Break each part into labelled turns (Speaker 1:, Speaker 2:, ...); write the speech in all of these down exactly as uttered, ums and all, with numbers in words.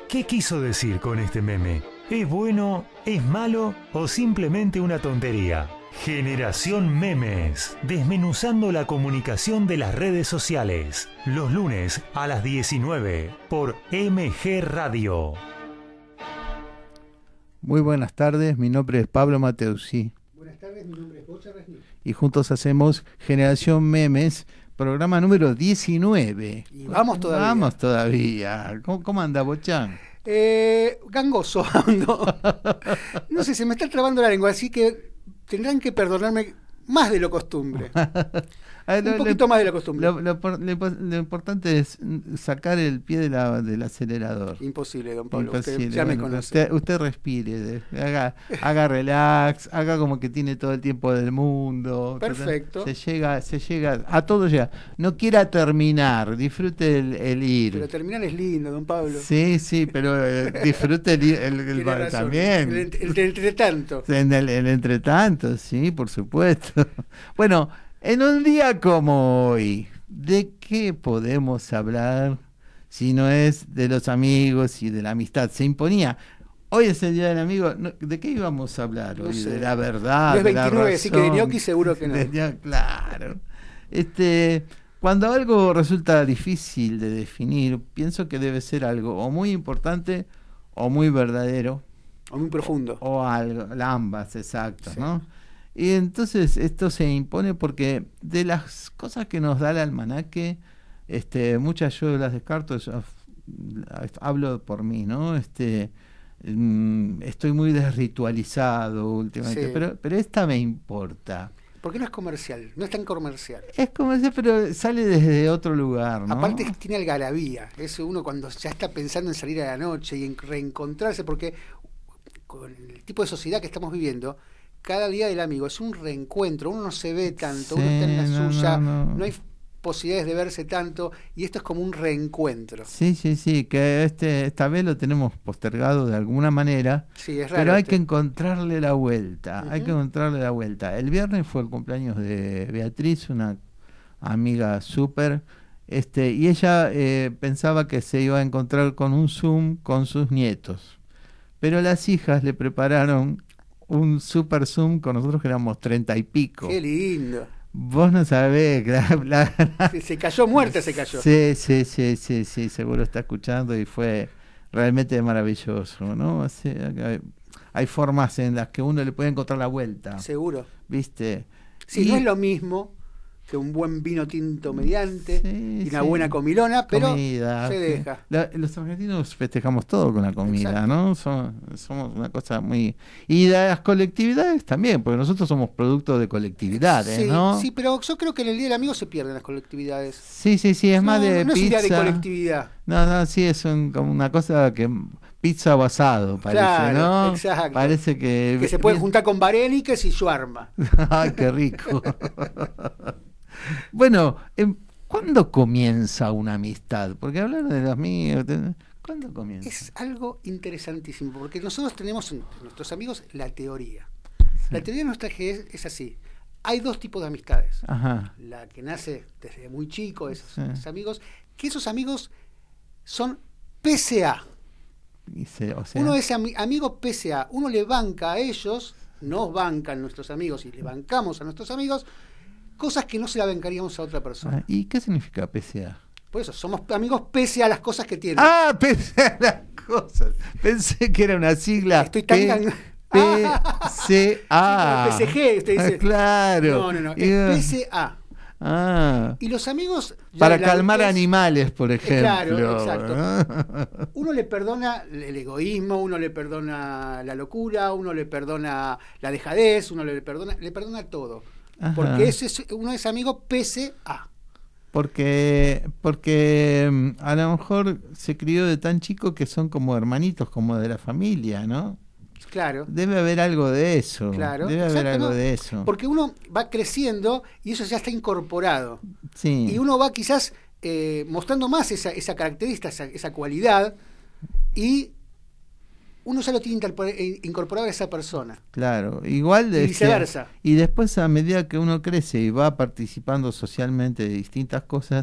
Speaker 1: ¿Qué quiso decir con este meme? ¿Es bueno, es malo o simplemente una tontería? Generación Memes, desmenuzando la comunicación de las redes sociales, los lunes a las diecinueve por M G Radio.
Speaker 2: Muy buenas tardes, mi nombre es Pablo Mateusi.
Speaker 3: Buenas tardes, mi nombre es Bocha Resnick.
Speaker 2: Y juntos hacemos Generación Memes, programa número diecinueve.
Speaker 3: Y vamos todavía.
Speaker 2: Vamos todavía. ¿Cómo, cómo anda, Bochán?
Speaker 3: Eh, gangoso, no. No sé, se me está trabando la lengua, así que tendrán que perdonarme más de lo costumbre.
Speaker 2: Ver,
Speaker 3: Un
Speaker 2: lo,
Speaker 3: poquito
Speaker 2: lo,
Speaker 3: más de la costumbre.
Speaker 2: Lo, lo, lo, lo importante es sacar el pie de la, del acelerador.
Speaker 3: Imposible, don Pablo.
Speaker 2: Imposible.
Speaker 3: Usted ya
Speaker 2: bueno,
Speaker 3: me conoce.
Speaker 2: Usted, usted respire, haga, haga relax, haga como que tiene todo el tiempo del mundo.
Speaker 3: Perfecto.
Speaker 2: Se llega, se llega, a todo llega. No quiera terminar, disfrute el, el ir.
Speaker 3: Pero terminar es lindo, don Pablo.
Speaker 2: Sí, sí, pero eh, disfrute el, el, el, el también.
Speaker 3: El, el, el entretanto.
Speaker 2: En el, el entretanto, sí, por supuesto. Bueno. En un día como hoy, ¿de qué podemos hablar si no es de los amigos y de la amistad? Se imponía. Hoy es el Día del Amigo. ¿De qué íbamos a hablar hoy? No sé. De la verdad,
Speaker 3: no es
Speaker 2: de la
Speaker 3: veintinueve,
Speaker 2: razón.
Speaker 3: Así que de ñoqui seguro que no.
Speaker 2: De, claro. Este, cuando algo resulta difícil de definir, pienso que debe ser algo o muy importante o muy verdadero.
Speaker 3: O muy profundo.
Speaker 2: O algo, ambas, exacto,
Speaker 3: sí.
Speaker 2: ¿no? Y entonces esto se impone porque de las cosas que nos da el almanaque, este, muchas yo las descarto, yo, hablo por mí, ¿no? Este, mm, estoy muy desritualizado últimamente,
Speaker 3: sí.
Speaker 2: pero, pero esta me importa.
Speaker 3: Porque no es comercial, no es tan comercial.
Speaker 2: Es comercial, pero sale desde otro lugar, ¿no?
Speaker 3: Aparte tiene algarabía, es uno cuando ya está pensando en salir a la noche y en reencontrarse, porque con el tipo de sociedad que estamos viviendo, cada día del amigo es un reencuentro, uno no se ve tanto,
Speaker 2: sí,
Speaker 3: uno está en la
Speaker 2: no,
Speaker 3: suya,
Speaker 2: no, no.
Speaker 3: no hay posibilidades de verse tanto, y esto es como un reencuentro.
Speaker 2: Sí, sí, sí, que este esta vez lo tenemos postergado de alguna manera,
Speaker 3: sí, es raro,
Speaker 2: pero hay
Speaker 3: este.
Speaker 2: que encontrarle la vuelta, uh-huh. hay que encontrarle la vuelta. El viernes fue el cumpleaños de Beatriz, una amiga súper, este, y ella eh, pensaba que se iba a encontrar con un Zoom con sus nietos, pero las hijas le prepararon un super Zoom con nosotros que éramos treinta y pico.
Speaker 3: ¡Qué lindo!
Speaker 2: Vos no sabés, claro.
Speaker 3: Se, se cayó muerta, se cayó.
Speaker 2: Sí, sí, sí, sí, sí, seguro está escuchando y fue realmente maravilloso, ¿no? O sea, hay, hay formas en las que uno le puede encontrar la vuelta.
Speaker 3: Seguro.
Speaker 2: ¿Viste?
Speaker 3: Sí, y no es lo mismo que un buen vino tinto mediante
Speaker 2: sí,
Speaker 3: y una
Speaker 2: sí.
Speaker 3: buena comilona, pero
Speaker 2: comida,
Speaker 3: se
Speaker 2: sí.
Speaker 3: deja.
Speaker 2: La, los argentinos festejamos todo con la comida,
Speaker 3: exacto.
Speaker 2: ¿no? Somos, somos una cosa muy... Y de las colectividades también, porque nosotros somos producto de colectividades,
Speaker 3: sí,
Speaker 2: ¿no?
Speaker 3: Sí, pero yo creo que en el Día del Amigo se pierden las colectividades.
Speaker 2: Sí, sí, sí, es
Speaker 3: no,
Speaker 2: más de
Speaker 3: no
Speaker 2: pizza.
Speaker 3: No es un día de colectividad.
Speaker 2: No, no, sí, es un, como una cosa que... Pizza o asado, parece,
Speaker 3: claro,
Speaker 2: ¿no?
Speaker 3: Exacto.
Speaker 2: Parece que...
Speaker 3: Que se pueden juntar con Vareniques y Schwarma.
Speaker 2: ¡Ay, qué rico! Bueno, ¿cuándo comienza una amistad? Porque hablar de los míos, ¿cuándo comienza?
Speaker 3: Es algo interesantísimo, porque nosotros tenemos entre nuestros amigos la teoría. Sí. La teoría de nuestra G es, es así. Hay dos tipos de amistades.
Speaker 2: Ajá.
Speaker 3: La que nace desde muy chico, esos,
Speaker 2: sí.
Speaker 3: esos amigos, que esos amigos son P C A.
Speaker 2: Se, o sea...
Speaker 3: Uno es ami- amigo P C A, uno le banca a ellos, nos bancan nuestros amigos y le bancamos a nuestros amigos cosas que no se la bancaríamos a otra persona.
Speaker 2: Ah, ¿y qué significa P C A?
Speaker 3: Por eso, somos amigos pese a las cosas que tienen.
Speaker 2: Ah, pese a las cosas. Pensé que era una sigla.
Speaker 3: Estoy tan...
Speaker 2: P- P C A.
Speaker 3: Sí, P C G, usted dice.
Speaker 2: Ah, claro.
Speaker 3: No, no, no, es P C A.
Speaker 2: Ah.
Speaker 3: Y los amigos...
Speaker 2: Para calmar adultez, animales, por ejemplo.
Speaker 3: Claro, exacto. Uno le perdona el egoísmo, uno le perdona la locura, uno le perdona la dejadez, uno le perdona, le perdona todo. Ajá. Porque ese es, uno es amigo P C A.
Speaker 2: Porque, porque a lo mejor se crió de tan chico que son como hermanitos, como de la familia, ¿no?
Speaker 3: Claro.
Speaker 2: Debe haber algo de eso.
Speaker 3: Claro.
Speaker 2: Debe
Speaker 3: Exacto,
Speaker 2: haber algo
Speaker 3: ¿no?
Speaker 2: de eso.
Speaker 3: Porque uno va creciendo y eso ya está incorporado.
Speaker 2: Sí.
Speaker 3: Y uno va quizás eh, mostrando más esa, esa característica, esa, esa cualidad, y uno ya lo tiene incorporado a esa persona.
Speaker 2: Claro, igual de
Speaker 3: y viceversa.
Speaker 2: Este, y después, a medida que uno crece y va participando socialmente de distintas cosas,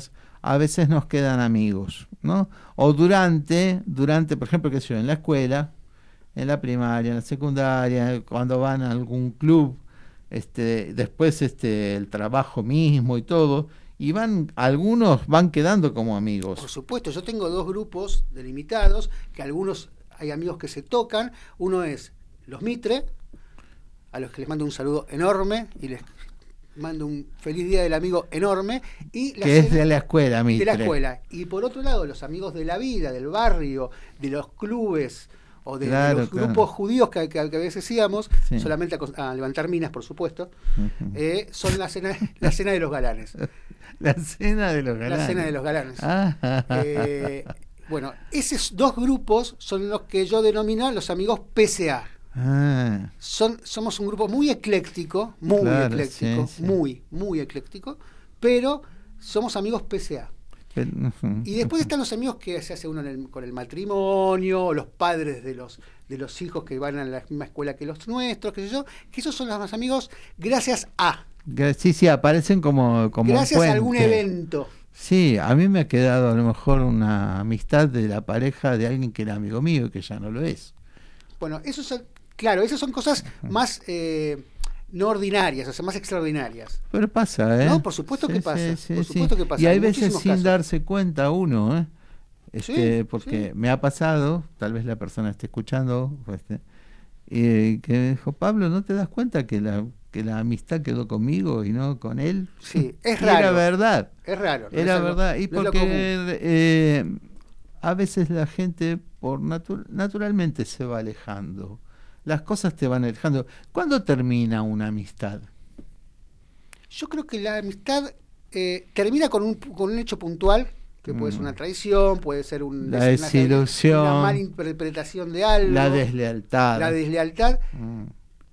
Speaker 2: a veces nos quedan amigos, ¿no? O durante, durante, por ejemplo, qué sé yo, en la escuela, en la primaria, en la secundaria, cuando van a algún club, este, después este, el trabajo mismo y todo, y van, algunos van quedando como amigos.
Speaker 3: Por supuesto, yo tengo dos grupos delimitados, que algunos hay amigos que se tocan. Uno es los Mitre, a los que les mando un saludo enorme y les mando un feliz día del amigo enorme. Y la
Speaker 2: que es de la escuela, Mitre.
Speaker 3: De la escuela. Y por otro lado, los amigos de la vida, del barrio, de los clubes, o de, claro, de los claro. grupos judíos que, que, que a veces íbamos, sí. solamente a, a levantar minas, por supuesto, uh-huh. eh, son la cena, la cena de los galanes.
Speaker 2: La cena de los galanes.
Speaker 3: La cena de los galanes. Ah. Eh, bueno, esos dos grupos son los que yo denomino los amigos P C A. Ah. Son, somos un grupo muy ecléctico, muy claro, ecléctico, sí, sí. muy, muy ecléctico, pero somos amigos P C A. Uh-huh. Y después están los amigos que se hace uno en el, con el matrimonio, los padres de los de los hijos que van a la misma escuela que los nuestros, qué sé yo, que esos son los amigos gracias a.
Speaker 2: Sí, sí, aparecen como, como
Speaker 3: gracias a algún evento.
Speaker 2: Sí, a mí me ha quedado a lo mejor una amistad de la pareja de alguien que era amigo mío y que ya no lo es.
Speaker 3: Bueno, eso son, claro, esas son cosas uh-huh. más eh, no ordinarias, o sea, más extraordinarias.
Speaker 2: Pero pasa, ¿eh?
Speaker 3: No, por supuesto sí, que pasa. Sí, por supuesto
Speaker 2: sí.
Speaker 3: que pasa.
Speaker 2: Y hay,
Speaker 3: hay
Speaker 2: veces sin
Speaker 3: casos.
Speaker 2: darse cuenta uno, ¿eh? Este,
Speaker 3: sí,
Speaker 2: porque
Speaker 3: sí.
Speaker 2: me ha pasado, tal vez la persona esté escuchando, este, y que me dijo, Pablo, ¿no te das cuenta que la que la amistad quedó conmigo y no con él?
Speaker 3: Sí, es raro.
Speaker 2: Era verdad.
Speaker 3: Es raro.
Speaker 2: No Era es verdad. Algo, y no porque eh, a veces la gente por natu- naturalmente se va alejando. Las cosas te van alejando. ¿Cuándo termina una amistad?
Speaker 3: Yo creo que la amistad eh, termina con un, con un hecho puntual, que puede ser una traición, puede ser un,
Speaker 2: la desilusión,
Speaker 3: una, una mala interpretación de algo,
Speaker 2: la deslealtad,
Speaker 3: la deslealtad, mm.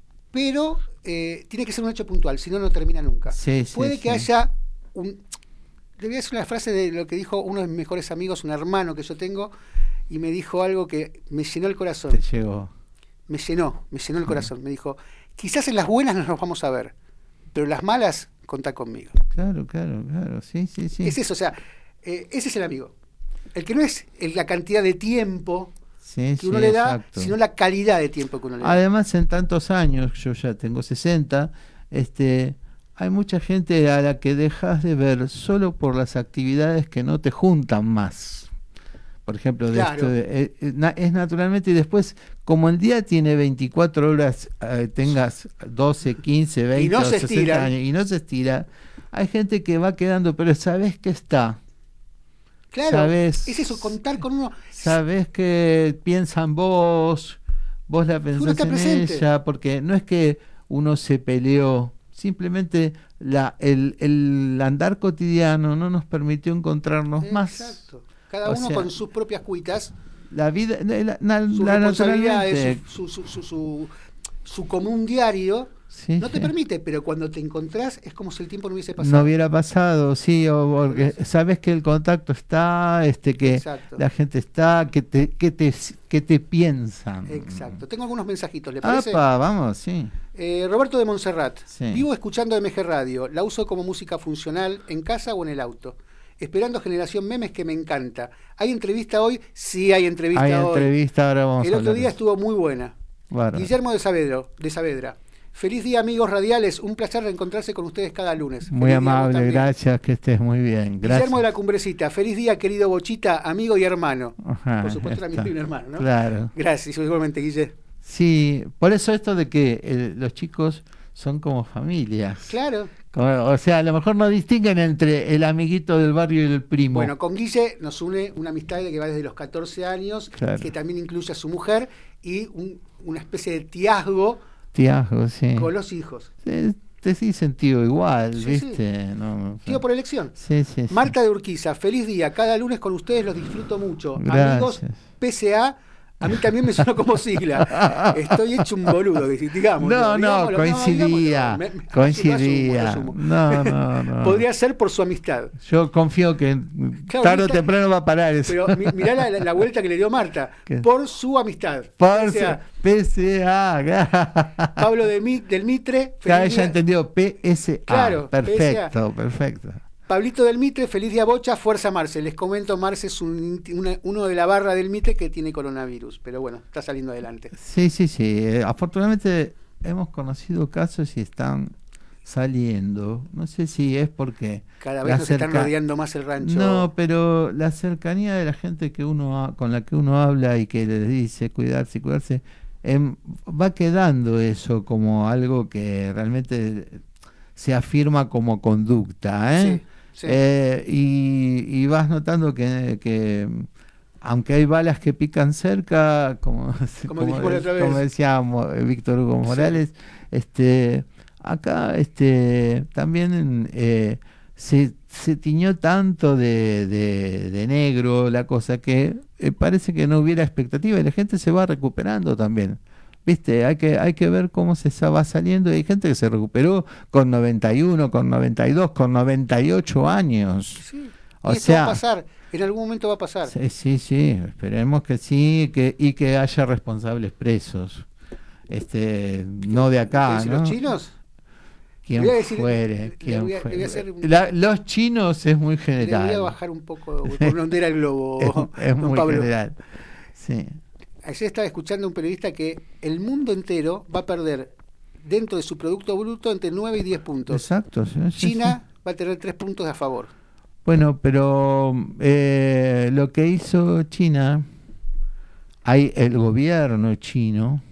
Speaker 3: pero eh, tiene que ser un hecho puntual, si no, no termina nunca.
Speaker 2: Sí,
Speaker 3: puede
Speaker 2: sí,
Speaker 3: que
Speaker 2: sí.
Speaker 3: haya un... Le voy a decir una frase de lo que dijo uno de mis mejores amigos, un hermano que yo tengo, y me dijo algo que me llenó el corazón.
Speaker 2: Te llegó.
Speaker 3: Me llenó, me llenó el corazón. Mm. Me dijo, quizás en las buenas no nos vamos a ver, pero en las malas, contá conmigo.
Speaker 2: Claro, claro, claro, sí, sí, sí.
Speaker 3: Es eso, o sea, eh, ese es el amigo. El que no es el, la cantidad de tiempo
Speaker 2: sí,
Speaker 3: que uno
Speaker 2: sí,
Speaker 3: le da,
Speaker 2: exacto.
Speaker 3: sino la calidad de tiempo que uno le da.
Speaker 2: Además, en tantos años, yo ya tengo sesenta, este, hay mucha gente a la que dejas de ver solo por las actividades que no te juntan más. Por ejemplo, de
Speaker 3: claro.
Speaker 2: esto de, eh, eh, es naturalmente, y después, como el día tiene veinticuatro horas, eh, tengas doce, quince, veinte,
Speaker 3: y no
Speaker 2: o
Speaker 3: se
Speaker 2: sesenta
Speaker 3: estira.
Speaker 2: años, y no se estira, hay gente que va quedando, pero sabes que está.
Speaker 3: Claro,
Speaker 2: sabes,
Speaker 3: es eso, contar con uno.
Speaker 2: Sabes que piensa en vos, vos la pensás en
Speaker 3: presente.
Speaker 2: ella, porque no es que uno se peleó, simplemente la, el, el andar cotidiano no nos permitió encontrarnos
Speaker 3: Exacto.
Speaker 2: más.
Speaker 3: Exacto. Cada
Speaker 2: o
Speaker 3: uno
Speaker 2: sea,
Speaker 3: con sus propias cuitas.
Speaker 2: La vida, la, la,
Speaker 3: sus
Speaker 2: la
Speaker 3: responsabilidades, su, su, su, su, su común diario. Sí, no te sí. permite, pero cuando te encontrás es como si el tiempo no hubiese pasado.
Speaker 2: No hubiera pasado, sí, o porque sabes que el contacto está, este, que
Speaker 3: Exacto.
Speaker 2: la gente está, que te, que te, que te piensan.
Speaker 3: Exacto. Tengo algunos mensajitos, ¿le parece?
Speaker 2: Apa, vamos, sí.
Speaker 3: Eh, Roberto de Montserrat.
Speaker 2: Sí.
Speaker 3: Vivo escuchando M G Radio. La uso como música funcional en casa o en el auto. Esperando Generación Memes, que me encanta. ¿Hay entrevista hoy? Sí, hay entrevista
Speaker 2: hay
Speaker 3: hoy.
Speaker 2: Hay entrevista, ahora vamos
Speaker 3: el
Speaker 2: a
Speaker 3: otro
Speaker 2: hablar
Speaker 3: día estuvo muy buena.
Speaker 2: Bueno.
Speaker 3: Guillermo de Saavedra, de Saavedra. Feliz día, amigos radiales. Un placer reencontrarse con ustedes cada lunes.
Speaker 2: Muy
Speaker 3: Feliz
Speaker 2: amable, gracias, que estés muy bien. Gracias.
Speaker 3: Guillermo de la Cumbrecita. Feliz día, querido Bochita, amigo y hermano.
Speaker 2: Ajá,
Speaker 3: por supuesto, era mi hermano, ¿no?
Speaker 2: Claro.
Speaker 3: Gracias, igualmente, Guille.
Speaker 2: Sí, por eso esto de que eh, los chicos son como familias.
Speaker 3: Claro.
Speaker 2: Como, o sea, a lo mejor no distinguen entre el amiguito del barrio y el primo.
Speaker 3: Bueno, con Guille nos une una amistad que va desde los catorce años, claro. que también incluye a su mujer y un, una especie de tiazgo.
Speaker 2: Tiazgo, sí.
Speaker 3: Con los hijos.
Speaker 2: Sí, te sí sentido igual,
Speaker 3: sí,
Speaker 2: ¿viste?
Speaker 3: Sí.
Speaker 2: No, no,
Speaker 3: Tío por elección.
Speaker 2: Sí, sí,
Speaker 3: Marta
Speaker 2: sí.
Speaker 3: de Urquiza, feliz día. Cada lunes con ustedes los disfruto mucho.
Speaker 2: Gracias.
Speaker 3: Amigos, P C A. A mí también me sonó como sigla. Estoy hecho un boludo, digamos.
Speaker 2: No,
Speaker 3: digámoslo,
Speaker 2: no, coincidía.
Speaker 3: No, me, me,
Speaker 2: coincidía.
Speaker 3: Asumo,
Speaker 2: no, no, no.
Speaker 3: Podría ser por su amistad.
Speaker 2: Yo confío que claro, tarde o temprano va a parar eso.
Speaker 3: Pero mirá la, la vuelta que le dio Marta. ¿Qué? Por su amistad.
Speaker 2: Por su P C A.
Speaker 3: Pablo de Mi, del Mitre.
Speaker 2: Cada ella entendió P S A.
Speaker 3: Claro,
Speaker 2: perfecto,
Speaker 3: P S A.
Speaker 2: perfecto.
Speaker 3: Pablito del Mitre, feliz día Bocha, fuerza Marce. Les comento, Marce es un, una, uno de la barra del Mitre que tiene coronavirus, pero bueno, está saliendo adelante.
Speaker 2: Sí, sí, sí. Eh, afortunadamente hemos conocido casos y están saliendo. No sé si es porque...
Speaker 3: Cada vez nos cerca... están rodeando más el rancho.
Speaker 2: No, pero la cercanía de la gente que uno ha... con la que uno habla y que les dice cuidarse, cuidarse, eh, va quedando eso como algo que realmente se afirma como conducta, ¿eh? Sí, sí. Eh, y, y vas notando que... que aunque hay balas que pican cerca, como,
Speaker 3: como,
Speaker 2: como,
Speaker 3: como
Speaker 2: decía Víctor Hugo Morales, sí. este... Acá este también eh, se, se tiñó tanto de, de, de negro la cosa que eh, parece que no hubiera expectativa y la gente se va recuperando también. Viste, hay que hay que ver cómo se va saliendo. Hay gente que se recuperó con noventa y uno, con noventa y dos, con noventa y ocho años.
Speaker 3: Sí.
Speaker 2: O
Speaker 3: y esto
Speaker 2: sea,
Speaker 3: va a pasar, en algún momento va a pasar.
Speaker 2: Sí, sí, sí, esperemos que sí, que y que haya responsables presos. Este, no de acá, ¿no?
Speaker 3: ¿Los chinos?
Speaker 2: Quien
Speaker 3: decir,
Speaker 2: fuere, quien
Speaker 3: voy a,
Speaker 2: fuere.
Speaker 3: Hacer,
Speaker 2: La, los chinos es muy general.
Speaker 3: Le voy a bajar un poco por donde era el globo.
Speaker 2: es es muy
Speaker 3: Pablo.
Speaker 2: general. Sí.
Speaker 3: Ayer estaba escuchando a un periodista que el mundo entero va a perder dentro de su Producto Bruto entre nueve y diez puntos.
Speaker 2: Exacto. Sí,
Speaker 3: China
Speaker 2: sí.
Speaker 3: va a tener tres puntos a favor.
Speaker 2: Bueno, pero eh, lo que hizo China, hay el gobierno chino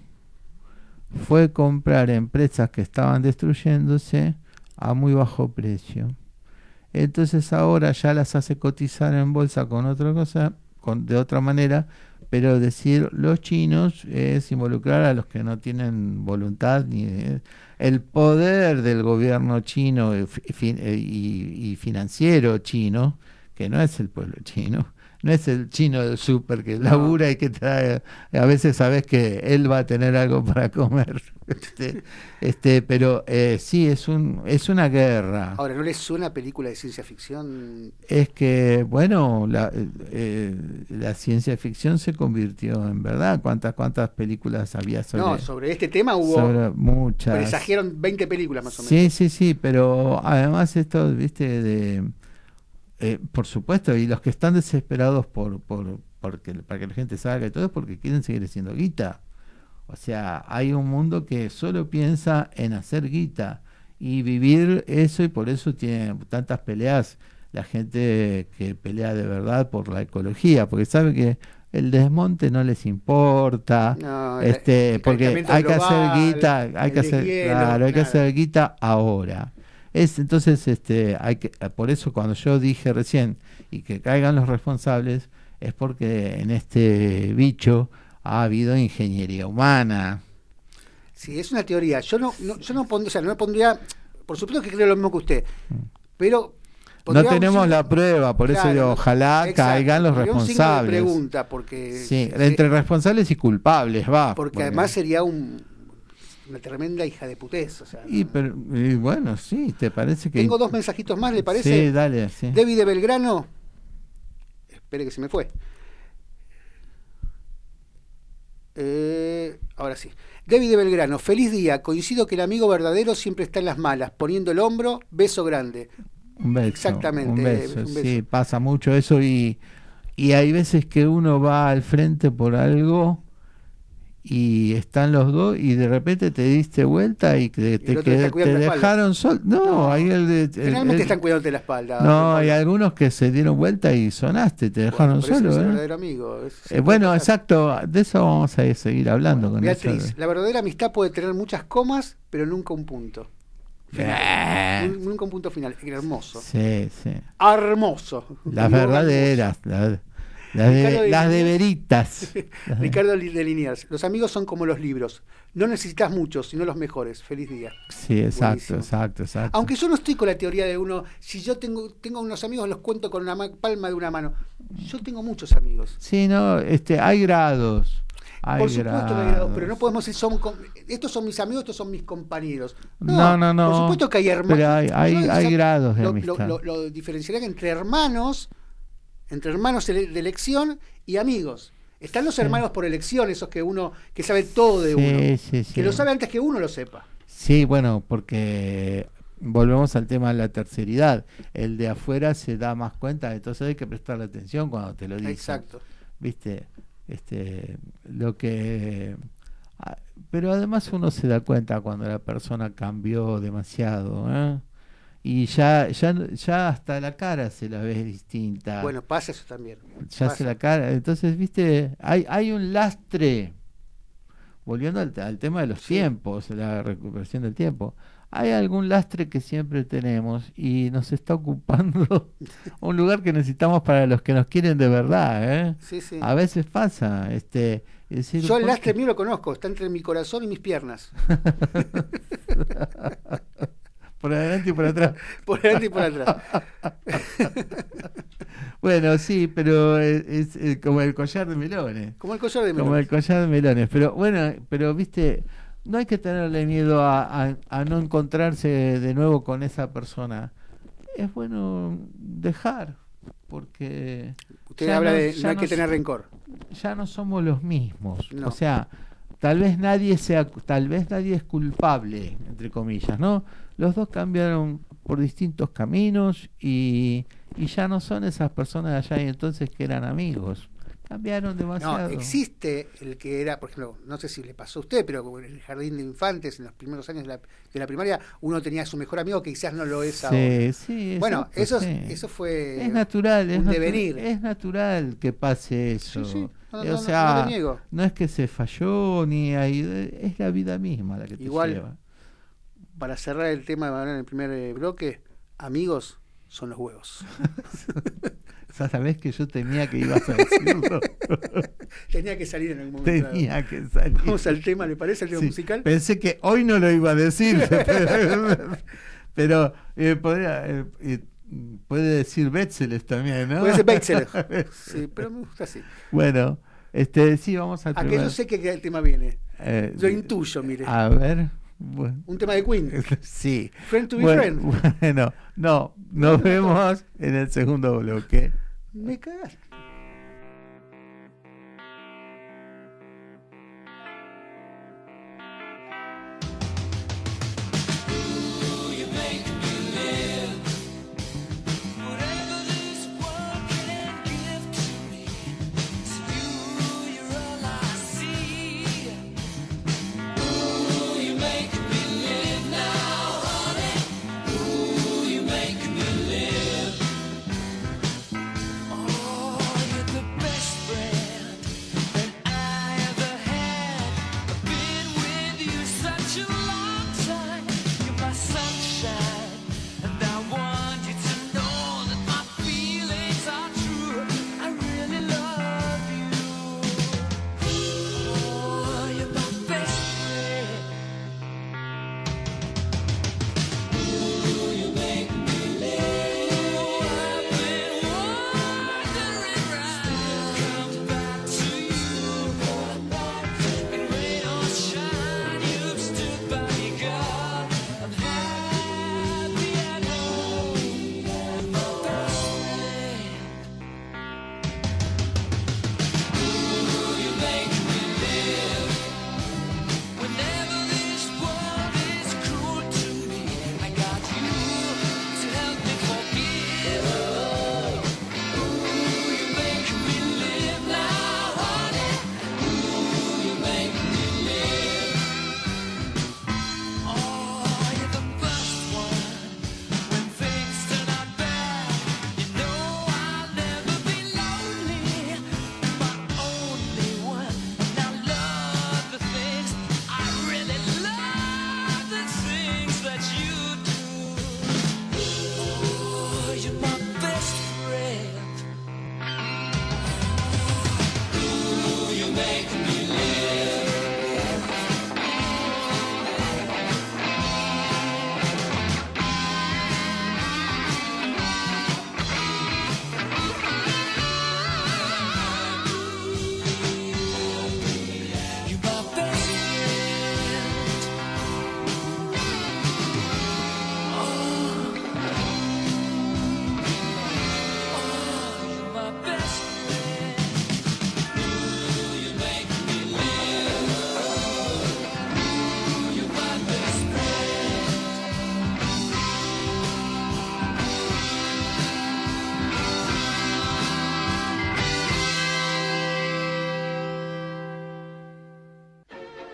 Speaker 2: fue comprar empresas que estaban destruyéndose a muy bajo precio. Entonces ahora ya las hace cotizar en bolsa con otra cosa, con, de otra manera, pero decir los chinos es involucrar a los que no tienen voluntad ni de, el poder del gobierno chino y, y, y financiero chino, que no es el pueblo chino. No es el chino del súper que labura no. y que trae, a veces sabes que él va a tener algo para comer. Este, este, pero eh, sí, es un es una guerra.
Speaker 3: Ahora, ¿no les suena película de ciencia ficción?
Speaker 2: Es que, bueno, la, eh, la ciencia ficción se convirtió en verdad. ¿Cuántas cuántas películas había sobre
Speaker 3: No, sobre este tema hubo
Speaker 2: sobre muchas.
Speaker 3: Presagiaron veinte películas más o menos.
Speaker 2: Sí, sí, sí, pero además esto, viste, de... Eh, por supuesto, y los que están desesperados por, por porque, para que la gente salga y todo es porque quieren seguir haciendo guita. O sea, hay un mundo que solo piensa en hacer guita y vivir eso, y por eso tiene tantas peleas la gente que pelea de verdad por la ecología, porque sabe que el desmonte no les importa,
Speaker 3: no,
Speaker 2: este,
Speaker 3: el
Speaker 2: porque hay
Speaker 3: global,
Speaker 2: que hacer guita, hay que hacer,
Speaker 3: hielo,
Speaker 2: claro, hay que
Speaker 3: nada.
Speaker 2: hacer guita ahora. Es entonces este hay que por eso cuando yo dije recién y que caigan los responsables es porque en este bicho ha habido ingeniería humana.
Speaker 3: Sí, es una teoría. Yo no, no yo no pondría, o sea, no pondría, por supuesto que creo lo mismo que usted, pero
Speaker 2: no tenemos un, la prueba, por claro, eso digo, ojalá exacto, caigan los responsables.
Speaker 3: Un pregunta porque
Speaker 2: sí, sí, entre responsables y culpables va.
Speaker 3: Porque, porque además sería un una tremenda hija de putés, o sea,
Speaker 2: y, pero, y bueno, sí, ¿te parece que...?
Speaker 3: Tengo dos mensajitos más, ¿le parece?
Speaker 2: Sí, dale, sí.
Speaker 3: Debbie de Belgrano, espere que se me fue. Eh, ahora sí. Debbie de Belgrano, feliz día, coincido que el amigo verdadero siempre está en las malas, poniendo el hombro, beso grande.
Speaker 2: Un beso.
Speaker 3: Exactamente.
Speaker 2: Un beso, un beso. Sí, pasa mucho eso y, y hay veces que uno va al frente por algo... y están los dos y de repente te diste vuelta y te, te, que, te dejaron sol no, no ahí el, el
Speaker 3: generalmente el, están cuidándote la espalda
Speaker 2: no, hay algunos que se dieron vuelta y sonaste, te dejaron
Speaker 3: bueno,
Speaker 2: solo
Speaker 3: es
Speaker 2: ¿eh?
Speaker 3: el verdadero amigo es,
Speaker 2: eh, bueno, exacto, de eso vamos a seguir hablando.
Speaker 3: Bueno,
Speaker 2: con
Speaker 3: Beatriz,
Speaker 2: eso.
Speaker 3: La verdadera amistad puede tener muchas comas pero nunca un punto final. Eh. Nunca un punto final, hermoso.
Speaker 2: Sí, sí.
Speaker 3: Hermoso.
Speaker 2: Las verdaderas, la, Las de, de, las de veritas.
Speaker 3: Ricardo de Liniers. Los amigos son como los libros. No necesitas muchos, sino los mejores. Feliz día.
Speaker 2: Sí, exacto, Buenísimo. exacto, exacto.
Speaker 3: Aunque yo no estoy con la teoría de uno, si yo tengo tengo unos amigos, los cuento con una palma de una mano. Yo tengo muchos amigos.
Speaker 2: Sí, no, este, hay grados. Hay
Speaker 3: por supuesto
Speaker 2: grados.
Speaker 3: que hay grados, pero no podemos decir, son, estos son mis amigos, estos son mis compañeros.
Speaker 2: No, no, no. no
Speaker 3: por supuesto que hay hermanos.
Speaker 2: Pero hay, hay, no, hay o sea, grados de
Speaker 3: lo,
Speaker 2: amistad.
Speaker 3: Lo, lo, lo diferenciarían entre hermanos, entre hermanos de elección y amigos. Están los hermanos sí. por elección, esos que uno que sabe todo de
Speaker 2: sí,
Speaker 3: uno,
Speaker 2: sí, sí.
Speaker 3: que lo sabe antes que uno lo sepa.
Speaker 2: Sí, bueno, porque volvemos al tema de la terceridad. El de afuera se da más cuenta, entonces hay que prestarle atención cuando te lo dicen.
Speaker 3: Exacto.
Speaker 2: ¿Viste? Este, lo que... Pero además uno se da cuenta cuando la persona cambió demasiado, ¿eh? Y ya, ya, ya hasta la cara se la ve distinta.
Speaker 3: Bueno, pasa eso también.
Speaker 2: Ya
Speaker 3: pasa.
Speaker 2: se la cara. Entonces, viste, hay, hay un lastre. Volviendo al, al tema de los sí. tiempos, la recuperación del tiempo. Hay algún lastre que siempre tenemos y nos está ocupando un lugar que necesitamos para los que nos quieren de verdad, ¿eh?
Speaker 3: Sí, sí.
Speaker 2: A veces pasa. Este, es decir,
Speaker 3: yo el lastre mío lo conozco, está entre mi corazón y mis piernas.
Speaker 2: Por adelante y por atrás.
Speaker 3: Por adelante y por atrás.
Speaker 2: Bueno, sí, pero es, es, es como el collar de melones.
Speaker 3: Como el collar de melones.
Speaker 2: Como el collar de melones. Pero bueno, pero viste, no hay que tenerle miedo a, a, a no encontrarse de nuevo con esa persona. Es bueno dejar, porque...
Speaker 3: Usted habla no, de no hay que tener rencor.
Speaker 2: Ya no somos los mismos.
Speaker 3: No.
Speaker 2: O sea, tal vez nadie sea, tal vez nadie es culpable, entre comillas, ¿no? Los dos cambiaron por distintos caminos y, y ya no son esas personas de allá y entonces que eran amigos. Cambiaron demasiado.
Speaker 3: No, existe el que era, por ejemplo, no sé si le pasó a usted, pero en el jardín de infantes, en los primeros años de la, de la primaria, uno tenía a su mejor amigo que quizás no lo es ahora.
Speaker 2: Sí, sí.
Speaker 3: Bueno,
Speaker 2: exacto,
Speaker 3: eso,
Speaker 2: sí.
Speaker 3: eso fue
Speaker 2: es natural, es
Speaker 3: un
Speaker 2: natu-
Speaker 3: devenir.
Speaker 2: Es natural que pase eso.
Speaker 3: Sí, sí. No,
Speaker 2: o
Speaker 3: no,
Speaker 2: sea,
Speaker 3: no, no, niego.
Speaker 2: no es que se falló ni hay, es la vida misma la que te
Speaker 3: Igual,
Speaker 2: lleva.
Speaker 3: Para cerrar el tema en el primer eh, bloque, amigos son los huevos.
Speaker 2: ¿Sabés que yo temía que ibas a decirlo?
Speaker 3: Tenía que salir en algún momento.
Speaker 2: Tenía que salir.
Speaker 3: Vamos al tema, ¿le parece el tema
Speaker 2: sí,
Speaker 3: musical?
Speaker 2: Pensé que hoy no lo iba a decir, pero, pero eh, podría, eh, eh, puede decir Betzeles también, ¿no?
Speaker 3: Puede ser Betzeles. Sí, pero me gusta así.
Speaker 2: Bueno, este, sí, vamos al
Speaker 3: ¿A
Speaker 2: primer...
Speaker 3: que yo sé que, que el tema viene?
Speaker 2: Eh,
Speaker 3: yo intuyo, mire.
Speaker 2: A ver... Bueno.
Speaker 3: Un tema de Queen.
Speaker 2: Sí.
Speaker 3: Friend to be
Speaker 2: bueno,
Speaker 3: friend.
Speaker 2: Bueno, no, nos vemos en el segundo bloque.
Speaker 3: Me cagaste.
Speaker 4: Oh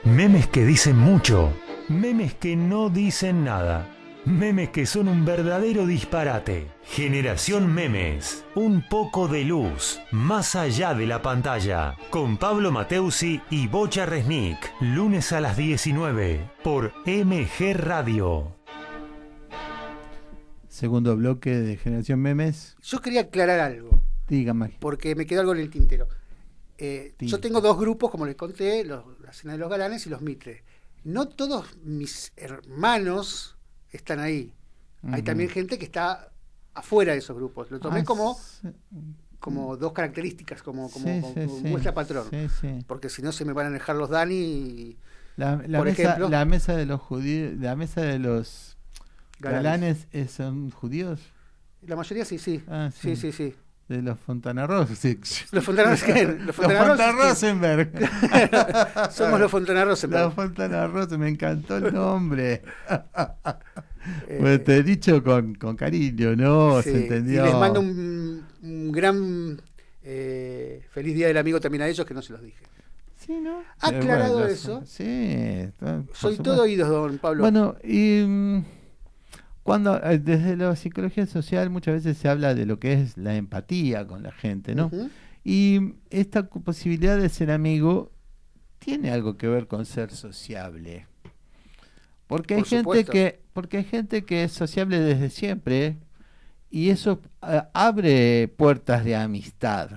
Speaker 1: Memes que dicen mucho, memes que no dicen nada, memes que son un verdadero disparate. Generación Memes, un poco de luz, más allá de la pantalla, con Pablo Mateusi y Bocha Resnick, lunes a las diecinueve, por M G Radio.
Speaker 2: Segundo bloque de Generación Memes.
Speaker 3: Yo quería aclarar algo.
Speaker 2: Dígame.
Speaker 3: Porque me quedó algo en el tintero. Eh, yo tengo dos grupos, como les conté, los, la Cena de los Galanes y los Mitre. No todos mis hermanos están ahí. Uh-huh. Hay también gente que está afuera de esos grupos. Lo tomé ah, como, sí. como dos características, como, como, sí, como, como sí, muestra patrón.
Speaker 2: Sí, sí.
Speaker 3: Porque si no se me van a dejar los Dani. Y,
Speaker 2: la, la,
Speaker 3: por
Speaker 2: mesa,
Speaker 3: ejemplo,
Speaker 2: la mesa de los judíos, la mesa de los Galanes, ¿Galanes son judíos?
Speaker 3: La mayoría sí, sí.
Speaker 2: Ah,
Speaker 3: sí, sí, sí. sí.
Speaker 2: De los Fontana Rosa. Sí.
Speaker 3: Los Fontana Rosenberg. Los Fontana
Speaker 2: Rosenberg.
Speaker 3: Somos los Fontana Rosenberg.
Speaker 2: Los Fontana Rosa, me encantó el nombre. eh, pues te he dicho con, con cariño, ¿no?
Speaker 3: Sí.
Speaker 2: Se entendió.
Speaker 3: Y les mando un, un gran eh, feliz día del amigo también a ellos, que no se los dije.
Speaker 2: Sí, ¿no?
Speaker 3: Aclarado
Speaker 2: bueno,
Speaker 3: eso.
Speaker 2: Sí.
Speaker 3: Soy todo oídos, don Pablo.
Speaker 2: Bueno, y... Cuando desde la psicología social muchas veces se habla de lo que es la empatía con la gente, ¿no? Uh-huh. Y esta posibilidad de ser amigo tiene algo que ver con ser sociable. Porque hay Por gente supuesto. que porque hay gente que es sociable desde siempre y eso uh, abre puertas de amistad.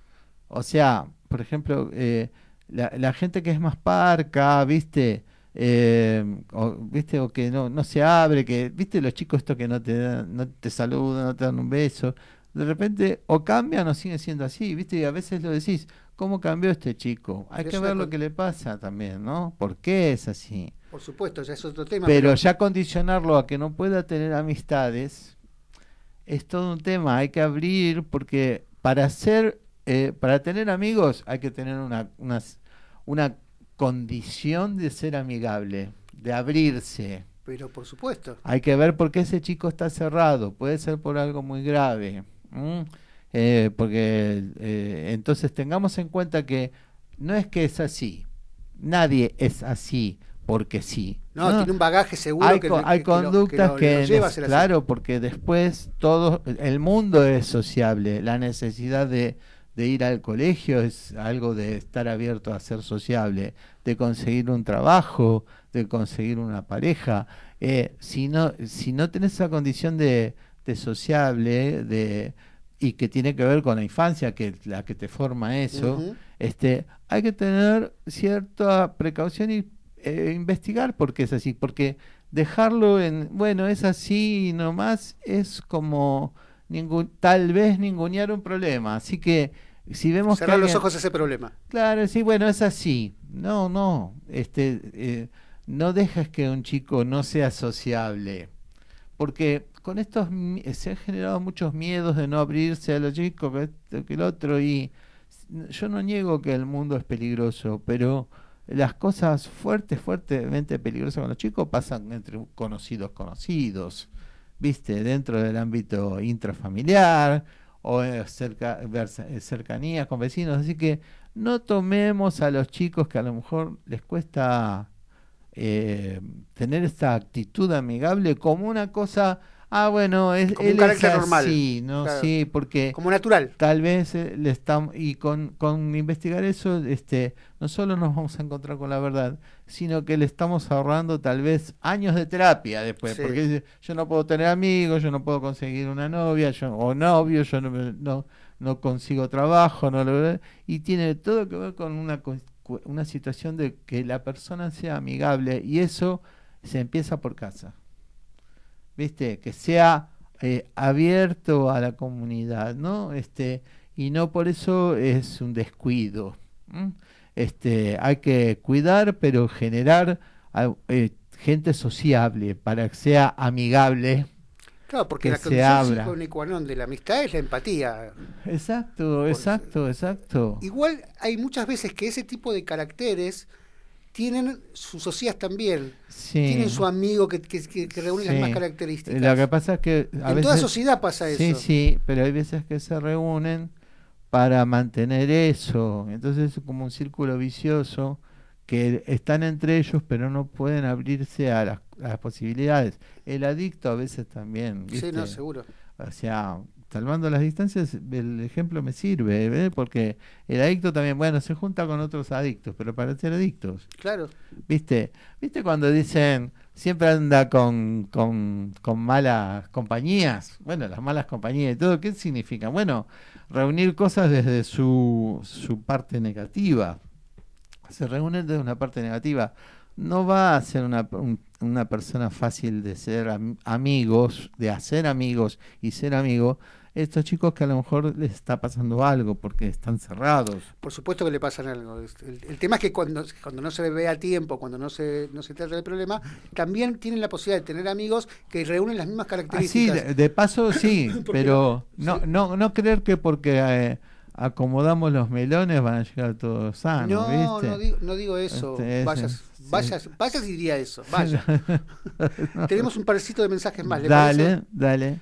Speaker 2: O sea, por ejemplo, eh, la, la gente que es más parca, ¿viste? Eh, o, viste o que no no se abre, que viste los chicos estos que no te dan, no te saludan, no te dan un beso, de repente o cambian o siguen siendo así, viste, y a veces lo decís, ¿cómo cambió este chico? Hay que ver con... lo que le pasa también, ¿no? ¿Por qué es así?
Speaker 3: Por supuesto, ya es otro tema.
Speaker 2: Pero, pero ya condicionarlo a que no pueda tener amistades es todo un tema, hay que abrir, porque para ser eh, para tener amigos hay que tener una una, una condición de ser amigable, de abrirse.
Speaker 3: Pero por supuesto.
Speaker 2: Hay que ver por qué ese chico está cerrado. Puede ser por algo muy grave. ¿Mm? Eh, porque eh, entonces tengamos en cuenta que no es que es así. Nadie es así porque sí.
Speaker 3: No, no. Tiene un bagaje seguro.
Speaker 2: Hay,
Speaker 3: que,
Speaker 2: co- hay
Speaker 3: que,
Speaker 2: conductas
Speaker 3: que, lo,
Speaker 2: que,
Speaker 3: que lo lleva a ser
Speaker 2: claro,
Speaker 3: así.
Speaker 2: Porque después todo el mundo es sociable. La necesidad de de ir al colegio es algo de estar abierto a ser sociable, de conseguir un trabajo, de conseguir una pareja. Eh, si no si no tenés esa condición de, de sociable de y que tiene que ver con la infancia, que es la que te forma eso, uh-huh. este hay que tener cierta precaución y eh, investigar por qué es así, porque dejarlo en, bueno, es así nomás, es como... Ningún, tal vez ningunear un problema, así que si vemos
Speaker 3: cerrar
Speaker 2: que
Speaker 3: los
Speaker 2: alguien,
Speaker 3: ojos a ese problema.
Speaker 2: Claro, sí, bueno, es así. No, no, este, eh, no dejes que un chico no sea sociable, porque con estos se han generado muchos miedos de no abrirse a los chicos, que esto, que el otro, y yo no niego que el mundo es peligroso, pero las cosas fuertes, fuertemente peligrosas con los chicos pasan entre conocidos, conocidos. Viste, dentro del ámbito intrafamiliar o cerca, cercanías con vecinos, así que no tomemos a los chicos que a lo mejor les cuesta eh, tener esta actitud amigable como una cosa, ah bueno, es,
Speaker 3: como
Speaker 2: él
Speaker 3: un carácter
Speaker 2: es
Speaker 3: normal,
Speaker 2: así, ¿no?
Speaker 3: Claro.
Speaker 2: Sí, porque
Speaker 3: como natural.
Speaker 2: Tal vez eh, le estamos y con, con investigar eso, este, no solo nos vamos a encontrar con la verdad, sino que le estamos ahorrando tal vez años de terapia después, sí. Porque dice, yo no puedo tener amigos, yo no puedo conseguir una novia, yo o novio, yo no no, no consigo trabajo, no lo, y tiene todo que ver con una una situación de que la persona sea amigable, y eso se empieza por casa. ¿Viste? Que sea eh, abierto a la comunidad, ¿no? Este, y no por eso es un descuido. ¿Mm? Este, hay que cuidar, pero generar eh, gente sociable para que sea amigable.
Speaker 3: Claro, porque
Speaker 2: que
Speaker 3: la condición sine qua non de la amistad es la empatía.
Speaker 2: Exacto, por exacto, exacto.
Speaker 3: Igual hay muchas veces que ese tipo de caracteres tienen sus socias también. Sí. Tienen su amigo que, que, que, que reúne sí. las mismas características.
Speaker 2: Lo que pasa es que a
Speaker 3: en
Speaker 2: veces,
Speaker 3: toda sociedad pasa eso.
Speaker 2: Sí, sí, pero hay veces que se reúnen para mantener eso. Entonces es como un círculo vicioso que están entre ellos, pero no pueden abrirse a las, a las posibilidades. El adicto a veces también, ¿viste?
Speaker 3: Sí, no, seguro.
Speaker 2: O sea, salvando las distancias, el ejemplo me sirve, ¿eh? Porque el adicto también, bueno, se junta con otros adictos, pero para ser adictos.
Speaker 3: Claro.
Speaker 2: ¿Viste? ¿Viste cuando dicen, siempre anda con, con, con malas compañías? Bueno, las malas compañías y todo, ¿qué significa? Bueno, reunir cosas desde su, su parte negativa. Se reúnen desde una parte negativa. No va a ser una, un, una persona fácil de ser am, amigos, de hacer amigos y ser amigo. Estos chicos que a lo mejor les está pasando algo porque están cerrados.
Speaker 3: Por supuesto que le pasan algo. El, el tema es que cuando, cuando no se ve a tiempo, cuando no se, no se trata del problema, también tienen la posibilidad de tener amigos que reúnen las mismas características.
Speaker 2: Ah, sí, de, de paso sí, pero no,
Speaker 3: sí.
Speaker 2: no, no creer que porque... Eh, acomodamos los melones van a llegar todos sanos,
Speaker 3: no,
Speaker 2: ¿viste?
Speaker 3: No, digo, no digo eso. Este, vayas, sí. vayas, vayas y diría eso. Vaya. no. Tenemos un parcito de mensajes más. ¿Le
Speaker 2: dale,
Speaker 3: parece?
Speaker 2: dale.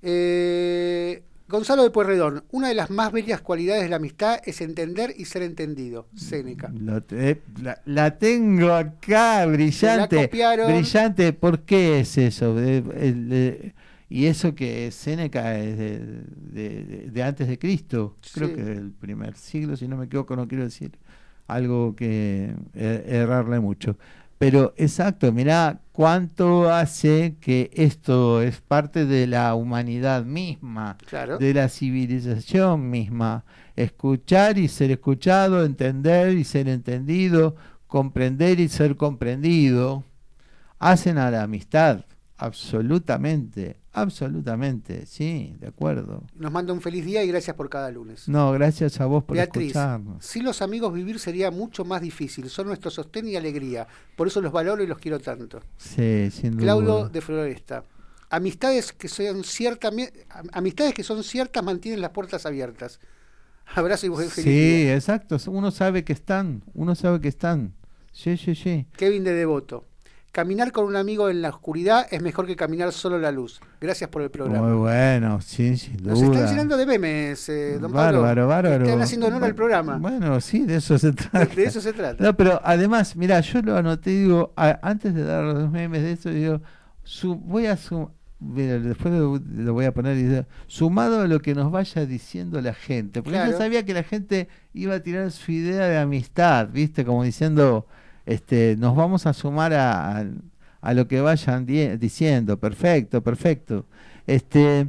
Speaker 3: Eh, Gonzalo de Pueyrredón, una de las más bellas cualidades de la amistad es entender y ser entendido. Séneca.
Speaker 2: Lo te, la, la tengo acá, brillante. Brillante, ¿por qué es eso? De, de, de, y eso que Séneca es de, de, de, de antes de Cristo, sí. Creo que del primer siglo, si no me equivoco, no quiero decir algo que er, errarle mucho. Pero exacto, mirá cuánto hace que esto es parte de la humanidad misma,
Speaker 3: claro.
Speaker 2: De la civilización misma. Escuchar y ser escuchado, entender y ser entendido, comprender y ser comprendido, hacen a la amistad. Absolutamente, absolutamente, sí, de acuerdo.
Speaker 3: Nos manda un feliz día y gracias por cada lunes.
Speaker 2: No, gracias a vos por
Speaker 3: Beatriz,
Speaker 2: escucharnos.
Speaker 3: Sin los amigos vivir sería mucho más difícil, son nuestro sostén y alegría, por eso los valoro y los quiero tanto.
Speaker 2: Sí, sin duda.
Speaker 3: Claudio de Floresta, amistades que son ciertas, amistades que son ciertas mantienen las puertas abiertas. Abrazo y feliz
Speaker 2: sí,
Speaker 3: día.
Speaker 2: Exacto, uno sabe que están, uno sabe que están. Sí, sí, sí.
Speaker 3: Kevin de Devoto. Caminar con un amigo en la oscuridad es mejor que caminar solo en la luz. Gracias por el programa.
Speaker 2: Muy bueno, sí, sin duda.
Speaker 3: Nos están llenando de memes, eh, don
Speaker 2: bárbaro,
Speaker 3: Pablo.
Speaker 2: Bárbaro,
Speaker 3: Están haciendo honor al programa.
Speaker 2: Bueno, sí, de eso se trata.
Speaker 3: De, de eso se trata.
Speaker 2: No, pero además, mira, yo lo anoté, digo, a, antes de dar los memes de eso, digo, su, voy a sumar, después lo, lo voy a poner, y digo, sumado a lo que nos vaya diciendo la gente. Porque
Speaker 3: claro.
Speaker 2: Yo sabía que la gente iba a tirar su idea de amistad, ¿viste? Como diciendo, este, nos vamos a sumar a... a a lo que vayan di- diciendo, perfecto, perfecto. Este,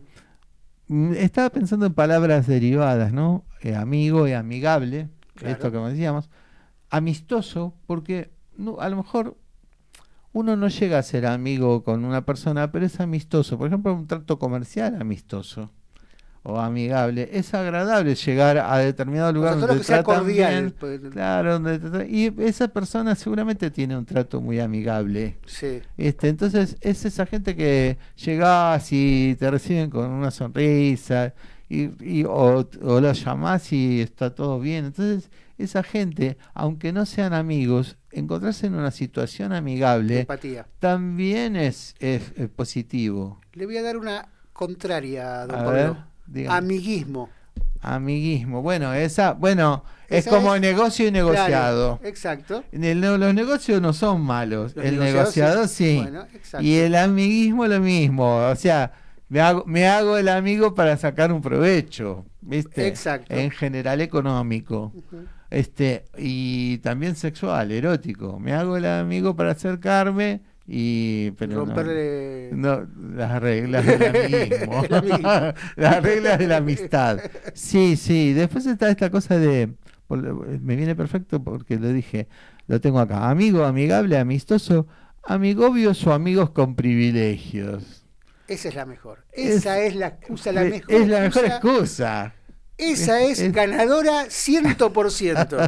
Speaker 2: estaba pensando en palabras derivadas, ¿no? Eh, amigo y amigable, claro. Esto que decíamos, amistoso, porque no, a lo mejor uno no llega a ser amigo con una persona, pero es amistoso. Por ejemplo, un trato comercial amistoso o amigable, es agradable llegar a determinado lugar, o sea, donde
Speaker 3: que sea
Speaker 2: tratan
Speaker 3: cordial,
Speaker 2: bien,
Speaker 3: pues,
Speaker 2: claro, donde tratan, y esa persona seguramente tiene un trato muy amigable.
Speaker 3: Sí.
Speaker 2: Este, entonces es esa gente que llegás y te reciben con una sonrisa y, y o, o la llamás y está todo bien. Entonces esa gente, aunque no sean amigos, encontrarse en una situación amigable,
Speaker 3: empatía,
Speaker 2: también es, es, es positivo.
Speaker 3: Le voy a dar una contraria, don
Speaker 2: a
Speaker 3: Pablo.
Speaker 2: Ver. Digamos.
Speaker 3: Amiguismo.
Speaker 2: Amiguismo. Bueno, esa, bueno,
Speaker 3: esa
Speaker 2: es como
Speaker 3: es,
Speaker 2: negocio y negociado.
Speaker 3: Claro, exacto.
Speaker 2: El, los negocios no son malos.
Speaker 3: Los
Speaker 2: el negociado sí.
Speaker 3: Bueno,
Speaker 2: y el amiguismo lo mismo. O sea, me hago, me hago el amigo para sacar un provecho, ¿viste?
Speaker 3: Exacto.
Speaker 2: En general económico. Uh-huh. Este, y también sexual, erótico. Me hago el amigo para acercarme y pero
Speaker 3: romperle
Speaker 2: no, no, las reglas del amiguismo. Las reglas de la amistad. Sí, sí. Después está esta cosa de, me viene perfecto porque lo dije, lo tengo acá, amigo, amigable, amistoso, amigobios o amigos con privilegios.
Speaker 3: Esa es la mejor. Esa es, es la excusa, la mejor
Speaker 2: es la mejor
Speaker 3: excusa.
Speaker 2: excusa.
Speaker 3: Esa es, es ganadora ciento por ciento.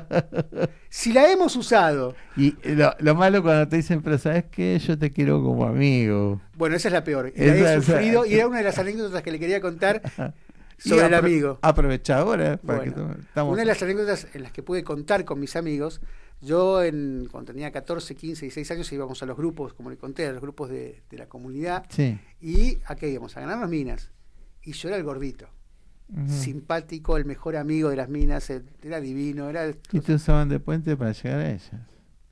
Speaker 3: Si la hemos usado.
Speaker 2: Y lo, lo malo cuando te dicen, pero ¿sabes qué? Yo te quiero como amigo.
Speaker 3: Bueno, esa es la peor. Y la he sufrido y era una de las anécdotas que le quería contar sobre el amigo.
Speaker 2: Aprovecha ahora. Para
Speaker 3: bueno,
Speaker 2: que estamos...
Speaker 3: Una de las anécdotas en las que pude contar con mis amigos, yo en, cuando tenía catorce, quince, dieciséis años íbamos a los grupos, como le conté, a los grupos de, de la comunidad.
Speaker 2: Sí.
Speaker 3: Y ¿a qué íbamos? A ganarnos minas. Y yo era el gordito. Uh-huh. Simpático, el mejor amigo de las minas, era divino. Era...
Speaker 2: ¿Y te usaban de puente para llegar a ellas?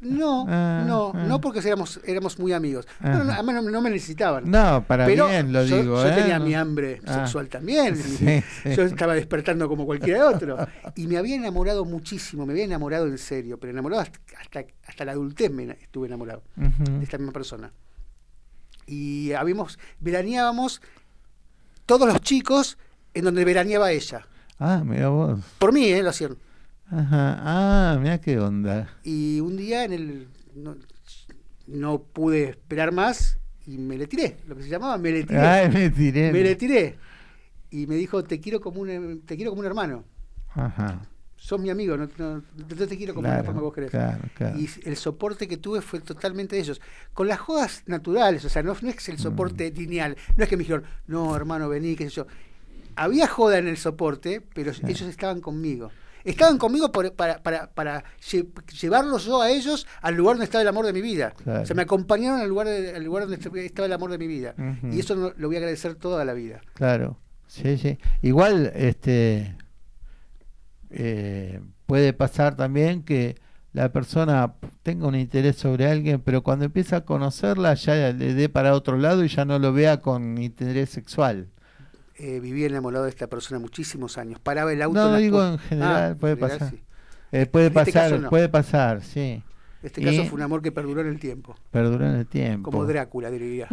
Speaker 3: No,
Speaker 2: ah,
Speaker 3: no,
Speaker 2: ah.
Speaker 3: no porque éramos, éramos muy amigos.
Speaker 2: Ah.
Speaker 3: No, no, además no, no me necesitaban.
Speaker 2: No, para
Speaker 3: Pero
Speaker 2: bien lo
Speaker 3: yo,
Speaker 2: digo.
Speaker 3: yo
Speaker 2: ¿eh?
Speaker 3: tenía
Speaker 2: No.
Speaker 3: mi hambre
Speaker 2: Ah.
Speaker 3: sexual también.
Speaker 2: Sí, sí.
Speaker 3: Yo estaba despertando como cualquier otro. Y me había enamorado muchísimo, me había enamorado en serio, pero enamorado hasta, hasta, hasta la adultez me estuve enamorado
Speaker 2: Uh-huh.
Speaker 3: de esta misma persona. Y habíamos, veraneábamos todos los chicos en donde veraneaba ella.
Speaker 2: Ah, mira vos.
Speaker 3: Por mí, ¿eh? Lo hacían.
Speaker 2: Ajá. Ah, mira qué onda.
Speaker 3: Y un día en el no, no pude esperar más y me le tiré, lo que se llamaba me le tiré.
Speaker 2: Ay, me tiré.
Speaker 3: Me le tiré. Y me dijo, te quiero como un te quiero como un hermano.
Speaker 2: Ajá.
Speaker 3: Sos mi amigo, no, no, no te quiero como
Speaker 2: Claro,
Speaker 3: una forma que vos querés.
Speaker 2: claro, claro.
Speaker 3: Y el soporte que tuve fue totalmente de ellos. Con las jodas naturales, o sea, no, no es el soporte
Speaker 2: Mm.
Speaker 3: lineal. No es que me dijeron, no, hermano, vení, qué sé yo. Había joda en el soporte, pero
Speaker 2: Sí.
Speaker 3: ellos estaban conmigo. Estaban conmigo por- para, para, para lle- llevarlos yo a ellos al lugar donde estaba el amor de mi vida.
Speaker 2: Claro.
Speaker 3: O sea, me acompañaron al lugar, de- al lugar donde estaba el amor de mi vida.
Speaker 2: Ujú.
Speaker 3: Y eso no- lo voy a agradecer toda la vida.
Speaker 2: Claro, sí, sí. Igual, este, eh, puede pasar también que la persona tenga un interés sobre alguien, pero cuando empieza a conocerla ya le dé para otro lado y ya no lo vea con interés sexual.
Speaker 3: Eh, viví enamorado de esta persona muchísimos años. Paraba el auto.
Speaker 2: No,
Speaker 3: en las
Speaker 2: digo
Speaker 3: pu-
Speaker 2: en general,
Speaker 3: Ah,
Speaker 2: puede
Speaker 3: en general,
Speaker 2: pasar.
Speaker 3: sí.
Speaker 2: Eh, puede
Speaker 3: En este
Speaker 2: pasar,
Speaker 3: caso no.
Speaker 2: puede pasar, sí.
Speaker 3: Este
Speaker 2: Y
Speaker 3: caso fue un amor que perduró en el tiempo.
Speaker 2: perduró en el tiempo.
Speaker 3: Como Drácula, diría.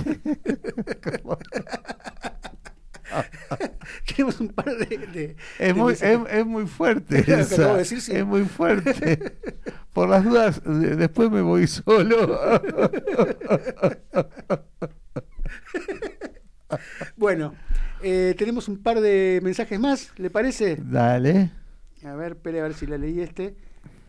Speaker 3: Tenemos un par de... de-
Speaker 2: Es
Speaker 3: de
Speaker 2: muy,
Speaker 3: mensajes.
Speaker 2: es, es muy fuerte
Speaker 3: Lo que
Speaker 2: esa.
Speaker 3: acabo de decir, sí.
Speaker 2: Es muy fuerte. Por las dudas, de- después me voy solo.
Speaker 3: Bueno, eh, tenemos un par de mensajes más, ¿le parece?
Speaker 2: Dale.
Speaker 3: A ver, espere a ver si la leí este.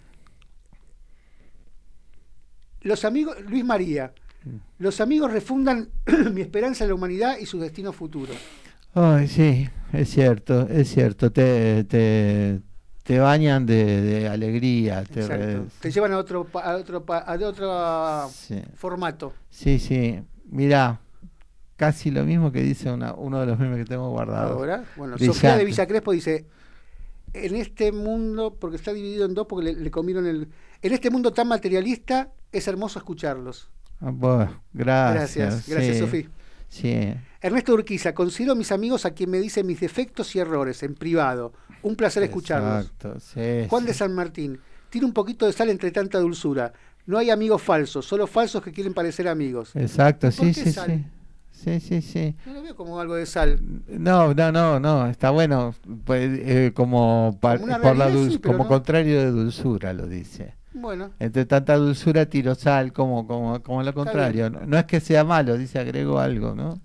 Speaker 3: Los amigos, Luis María, los amigos refundan mi esperanza en la humanidad y sus destinos futuros.
Speaker 2: Ay, sí, es cierto, es cierto. Te, te, te bañan de, de alegría. Te,
Speaker 3: Exacto. Te llevan a otro, pa- a otro, pa- a otro
Speaker 2: sí,
Speaker 3: formato.
Speaker 2: sí, sí. Mirá, casi lo mismo que dice una, uno de los memes que tengo guardados.
Speaker 3: Ahora, bueno,
Speaker 2: Brillante.
Speaker 3: Sofía de Villa Crespo dice, en este mundo, porque está dividido en dos, porque le, le comieron el... En este mundo tan materialista, es hermoso escucharlos.
Speaker 2: Ah, bueno, gracias.
Speaker 3: Gracias, gracias,
Speaker 2: sí,
Speaker 3: Sofía.
Speaker 2: Sí.
Speaker 3: Ernesto Urquiza, considero a mis amigos a quien me dicen mis defectos y errores en privado. Un placer escucharlos.
Speaker 2: Exacto, sí,
Speaker 3: Juan de
Speaker 2: sí.
Speaker 3: San Martín, tiene un poquito de sal entre tanta dulzura. No hay amigos falsos, solo falsos que quieren parecer amigos.
Speaker 2: Exacto,
Speaker 3: ¿Por
Speaker 2: sí,
Speaker 3: qué
Speaker 2: sí,
Speaker 3: sal?
Speaker 2: sí. Sí, sí, sí.
Speaker 3: No lo veo como algo de sal.
Speaker 2: No, no, no, no, está bueno, pues, eh, como, pa-
Speaker 3: Como una
Speaker 2: por la
Speaker 3: realidad,
Speaker 2: dul-
Speaker 3: sí, pero
Speaker 2: como
Speaker 3: no.
Speaker 2: contrario de dulzura, lo dice.
Speaker 3: Bueno,
Speaker 2: Entre tanta dulzura tiro sal, como, como, como lo contrario. No, no es que sea malo, dice agrego algo, ¿no?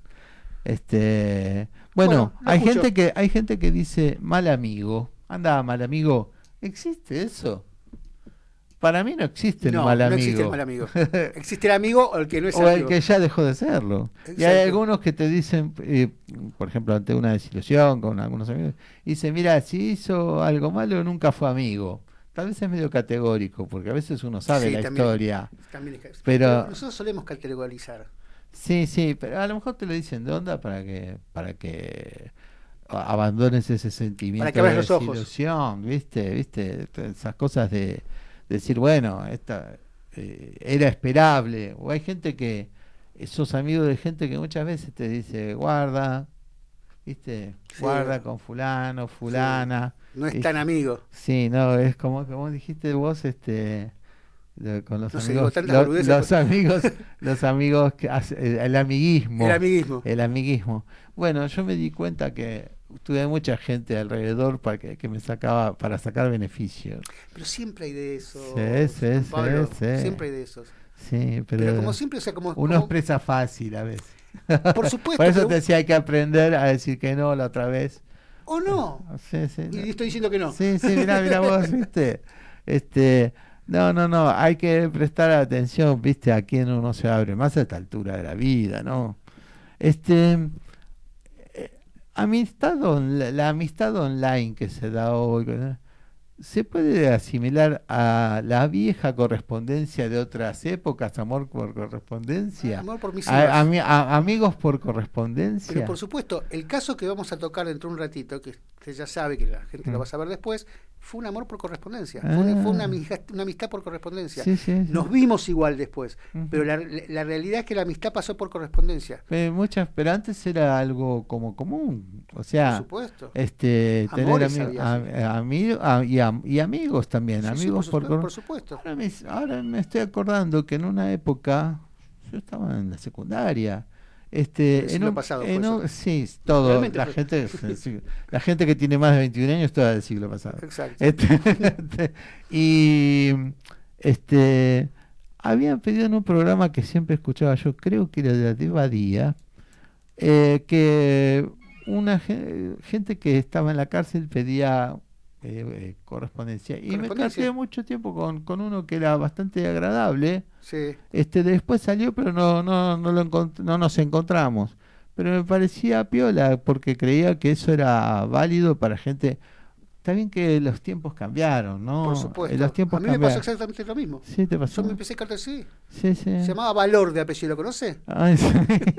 Speaker 2: Este, bueno,
Speaker 3: Bueno, lo
Speaker 2: hay
Speaker 3: escucho.
Speaker 2: gente que, hay gente que dice mal amigo, anda mal amigo, ¿existe eso? Para mí no existe el
Speaker 3: no,
Speaker 2: mal
Speaker 3: no
Speaker 2: amigo.
Speaker 3: existe el mal amigo. Existe el amigo o el que no es
Speaker 2: O el
Speaker 3: amigo.
Speaker 2: que ya dejó de serlo. Y hay
Speaker 3: Exacto.
Speaker 2: algunos que te dicen, eh, por ejemplo, ante una desilusión con algunos amigos, dicen, mira, si hizo algo malo, nunca fue amigo. Tal vez es medio categórico, porque a veces uno sabe
Speaker 3: Sí,
Speaker 2: la
Speaker 3: también-
Speaker 2: historia.
Speaker 3: También es-
Speaker 2: Pero-
Speaker 3: nosotros solemos categorizar.
Speaker 2: Sí, sí, pero a lo mejor te lo dicen de onda para que para que a- abandones ese sentimiento
Speaker 3: Para que abras
Speaker 2: de
Speaker 3: los ojos.
Speaker 2: desilusión, ¿viste? ¿Viste? Esas cosas de decir, bueno, esta eh, era esperable. O hay gente que, sos amigos de gente que muchas veces te dice, guarda, ¿viste?
Speaker 3: Sí.
Speaker 2: Guarda con fulano, fulana.
Speaker 3: No es
Speaker 2: Y-
Speaker 3: tan amigo.
Speaker 2: Sí, no, es como, como dijiste vos, este... de- con los
Speaker 3: No sé, digo
Speaker 2: amigos,
Speaker 3: tantas
Speaker 2: lo-
Speaker 3: boludeces,
Speaker 2: los
Speaker 3: pues.
Speaker 2: amigos, los amigos, que hace- el, el amiguismo,
Speaker 3: El amiguismo.
Speaker 2: el amiguismo. Bueno, yo me di cuenta que tuve mucha gente alrededor para que, que me sacaba para sacar beneficios.
Speaker 3: Pero siempre hay de eso.
Speaker 2: Sí, sí,
Speaker 3: Juan
Speaker 2: sí,
Speaker 3: Pablo.
Speaker 2: sí.
Speaker 3: Siempre hay de esos.
Speaker 2: Sí, pero,
Speaker 3: Pero como siempre, o sea, como...
Speaker 2: uno
Speaker 3: como-
Speaker 2: expresa fácil a veces.
Speaker 3: Por supuesto,
Speaker 2: Por eso
Speaker 3: pero-
Speaker 2: te decía, hay que aprender a decir que no la otra vez.
Speaker 3: o no.
Speaker 2: Sí, sí,
Speaker 3: Y
Speaker 2: no.
Speaker 3: estoy diciendo que no.
Speaker 2: Sí, sí, mira, mira vos, viste. Este, no, no, no, hay que prestar atención, viste, a quién uno se abre, más a esta altura de la vida, ¿no? Este, eh, amistad on- la, la amistad online que se da hoy, ¿verdad? ¿Se puede asimilar a la vieja correspondencia de otras épocas, amor por correspondencia?
Speaker 3: Amor por mis
Speaker 2: A-
Speaker 3: hijas.
Speaker 2: ami- a- amigos por correspondencia.
Speaker 3: Pero por supuesto, el caso que vamos a tocar dentro de un ratito, que usted ya sabe que la gente
Speaker 2: Mm.
Speaker 3: lo va a saber después, fue un amor por correspondencia,
Speaker 2: Ah.
Speaker 3: fue, una, fue una, amistad, una amistad por correspondencia.
Speaker 2: Sí, sí, sí.
Speaker 3: Nos vimos igual después,
Speaker 2: Uh-huh.
Speaker 3: pero la, la realidad es que la amistad pasó por correspondencia.
Speaker 2: Pero, muchas, pero antes era algo como común, o sea,
Speaker 3: Por supuesto.
Speaker 2: este, tener
Speaker 3: Amores
Speaker 2: ami-
Speaker 3: había, sí.
Speaker 2: a- ami- a- y, am- y amigos también,
Speaker 3: Sí, sí,
Speaker 2: amigos
Speaker 3: por,
Speaker 2: por,
Speaker 3: supuesto,
Speaker 2: cor-
Speaker 3: por supuesto.
Speaker 2: Ahora me, ahora me estoy acordando que en una época, yo estaba en la secundaria, este,
Speaker 3: El
Speaker 2: en
Speaker 3: siglo
Speaker 2: un-
Speaker 3: pasado
Speaker 2: en
Speaker 3: fue
Speaker 2: un-
Speaker 3: eso.
Speaker 2: sí, todo,
Speaker 3: Realmente
Speaker 2: la
Speaker 3: fue.
Speaker 2: gente, sí, la gente que tiene más de veintiún años, toda del siglo pasado.
Speaker 3: Exacto.
Speaker 2: Este, y este habían pedido en un programa que siempre escuchaba yo, creo que era de Badía, eh, que una ge- gente que estaba en la cárcel pedía eh, eh, correspondencia. Y me
Speaker 3: Correspondencia.
Speaker 2: casé mucho tiempo con, con uno que era bastante agradable.
Speaker 3: Sí.
Speaker 2: Este después salió, pero no, no, no, lo encont- no nos encontramos. Pero me parecía piola porque creía que eso era válido para gente. Está bien que los tiempos cambiaron, ¿no?
Speaker 3: Por supuesto.
Speaker 2: Eh, Los tiempos
Speaker 3: a mí me
Speaker 2: cambiaron.
Speaker 3: pasó exactamente lo mismo.
Speaker 2: Sí, te pasó.
Speaker 3: Yo me empecé a cartel sí.
Speaker 2: Sí, sí.
Speaker 3: Se llamaba Valor de apellido, ¿lo conoce?
Speaker 2: Ay, sí.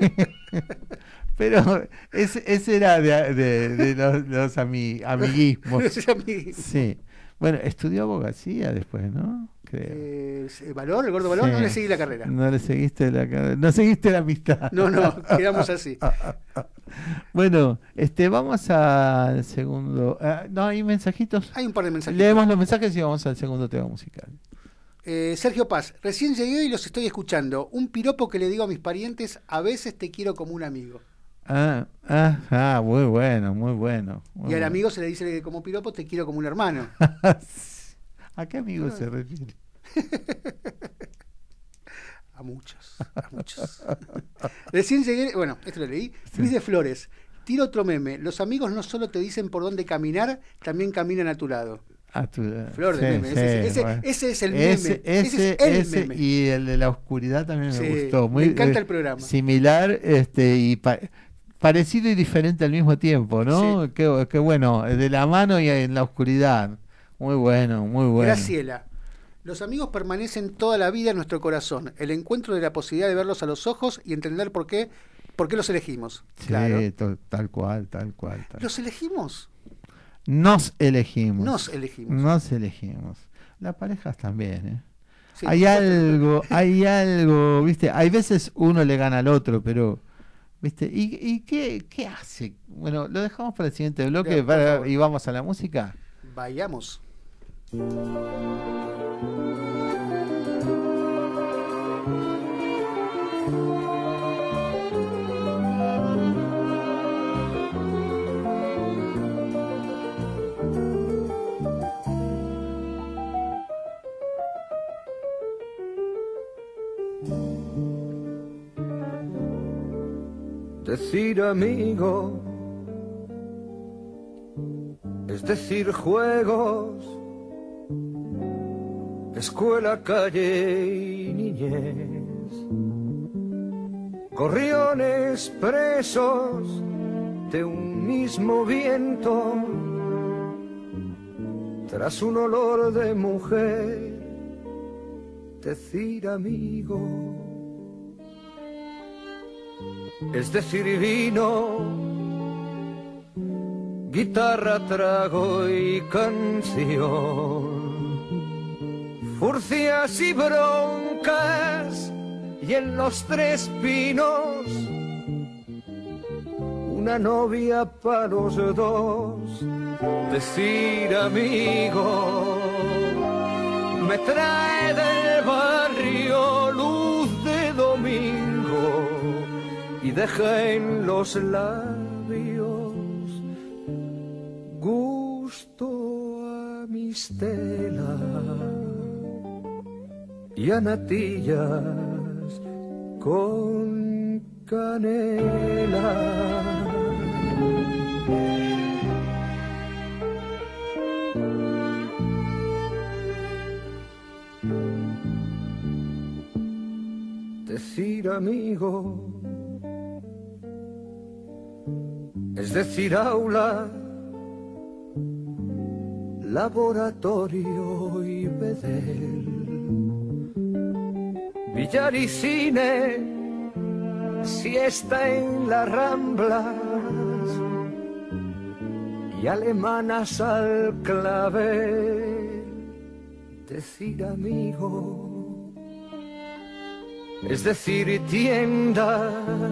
Speaker 2: Pero ese, ese era de, de- de los, los ami- amiguismos.
Speaker 3: Ese amigo.
Speaker 2: Sí. Bueno, estudió abogacía después, ¿no? Creo.
Speaker 3: Eh, Valor, el gordo Valor,
Speaker 2: Sí.
Speaker 3: no le seguí la carrera.
Speaker 2: No le seguiste la carrera. No seguiste la amistad.
Speaker 3: No, no, quedamos así.
Speaker 2: Bueno, este, vamos al segundo. ah, no, hay mensajitos.
Speaker 3: Hay un par de mensajes.
Speaker 2: Leemos los mensajes y vamos al segundo tema musical.
Speaker 3: Eh, Sergio Paz, recién llegué y los estoy escuchando. Un piropo que le digo a mis parientes, a veces te quiero como un amigo.
Speaker 2: Ah, ah, ah, muy bueno, muy bueno. muy
Speaker 3: Y al
Speaker 2: bueno.
Speaker 3: amigo se le dice como piropo, te quiero como un hermano.
Speaker 2: ¿A qué amigo se refiere?
Speaker 3: A muchos, a muchos. Recién llegué, bueno, esto lo leí.
Speaker 2: Sí.
Speaker 3: Luis de Flores, tira otro meme. Los amigos no solo te dicen por dónde caminar, también caminan a tu lado.
Speaker 2: A tu,
Speaker 3: Flor de
Speaker 2: sí,
Speaker 3: meme.
Speaker 2: sí,
Speaker 3: ese, ese-
Speaker 2: bueno.
Speaker 3: ese es el meme.
Speaker 2: Ese, ese,
Speaker 3: ese es el
Speaker 2: ese
Speaker 3: meme.
Speaker 2: y el de la oscuridad también me
Speaker 3: Sí,
Speaker 2: gustó. Muy,
Speaker 3: me encanta
Speaker 2: eh,
Speaker 3: el programa.
Speaker 2: Similar este, y pa- parecido y diferente al mismo tiempo, ¿no?
Speaker 3: Sí.
Speaker 2: Qué, qué bueno, de la mano y en la oscuridad. Muy bueno, muy bueno.
Speaker 3: Graciela. Los amigos permanecen toda la vida en nuestro corazón. El encuentro de la posibilidad de verlos a los ojos y entender por qué, por qué los elegimos.
Speaker 2: Sí,
Speaker 3: Claro.
Speaker 2: to- tal cual, tal cual. Tal.
Speaker 3: Los elegimos.
Speaker 2: Nos elegimos.
Speaker 3: Nos elegimos.
Speaker 2: Nos elegimos. Las parejas también, ¿eh?
Speaker 3: Sí,
Speaker 2: hay
Speaker 3: por supuesto.
Speaker 2: algo, hay algo, ¿viste? Hay veces uno le gana al otro, pero, ¿viste? ¿Y, y qué, qué hace? Bueno, lo dejamos para el siguiente bloque
Speaker 3: Bien, por
Speaker 2: para-
Speaker 3: favor.
Speaker 2: y vamos a la música.
Speaker 3: Vayamos.
Speaker 4: Decir amigo es decir juegos, escuela, calle y niñez, gorriones presos de un mismo viento, tras un olor de mujer. Decir amigo es decir vino, guitarra, trago y canción, furcias y broncas, y en los tres pinos una novia para los dos. Decir amigo me trae del barrio luz de domingo y deja en los labios gusto a mistela y a natillas con canela. Decir amigo es decir aula, laboratorio y bedel, billar y cine, siesta en las Ramblas y alemanas al clavel. Decir amigo es decir tienda,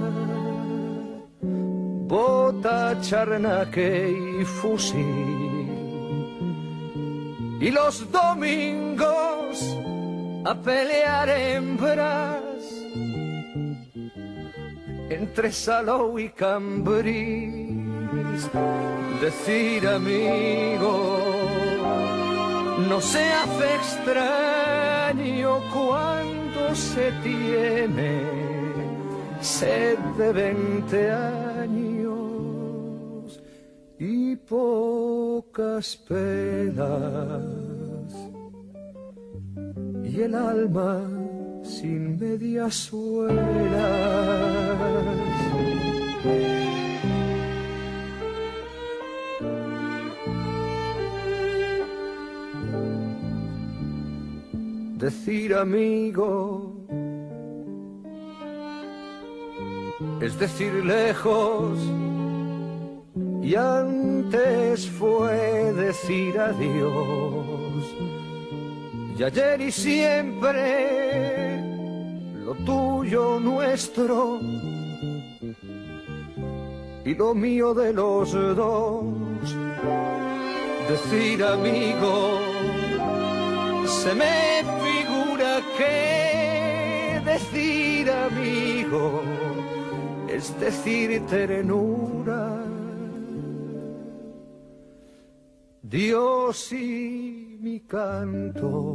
Speaker 4: bota, charnaque y fusil. Y los domingos a pelear hembras entre Salou y Cambrils. Decir amigo no se hace extraño cuando se tiene sed de veinte años y pocas penas, y el alma sin medias suelas. Decir amigo es decir lejos, y antes fue decir adiós. Y ayer y siempre lo tuyo nuestro y lo mío de los dos. Decir amigo se me figura que decir amigo es decir ternura. Dios y mi canto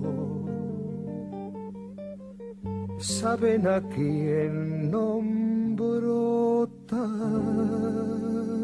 Speaker 4: saben a quién nombro tanto.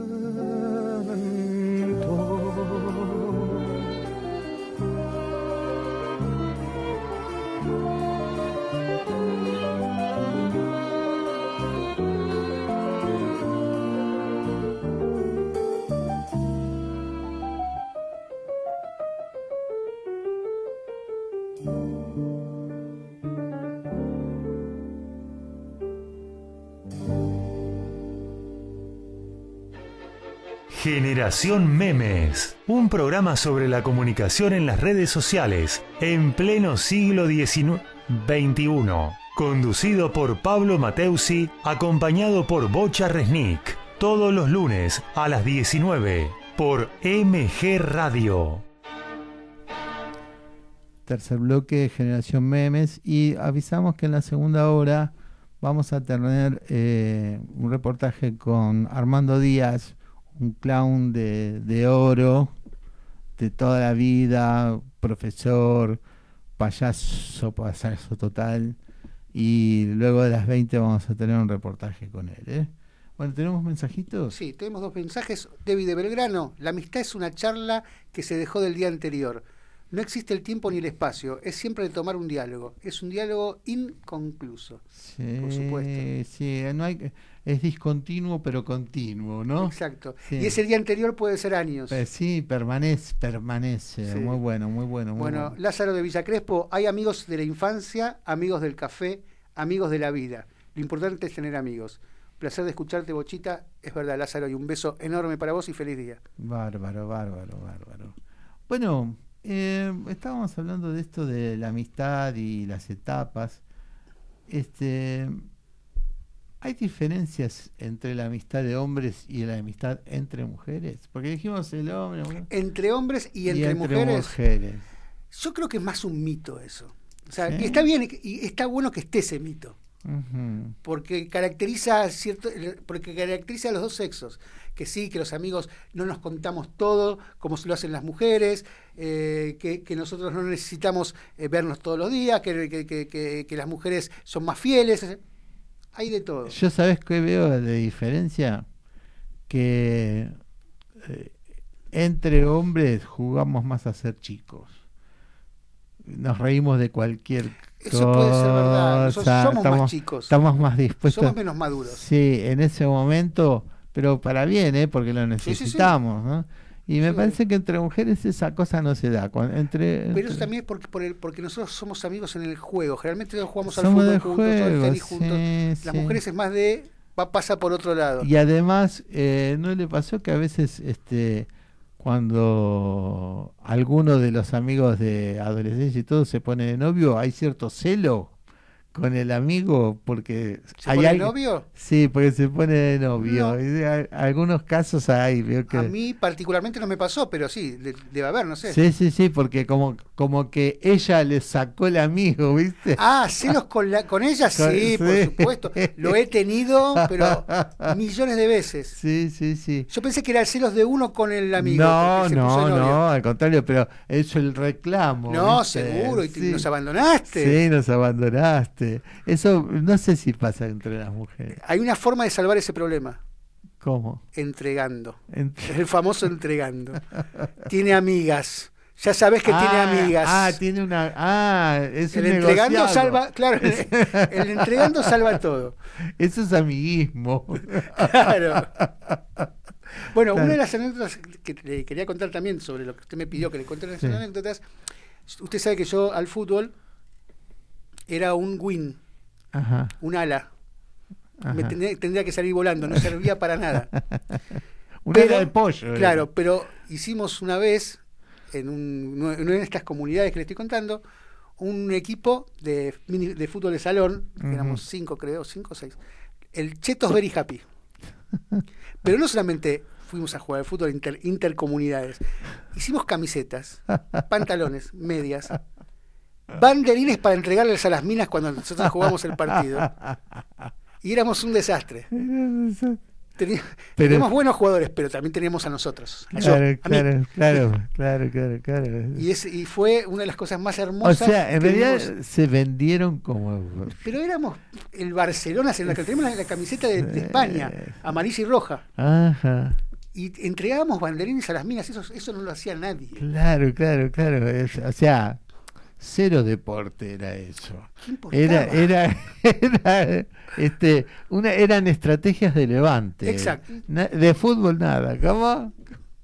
Speaker 1: Generación Memes, un programa sobre la comunicación en las redes sociales en pleno siglo veintiuno, conducido por Pablo Mateusi, acompañado por Bocha Resnick, todos los lunes a las diecinueve por M G Radio.
Speaker 2: Tercer bloque, Generación Memes, y avisamos que en la segunda hora vamos a tener eh, un reportaje con Armando Díaz, un clown de, de oro, de toda la vida, profesor, payaso, payaso total, y luego de las veinte vamos a tener un reportaje con él, ¿eh? Bueno, ¿tenemos mensajitos?
Speaker 3: Sí, tenemos dos mensajes. David de Belgrano: la amistad es una charla que se dejó del día anterior. No existe el tiempo ni el espacio, es siempre de tomar un diálogo. Es un diálogo inconcluso,
Speaker 2: sí,
Speaker 3: por supuesto.
Speaker 2: Sí, no hay, es discontinuo pero continuo, ¿no?
Speaker 3: Exacto.
Speaker 2: Sí.
Speaker 3: Y ese día anterior puede ser años.
Speaker 2: Pues sí, permanece, permanece.
Speaker 3: Sí.
Speaker 2: Muy bueno, muy bueno. Muy
Speaker 3: bueno,
Speaker 2: bueno,
Speaker 3: Lázaro de Villa Crespo: hay amigos de la infancia, amigos del café, amigos de la vida. Lo importante es tener amigos. Placer de escucharte, Bochita. Es verdad, Lázaro, y un beso enorme para vos y feliz día.
Speaker 2: Bárbaro, bárbaro, bárbaro. Bueno, eh, estábamos hablando de esto de la amistad y las etapas. Este, ¿hay diferencias entre la amistad de hombres y la amistad entre mujeres? Porque dijimos el hombre... Bueno,
Speaker 3: entre hombres y entre,
Speaker 2: y entre
Speaker 3: mujeres,
Speaker 2: mujeres.
Speaker 3: Yo creo que es más un mito eso. O sea,
Speaker 2: ¿Sí?
Speaker 3: y está bien y está bueno que esté ese mito.
Speaker 2: Uh-huh.
Speaker 3: Porque caracteriza cierto, porque caracteriza a los dos sexos, que sí, que los amigos no nos contamos todo como lo hacen las mujeres, eh, que, que nosotros no necesitamos eh, vernos todos los días, que, que, que, que, que las mujeres son más fieles, hay de todo.
Speaker 2: Yo, ¿sabes qué veo de diferencia? Que eh, entre hombres jugamos más a ser chicos, nos reímos de cualquier
Speaker 3: Eso puede ser verdad. Nosotros somos
Speaker 2: estamos,
Speaker 3: más chicos.
Speaker 2: Estamos más dispuestos.
Speaker 3: Somos menos maduros.
Speaker 2: Sí, en ese momento, pero para bien, ¿eh? Porque lo necesitamos, sí, sí, sí. ¿no? Y me sí. parece que entre mujeres esa cosa no se da. Entre,
Speaker 3: pero
Speaker 2: entre...
Speaker 3: eso también es porque, por el, porque nosotros somos amigos en el juego. Generalmente nos jugamos al
Speaker 2: somos
Speaker 3: fútbol juntos,
Speaker 2: juego,
Speaker 3: al tenis
Speaker 2: sí,
Speaker 3: juntos. Las
Speaker 2: sí.
Speaker 3: mujeres es más de... Va, pasa por otro lado.
Speaker 2: Y además, eh, ¿no le pasó que a veces... este cuando alguno de los amigos de adolescencia y todo se pone de novio, hay cierto celo con el amigo porque
Speaker 3: ¿Se
Speaker 2: hay
Speaker 3: pone de
Speaker 2: alguien-
Speaker 3: novio?
Speaker 2: Sí, porque se pone de novio.
Speaker 3: No.
Speaker 2: Y de- a- algunos casos hay, veo que
Speaker 3: A mí particularmente no me pasó, pero sí, de- debe haber, no sé.
Speaker 2: sí, sí, sí, porque como como que ella le sacó el amigo, ¿viste?
Speaker 3: Ah, celos con, la, con ella,
Speaker 2: Con-
Speaker 3: sí, por
Speaker 2: sí.
Speaker 3: supuesto. Lo he tenido, pero millones de veces.
Speaker 2: Sí, sí, sí.
Speaker 3: Yo pensé que era celos de uno con el amigo.
Speaker 2: No,
Speaker 3: porque se puso
Speaker 2: no,
Speaker 3: de novio.
Speaker 2: no, al contrario, pero eso el reclamo.
Speaker 3: No,
Speaker 2: ¿viste?
Speaker 3: seguro, y te-
Speaker 2: Sí.
Speaker 3: nos abandonaste.
Speaker 2: Sí, nos abandonaste. Eso no sé si pasa entre las mujeres.
Speaker 3: Hay una forma de salvar ese problema,
Speaker 2: ¿Cómo?
Speaker 3: entregando.
Speaker 2: Entre-
Speaker 3: El famoso entregando. Tiene amigas. Ya sabes que tiene
Speaker 2: Ah,
Speaker 3: amigas.
Speaker 2: Ah, tiene una. Ah, es
Speaker 3: el
Speaker 2: un
Speaker 3: entregando
Speaker 2: negociado.
Speaker 3: salva, claro, el, el entregando salva todo.
Speaker 2: Eso es amiguismo.
Speaker 3: Claro. Bueno,
Speaker 2: Claro.
Speaker 3: una de las anécdotas que le quería contar también sobre lo que usted me pidió que le cuente las
Speaker 2: Sí.
Speaker 3: anécdotas. Usted sabe que yo al fútbol era un win,
Speaker 2: Ajá.
Speaker 3: un ala.
Speaker 2: Ajá.
Speaker 3: Me tendría, tendría que salir volando, no servía para nada.
Speaker 2: Una
Speaker 3: Pero-
Speaker 2: era de pollo.
Speaker 3: Claro, pero hicimos una vez, en, un, en una de estas comunidades que le estoy contando, un equipo de, mini- de fútbol de salón,
Speaker 2: Ujú.
Speaker 3: éramos cinco creo, cinco o seis, el Chetos Very Happy. Pero no solamente fuimos a jugar al fútbol inter, intercomunidades, hicimos camisetas, pantalones, medias, banderines para entregarles a las minas cuando nosotros jugamos el partido. Y éramos un desastre. Tení-
Speaker 2: Pero-
Speaker 3: teníamos buenos jugadores, pero también teníamos a nosotros. A yo,
Speaker 2: Claro,
Speaker 3: a mí.
Speaker 2: claro, claro, claro, claro, claro.
Speaker 3: Y, es, y fue una de las cosas más
Speaker 2: O
Speaker 3: hermosas.
Speaker 2: sea, en
Speaker 3: que
Speaker 2: realidad
Speaker 3: vimos.
Speaker 2: se vendieron como.
Speaker 3: Pero éramos el Barcelona, en la que tenemos la, la camiseta de, de España, amarilla y roja.
Speaker 2: Ajá.
Speaker 3: Y entregábamos banderines a las minas, eso, eso no lo hacía nadie.
Speaker 2: Claro, claro, claro. es- o sea, cero deporte era eso.
Speaker 3: ¿Qué importaba?
Speaker 2: Era, era, era, este, una, eran estrategias de levante.
Speaker 3: Exacto.
Speaker 2: Na- de fútbol nada, ¿cómo?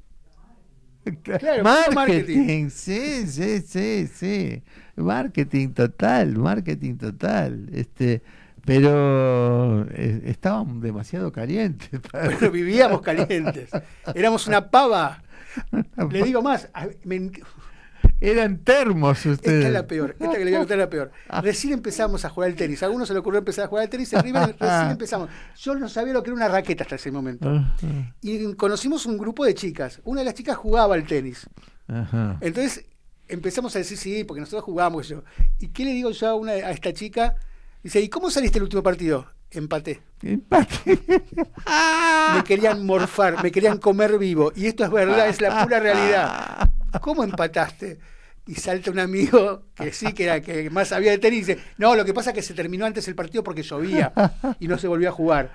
Speaker 3: Claro,
Speaker 2: marketing,
Speaker 3: marketing.
Speaker 2: sí, sí, sí, sí. Marketing total, marketing total. Este, pero eh, estaban demasiado calientes. para-
Speaker 3: Pero vivíamos calientes. Éramos una pava. Le digo más, a- me-
Speaker 2: Eran termos ustedes.
Speaker 3: esta es la peor, esta que le voy a contar es la peor. Recién empezamos a jugar al tenis. A algunos se le ocurrió empezar a jugar al tenis en River, recién empezamos. Yo no sabía lo que era una raqueta hasta ese momento.
Speaker 2: Ajá,
Speaker 3: Y conocimos un grupo de chicas. Una de las chicas jugaba al tenis.
Speaker 2: ajá.
Speaker 3: Entonces empezamos a decir sí, porque nosotros jugábamos yo. ¿Y qué le digo yo a, una, a esta chica? Dice, ¿y cómo saliste el último partido? Empaté.
Speaker 2: Empate.
Speaker 3: Me querían morfar, me querían comer vivo. Y esto es verdad, es la pura realidad. ¿Cómo empataste? Y salta un amigo que sí, que era que más sabía de tenis y dice, no, lo que pasa es que se terminó antes el partido porque llovía y no se volvió a jugar.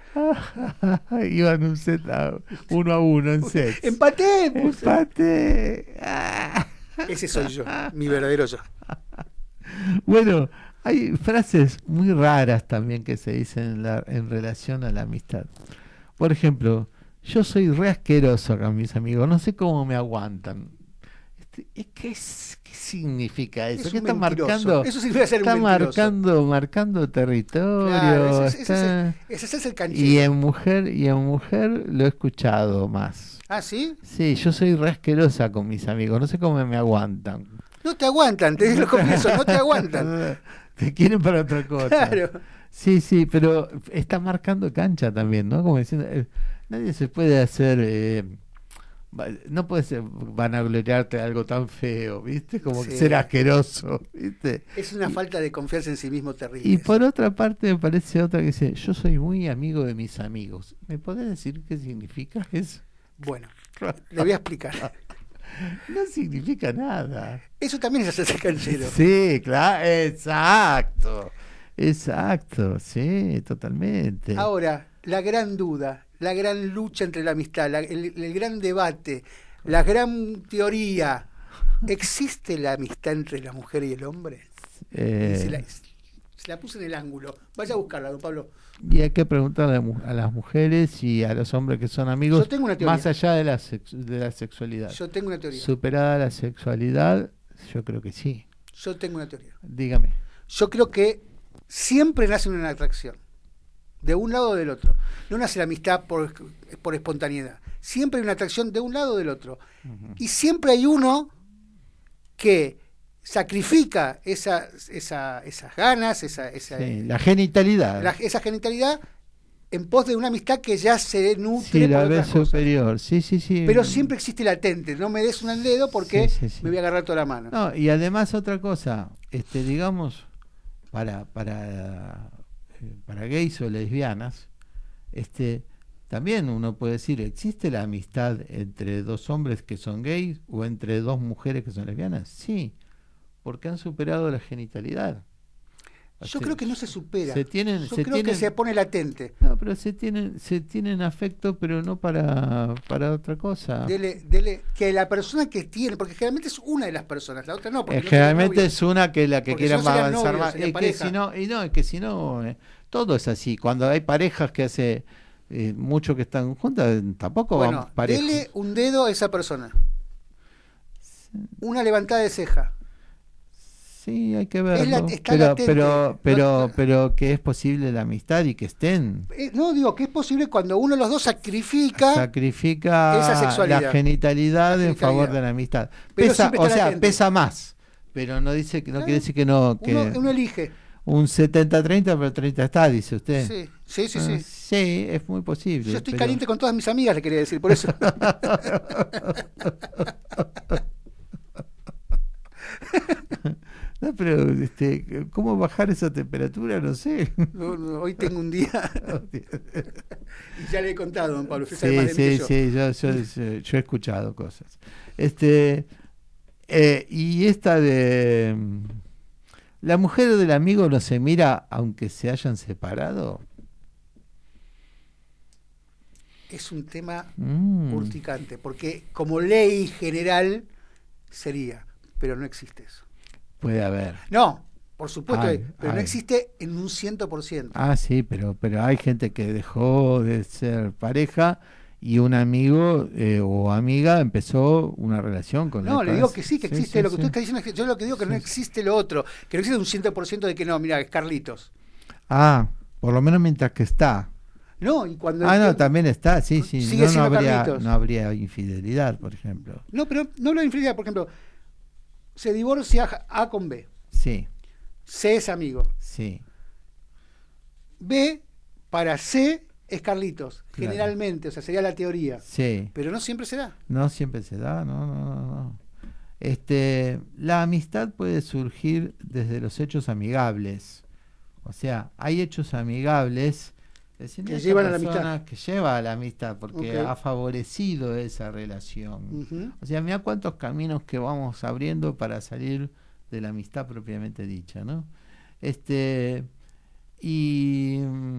Speaker 2: Iban un set a, uno a uno en sets.
Speaker 3: ¡Empaté! puse.
Speaker 2: Empate. Ah.
Speaker 3: Ese soy yo, mi verdadero yo.
Speaker 2: Bueno, hay frases muy raras también que se dicen en, la- en relación a la amistad. Por ejemplo, yo soy re asqueroso con mis amigos, no sé cómo me aguantan. Este, ¿qué, es- qué significa eso?
Speaker 3: Es
Speaker 2: ¿Qué
Speaker 3: un
Speaker 2: está
Speaker 3: mentiroso.
Speaker 2: marcando?
Speaker 3: Eso significa ser un
Speaker 2: Está
Speaker 3: mentiroso.
Speaker 2: marcando, marcando territorio.
Speaker 3: Claro, ese, ese-
Speaker 2: está-
Speaker 3: ese- ese- ese es el canchero.
Speaker 2: Y en mujer, y en mujer lo he escuchado más.
Speaker 3: ¿Ah, sí?
Speaker 2: Sí, yo soy re asquerosa con mis amigos, no sé cómo me aguantan.
Speaker 3: No te aguantan, te lo confieso, no te aguantan.
Speaker 2: Te quieren para otra cosa.
Speaker 3: Claro.
Speaker 2: Sí, sí, pero está marcando cancha también, ¿no? Como diciendo, eh, nadie se puede hacer, eh, va- no puedes eh, vanagloriarte de algo tan feo, ¿viste? Como
Speaker 3: Sí.
Speaker 2: que ser asqueroso, ¿viste?
Speaker 3: Es una falta de confianza en sí mismo terrible.
Speaker 2: Y por otra parte me parece otra que dice, yo soy muy amigo de mis amigos. ¿Me podés decir qué significa eso?
Speaker 3: Bueno, le voy a explicar.
Speaker 2: No significa nada.
Speaker 3: Eso también es hacerse canchero.
Speaker 2: Sí, claro, exacto. Exacto, sí, totalmente.
Speaker 3: Ahora, la gran duda, la gran lucha entre la amistad, la- el, el gran debate, la gran teoría. ¿Existe la amistad entre la mujer y el hombre?
Speaker 2: Eh,
Speaker 3: Se, la, se la puse en el ángulo. Vaya a buscarla, don Pablo.
Speaker 2: y hay que preguntarle a, mu- a las mujeres y a los hombres que son amigos,
Speaker 3: Yo tengo una teoría.
Speaker 2: más allá de la, sex- de la sexualidad.
Speaker 3: Yo tengo una teoría.
Speaker 2: Superada la sexualidad, yo creo que sí.
Speaker 3: Yo tengo una teoría.
Speaker 2: Dígame.
Speaker 3: Yo creo que siempre nace una atracción. de un lado o del otro. No nace la amistad por, por espontaneidad. Siempre hay una atracción de un lado o del otro. Uh-huh. Y siempre hay uno que sacrifica esa, esa, esas ganas, esa, esa
Speaker 2: sí, la genitalidad.
Speaker 3: La, esa genitalidad en pos de una amistad que ya se nutre
Speaker 2: sí, la
Speaker 3: por
Speaker 2: vez
Speaker 3: otras cosas.
Speaker 2: superior. Sí, sí, sí.
Speaker 3: Pero siempre existe latente, no me des un dedo porque sí, sí, sí. me voy a agarrar toda la mano.
Speaker 2: No, y además otra cosa, este, digamos, para, para, para gays o lesbianas, este, también uno puede decir, ¿existe la amistad entre dos hombres que son gays o entre dos mujeres que son lesbianas? Sí, porque han superado la genitalidad.
Speaker 3: Yo creo que no se supera.
Speaker 2: Se tienen,
Speaker 3: Yo
Speaker 2: se
Speaker 3: creo
Speaker 2: tienen,
Speaker 3: que se pone latente.
Speaker 2: No, pero se tienen, se tienen afecto, pero no para, para otra cosa.
Speaker 3: Dele, dele, que la persona que tiene, porque generalmente es una de las personas, la otra no. Porque
Speaker 2: eh,
Speaker 3: no
Speaker 2: generalmente es una que la que
Speaker 3: porque
Speaker 2: quiera
Speaker 3: si no
Speaker 2: avanzar
Speaker 3: novio,
Speaker 2: más. Es que si no, y no, es que si no, eh, todo es así. Cuando hay parejas que hace eh, mucho que están juntas, tampoco
Speaker 3: bueno,
Speaker 2: van parejas.
Speaker 3: Dele un dedo a esa persona. Una levantada de ceja.
Speaker 2: Sí, hay que verlo,
Speaker 3: la,
Speaker 2: pero, pero, pero, pero que es posible la amistad y que estén.
Speaker 3: Eh, no, digo que es posible cuando uno de los dos sacrifica,
Speaker 2: sacrifica
Speaker 3: esa sexualidad,
Speaker 2: la genitalidad, la genitalidad en favor de la amistad. Pesa, o sea, latente. Pesa más, pero no dice que no ¿Eh? quiere decir que no. Que
Speaker 3: uno, uno elige.
Speaker 2: Un setenta treinta, pero treinta está, dice usted.
Speaker 3: Sí, sí, sí.
Speaker 2: Ah,
Speaker 3: sí.
Speaker 2: sí, es muy posible.
Speaker 3: Yo estoy
Speaker 2: pero...
Speaker 3: caliente con todas mis amigas, le quería decir, por eso.
Speaker 2: No, pero este, ¿cómo bajar esa temperatura? No sé.
Speaker 3: No, no, hoy tengo un día. Y ya le he contado, don Pablo. Usted
Speaker 2: sí,
Speaker 3: sabe más de
Speaker 2: sí,
Speaker 3: mí que yo.
Speaker 2: sí, yo, yo, yo, yo he escuchado cosas. Este, eh, y esta de la mujer del amigo no se mira aunque se hayan separado.
Speaker 3: Es un tema
Speaker 2: mm.
Speaker 3: urticante, porque como ley general sería, pero no existe eso.
Speaker 2: Puede haber.
Speaker 3: No, por supuesto,
Speaker 2: ay,
Speaker 3: pero
Speaker 2: ay.
Speaker 3: no existe en un ciento por ciento.
Speaker 2: Ah, sí, pero, pero hay gente que dejó de ser pareja y un amigo eh, o amiga empezó una relación con
Speaker 3: No,
Speaker 2: la
Speaker 3: le digo que sí, que
Speaker 2: sí,
Speaker 3: existe.
Speaker 2: sí,
Speaker 3: Lo que
Speaker 2: sí.
Speaker 3: usted está diciendo es que yo lo que digo que
Speaker 2: sí.
Speaker 3: no existe lo otro, que no existe un ciento por ciento de que no, mira, es Carlitos.
Speaker 2: Ah, por lo menos mientras que está.
Speaker 3: No, y cuando
Speaker 2: Ah, no,
Speaker 3: que,
Speaker 2: también está, sí, sí.
Speaker 3: Sigue
Speaker 2: No, no,
Speaker 3: siendo
Speaker 2: habría,
Speaker 3: Carlitos.
Speaker 2: no habría infidelidad, por ejemplo.
Speaker 3: No, pero no hablo de infidelidad, por ejemplo, se divorcia A con B.
Speaker 2: Sí.
Speaker 3: C es amigo.
Speaker 2: Sí.
Speaker 3: B para C es Carlitos,
Speaker 2: Claro.
Speaker 3: generalmente, o sea, sería la teoría.
Speaker 2: Sí.
Speaker 3: Pero no siempre se da.
Speaker 2: No siempre se da, no, no, no, no. Este, la amistad puede surgir desde los hechos amigables. O sea, hay hechos amigables
Speaker 3: que llevan a la amistad.
Speaker 2: Que lleva a la amistad porque
Speaker 3: okay.
Speaker 2: ha favorecido esa relación.
Speaker 3: Uh-huh.
Speaker 2: O sea, mira cuántos caminos que vamos abriendo para salir de la amistad propiamente dicha, ¿no? Este, y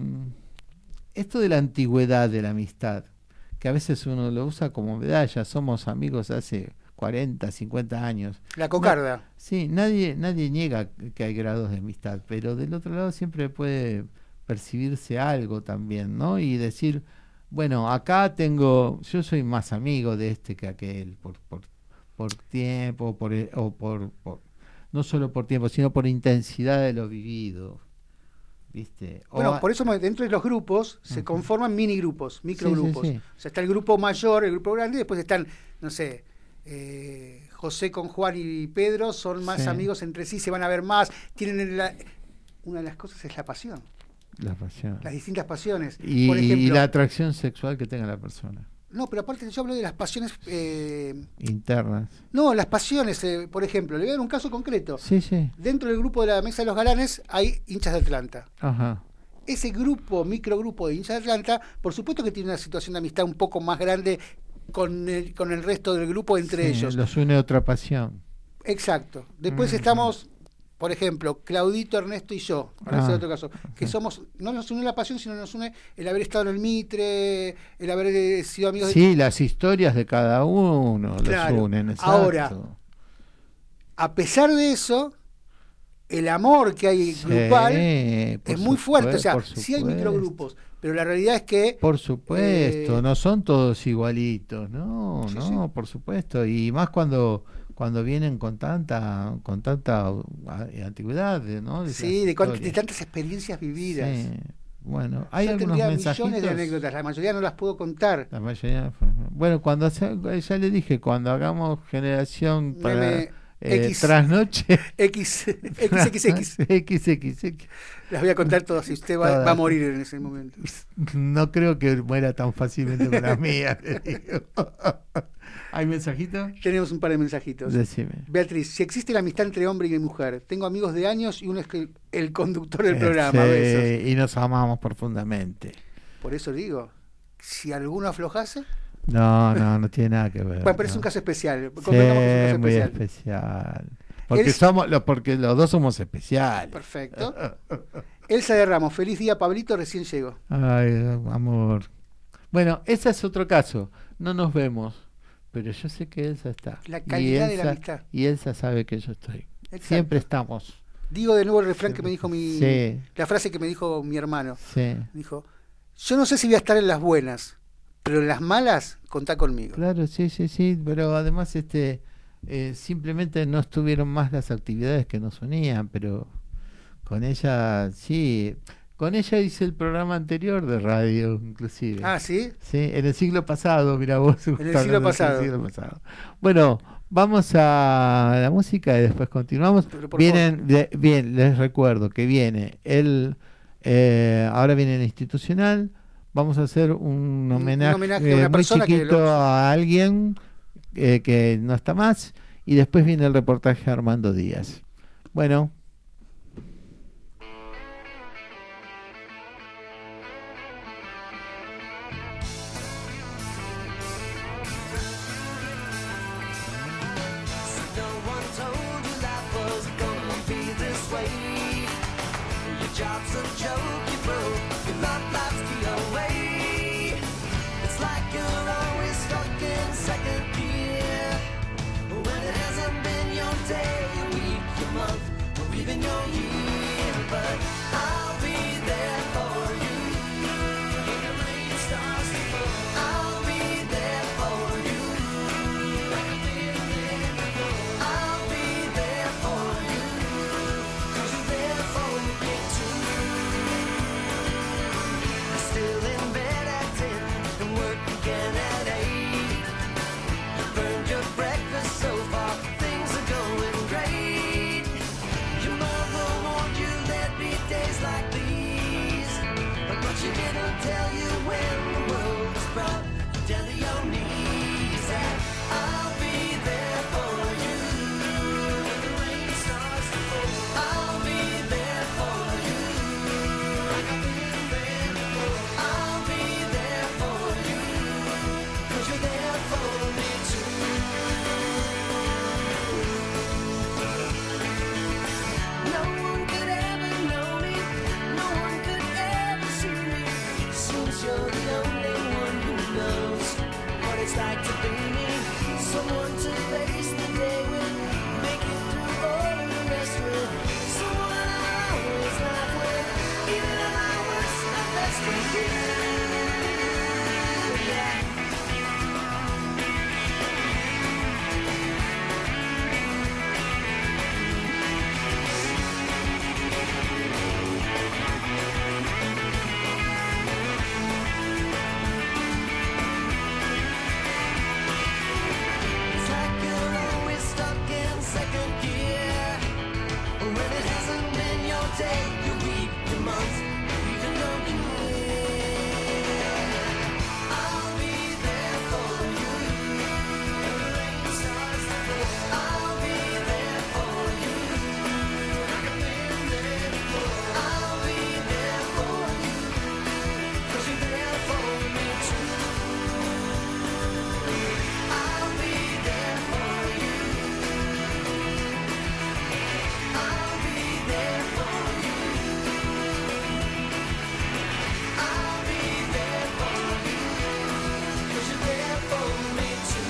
Speaker 2: esto de la antigüedad de la amistad, que a veces uno lo usa como medalla, somos amigos hace cuarenta, cincuenta años.
Speaker 3: La cocarda.
Speaker 2: No, sí, nadie, nadie niega que hay grados de amistad, pero del otro lado siempre puede percibirse algo también, ¿no? Y decir, bueno, acá tengo, yo soy más amigo de este que aquel, por, por, por tiempo, por, o por, por, no solo por tiempo, sino por intensidad de lo vivido. ¿Viste? O
Speaker 3: Bueno,
Speaker 2: a...
Speaker 3: por eso dentro de los grupos se uh-huh. conforman mini grupos, microgrupos.
Speaker 2: Sí, sí, sí.
Speaker 3: O sea, está el grupo mayor, el grupo grande, y después están, no sé, eh, José con Juan y Pedro, son más sí. amigos entre sí, se van a ver más, tienen la... una de las cosas es la pasión.
Speaker 2: La pasión.
Speaker 3: Las distintas pasiones.
Speaker 2: Y,
Speaker 3: por ejemplo,
Speaker 2: y la atracción sexual que tenga la persona.
Speaker 3: No, pero aparte yo hablo de las pasiones... Eh,
Speaker 2: internas.
Speaker 3: No, las pasiones, eh, por ejemplo, le voy a dar un caso concreto.
Speaker 2: Sí, sí.
Speaker 3: Dentro del grupo de la Mesa de los Galanes hay hinchas de Atlanta.
Speaker 2: Ajá.
Speaker 3: Ese grupo, microgrupo de hinchas de Atlanta, por supuesto que tiene una situación de amistad un poco más grande con el, con el resto del grupo entre
Speaker 2: sí,
Speaker 3: ellos.
Speaker 2: Los une otra pasión.
Speaker 3: Exacto. Después mm-hmm. estamos... Por ejemplo, Claudito, Ernesto y yo, para ah, hacer otro caso, que sí. somos, no nos une la pasión, sino nos une el haber estado en el Mitre, el haber sido amigos
Speaker 2: sí,
Speaker 3: de...
Speaker 2: las historias de cada uno
Speaker 3: claro.
Speaker 2: los unen. Exacto.
Speaker 3: Ahora, a pesar de eso, el amor que hay
Speaker 2: sí,
Speaker 3: grupal es muy fuerte. O sea, sí hay microgrupos, pero la realidad es que...
Speaker 2: Por supuesto, eh, no son todos igualitos, no, sí, no, sí. por supuesto. Y más cuando... cuando vienen con tanta con tanta antigüedad, ¿no? De
Speaker 3: sí, de, de tantas experiencias vividas.
Speaker 2: Sí. Bueno, hay
Speaker 3: Yo
Speaker 2: algunos
Speaker 3: tendría
Speaker 2: mensajitos.
Speaker 3: millones de anécdotas, la mayoría no las puedo contar.
Speaker 2: La mayoría. Bueno, cuando hace- ya le dije, cuando hagamos generación para
Speaker 3: Meme
Speaker 2: eh,
Speaker 3: X.
Speaker 2: trasnoche.
Speaker 3: X, XXX.
Speaker 2: X X X.
Speaker 3: Las voy a contar todas y usted va,
Speaker 2: Todas.
Speaker 3: va a morir en ese momento.
Speaker 2: No creo que muera tan fácilmente con las mías. Le digo. ¿Hay mensajitos?
Speaker 3: Tenemos un par de mensajitos.
Speaker 2: Decime.
Speaker 3: Beatriz, si existe la amistad entre hombre y mujer, tengo amigos de años y uno es que el conductor del
Speaker 2: Eh,
Speaker 3: programa.
Speaker 2: sí,
Speaker 3: Besos.
Speaker 2: y nos amamos profundamente.
Speaker 3: Por eso digo, si alguno aflojase,
Speaker 2: No, no, no tiene nada que ver.
Speaker 3: bueno, pero es
Speaker 2: no.
Speaker 3: un caso especial.
Speaker 2: Sí,
Speaker 3: Convengamos que es un caso
Speaker 2: muy
Speaker 3: especial.
Speaker 2: especial. Porque
Speaker 3: Él-
Speaker 2: somos, lo- porque los dos somos especiales.
Speaker 3: Perfecto. Elsa de Ramos, feliz día, Pablito, recién llegó.
Speaker 2: Ay, amor. Bueno, ese es otro caso. No nos vemos, pero yo sé que Elsa está.
Speaker 3: La
Speaker 2: Y
Speaker 3: calidad de la
Speaker 2: Elsa-
Speaker 3: amistad.
Speaker 2: Y Elsa sabe que yo estoy.
Speaker 3: Exacto.
Speaker 2: Siempre estamos.
Speaker 3: Digo de nuevo el refrán que me dijo mi...
Speaker 2: Sí.
Speaker 3: La frase que me dijo mi hermano.
Speaker 2: Sí.
Speaker 3: Dijo, yo no sé si voy a estar en las buenas, pero en las malas, contá conmigo.
Speaker 2: Claro, sí, sí, sí. Pero además, este, eh, simplemente no estuvieron más las actividades que nos unían, pero con ella, sí. Con ella hice el programa anterior de radio, inclusive.
Speaker 3: Ah, ¿sí?
Speaker 2: Sí, en el siglo pasado, mira vos.
Speaker 3: En el siglo pasado.
Speaker 2: siglo pasado. Bueno, vamos a la música y después continuamos.
Speaker 3: Pero por
Speaker 2: Vienen, de- bien, les recuerdo que viene el, eh, ahora viene el institucional. Vamos a hacer un homenaje,
Speaker 3: homenaje a
Speaker 2: eh,
Speaker 3: una
Speaker 2: muy
Speaker 3: persona que
Speaker 2: chiquito
Speaker 3: lo-
Speaker 2: a alguien eh, que no está más. Y después viene el reportaje de Armando Díaz. Bueno.
Speaker 5: No one told you life was gonna be this way. Your job's a joke, you broke. Your love life's the away. It's like you're always stuck in second gear. When it hasn't been your day, your week, your month, or even your year. But I'll be there for you. When the rain starts to fall, I'll be there for you. Like I've been there before. I'll be there for you, 'cause you're there for me too. I'm still in bed at ten and work again at eight. You burned your breakfast so far, things are going great. Your mother warned you there'd be days like these, but she didn't tell you when the world was brought down to your knees. And I'll be there for you when the rain starts to fall. I'll be there for you like I've been there before. I'll be there for you 'cause you're there for me too. No one could ever know me, no one could ever see me. Since you're the only one who knows what it's like to be me. Someone to face the day with, make it through all the rest with. Someone I always laugh with, even at my worst, my best with you. Yeah. It's like you're always stuck in second gear. When it hasn't been your day, your week, your month, even your year. I'll be there for you. When the rain starts to fall, I'll be there for you. Like I've been there before. I'll be there for you, 'cause you're there for me too. I'll be there for you. I'll be there for you. I'll be there for you, 'cause you're there for me too.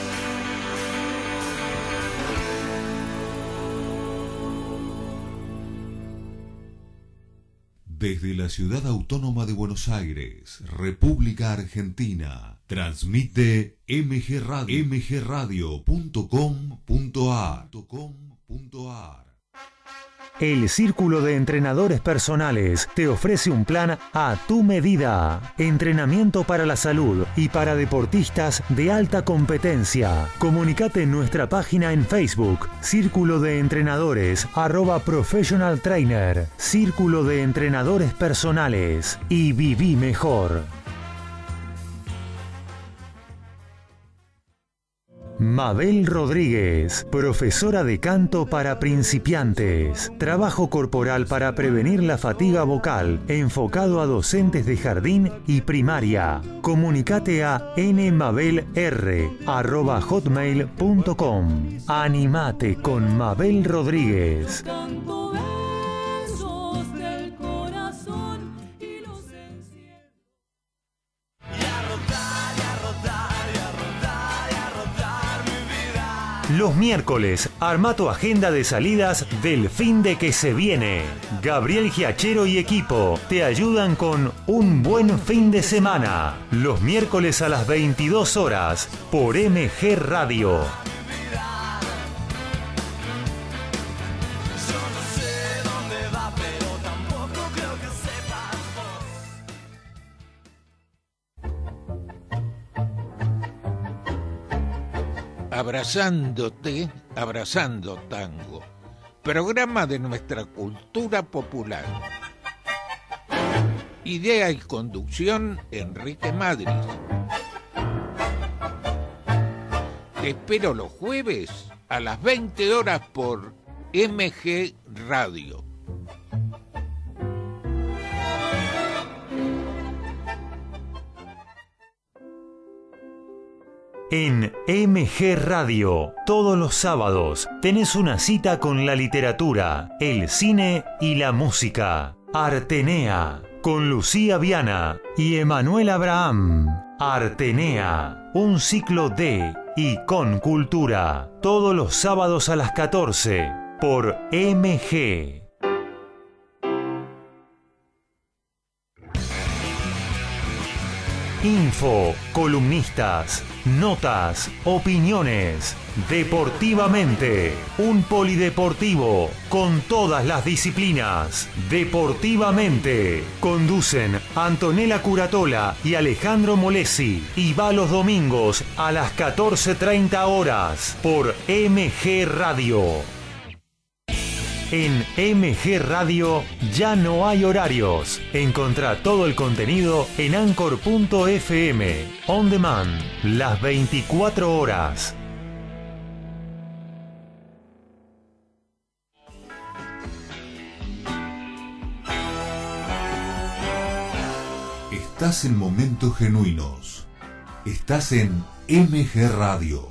Speaker 6: Desde la ciudad autónoma de Buenos Aires, República Argentina, transmite M G Radio, m g radio punto com punto a r.
Speaker 1: El Círculo de Entrenadores Personales te ofrece un plan a tu medida. Entrenamiento para la salud y para deportistas de alta competencia. Comunicate en nuestra página en Facebook, Círculo de Entrenadores, arroba Professional Trainer, Círculo de Entrenadores Personales, y viví mejor. Mabel Rodríguez, profesora de canto para principiantes. Trabajo corporal para prevenir la fatiga vocal, enfocado a docentes de jardín y primaria. Comunicate a nmabelr arroba hotmail punto com. Animate con Mabel Rodríguez. Los miércoles, arma tu agenda de salidas del fin de que se viene. Gabriel Giachero y equipo te ayudan con un buen fin de semana. Los miércoles a las veintidós horas por M G Radio.
Speaker 7: Abrazándote, abrazando tango, programa de nuestra cultura popular. Idea y conducción, Enrique Madrid. Te espero los jueves a las veinte horas por M G Radio.
Speaker 1: En M G Radio, todos los sábados, tenés una cita con la literatura, el cine y la música. Artenea, con Lucía Viana y Emanuel Abraham. Artenea, un ciclo de y con cultura. Todos los sábados a las catorce, por M G. Info, columnistas, notas, opiniones. Deportivamente, un polideportivo con todas las disciplinas. Deportivamente, conducen Antonella Curatola y Alejandro Molesi, y va los domingos a las catorce treinta horas por M G Radio. En M G Radio ya no hay horarios. Encontrá todo el contenido en anchor punto f m. On demand, las veinticuatro horas.
Speaker 6: Estás en momentos genuinos. Estás en M G Radio.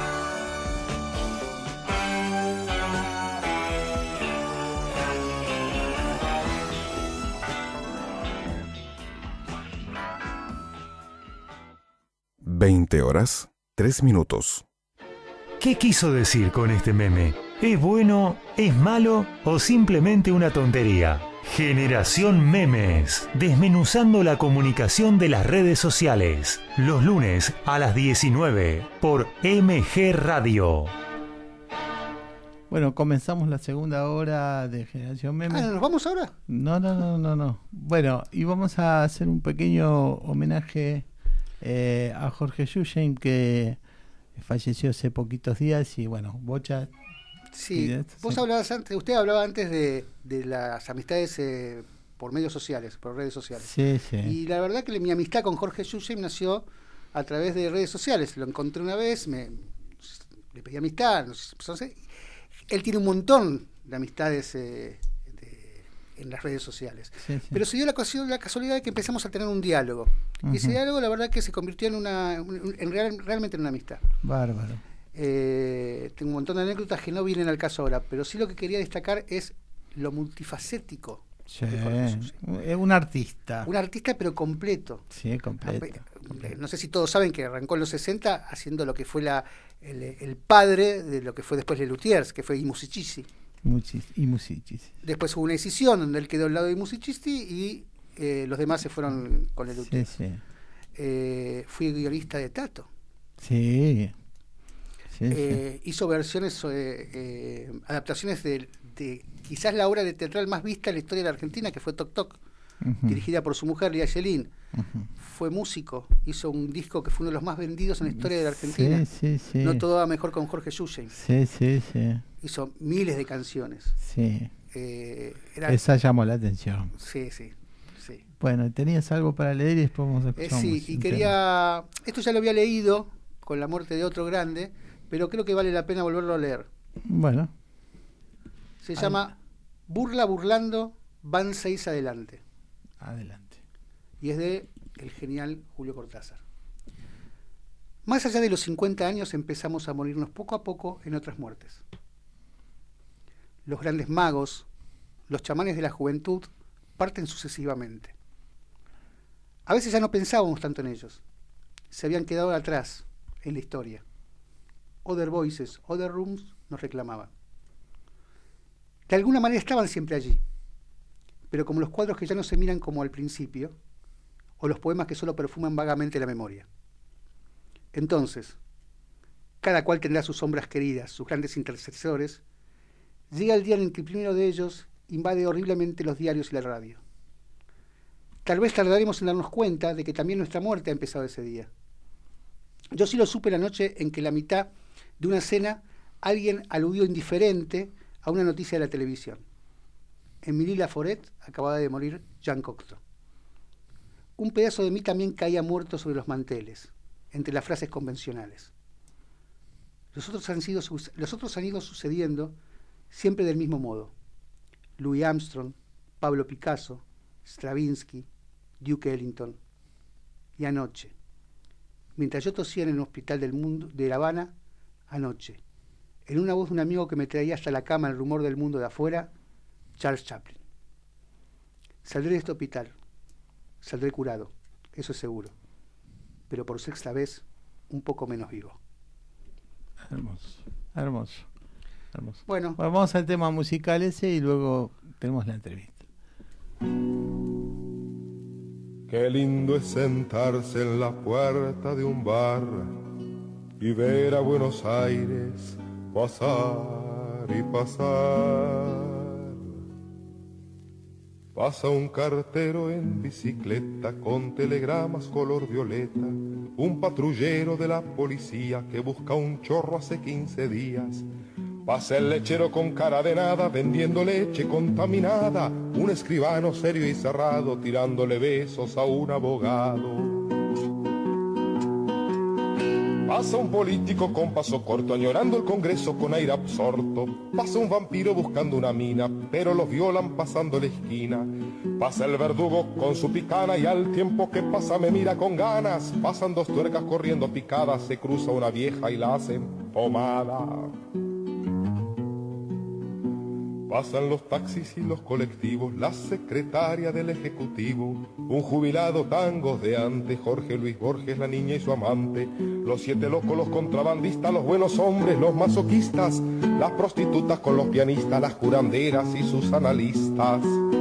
Speaker 8: veinte horas, tres minutos.
Speaker 1: ¿Qué quiso decir con este meme? ¿Es bueno, es malo o simplemente una tontería? Generación Memes, desmenuzando la comunicación de las redes sociales. Los lunes a las diecinueve por M G Radio.
Speaker 2: Bueno, comenzamos la segunda hora de Generación Memes.
Speaker 3: Ah, ¿nos vamos ahora?
Speaker 2: No, no, no, no, no. Bueno, y vamos a hacer un pequeño homenaje Eh, a Jorge Yuyen, que falleció hace poquitos días. Y bueno, Bocha.
Speaker 3: Sí,
Speaker 2: esto,
Speaker 3: vos
Speaker 2: sí.
Speaker 3: hablabas antes, usted hablaba antes de, de las amistades eh, por medios sociales, por redes sociales.
Speaker 2: Sí, sí.
Speaker 3: Y la verdad que mi amistad con Jorge Yuyen nació a través de redes sociales. Lo encontré una vez, me, le pedí amistad, no sé, no sé. Él tiene un montón de amistades eh, en las redes sociales.
Speaker 2: Sí, sí.
Speaker 3: Pero se dio la, la casualidad de que empezamos a tener un diálogo. Uh-huh. Y ese diálogo, la verdad, que se convirtió en una en real, realmente en una amistad.
Speaker 2: Bárbaro.
Speaker 3: Eh, tengo un montón de anécdotas que no vienen al caso ahora, pero sí lo que quería destacar es lo multifacético.
Speaker 2: Sí. Es un artista.
Speaker 3: Un artista, pero completo.
Speaker 2: Sí, completo.
Speaker 3: No sé si todos saben que arrancó en los sesenta haciendo lo que fue la el, el padre de lo que fue después Lelutiers, que fue I Musicisti.
Speaker 2: Y Musicisti.
Speaker 3: Después hubo una decisión donde él quedó al lado de Musicisti y eh, los demás se fueron con Lelutiers.
Speaker 2: Sí, sí.
Speaker 3: Eh, fui guionista de Tato.
Speaker 2: Sí. sí,
Speaker 3: eh,
Speaker 2: sí.
Speaker 3: hizo versiones, eh, eh, adaptaciones de, de quizás la obra de teatral más vista en la historia de la Argentina, que fue Toc Toc, uh-huh. dirigida por su mujer, Lía Yelin. Uh-huh. Fue músico, hizo un disco que fue uno de los más vendidos en la historia de la Argentina.
Speaker 2: Sí, sí, sí.
Speaker 3: No todo va mejor con Jorge Yuyen.
Speaker 2: Sí, sí, sí.
Speaker 3: Hizo miles de canciones.
Speaker 2: Sí.
Speaker 3: Eh, era...
Speaker 2: Esa llamó la atención.
Speaker 3: Sí, sí, sí.
Speaker 2: Bueno, tenías algo para leer y después vamos a escuchar.
Speaker 3: Eh, sí, y quería... Tema. Esto ya lo había leído con la muerte de otro grande, pero creo que vale la pena volverlo a leer.
Speaker 2: Bueno.
Speaker 3: Se Al... llama Burla burlando, van seis adelante.
Speaker 2: Adelante.
Speaker 3: Y es de el genial Julio Cortázar. Más allá de los cincuenta años empezamos a morirnos poco a poco en otras muertes. Los grandes magos, los chamanes de la juventud, parten sucesivamente. A veces ya no pensábamos tanto en ellos. Se habían quedado atrás en la historia. Other voices, other rooms nos reclamaban. De alguna manera estaban siempre allí, pero como los cuadros que ya no se miran como al principio, o los poemas que solo perfuman vagamente la memoria. Entonces, cada cual tendrá sus sombras queridas, sus grandes intercesores. Llega el día en el que el primero de ellos invade horriblemente los diarios y la radio. Tal vez tardaremos en darnos cuenta de que también nuestra muerte ha empezado ese día. Yo sí lo supe la noche en que en la mitad de una cena alguien aludió indiferente a una noticia de la televisión. En Milly-Laforet acababa de morir Jean Cocteau. Un pedazo de mí también caía muerto sobre los manteles, entre las frases convencionales. Los otros han, sido, los otros han ido sucediendo siempre del mismo modo. Louis Armstrong, Pablo Picasso, Stravinsky, Duke Ellington. Y anoche, mientras yo tosía en el hospital del mundo de La Habana, anoche, en una voz de un amigo que me traía hasta la cama el rumor del mundo de afuera, Charles Chaplin. Saldré de este hospital, saldré curado, eso es seguro, pero por sexta vez un poco menos vivo.
Speaker 2: Hermoso, hermoso, hermoso.
Speaker 3: Bueno,
Speaker 2: bueno, vamos al tema musical ese y luego tenemos la entrevista.
Speaker 9: Qué lindo es sentarse en la puerta de un bar y ver a Buenos Aires pasar y pasar. Pasa un cartero en bicicleta con telegramas color violeta, un patrullero de la policía que busca un chorro hace quince días. Pasa el lechero con cara de nada vendiendo leche contaminada, un escribano serio y cerrado tirándole besos a un abogado. Pasa un político con paso corto, añorando el Congreso con aire absorto. Pasa un vampiro buscando una mina, pero los violan pasando la esquina. Pasa el verdugo con su picana y al tiempo que pasa me mira con ganas. Pasan dos tuercas corriendo picadas, se cruza una vieja y la hacen pomada. Pasan los taxis y los colectivos, la secretaria del ejecutivo, un jubilado tangos de antes, Jorge Luis Borges, la niña y su amante, los siete locos, los contrabandistas, los buenos hombres, los masoquistas, las prostitutas con los pianistas, las curanderas y sus analistas.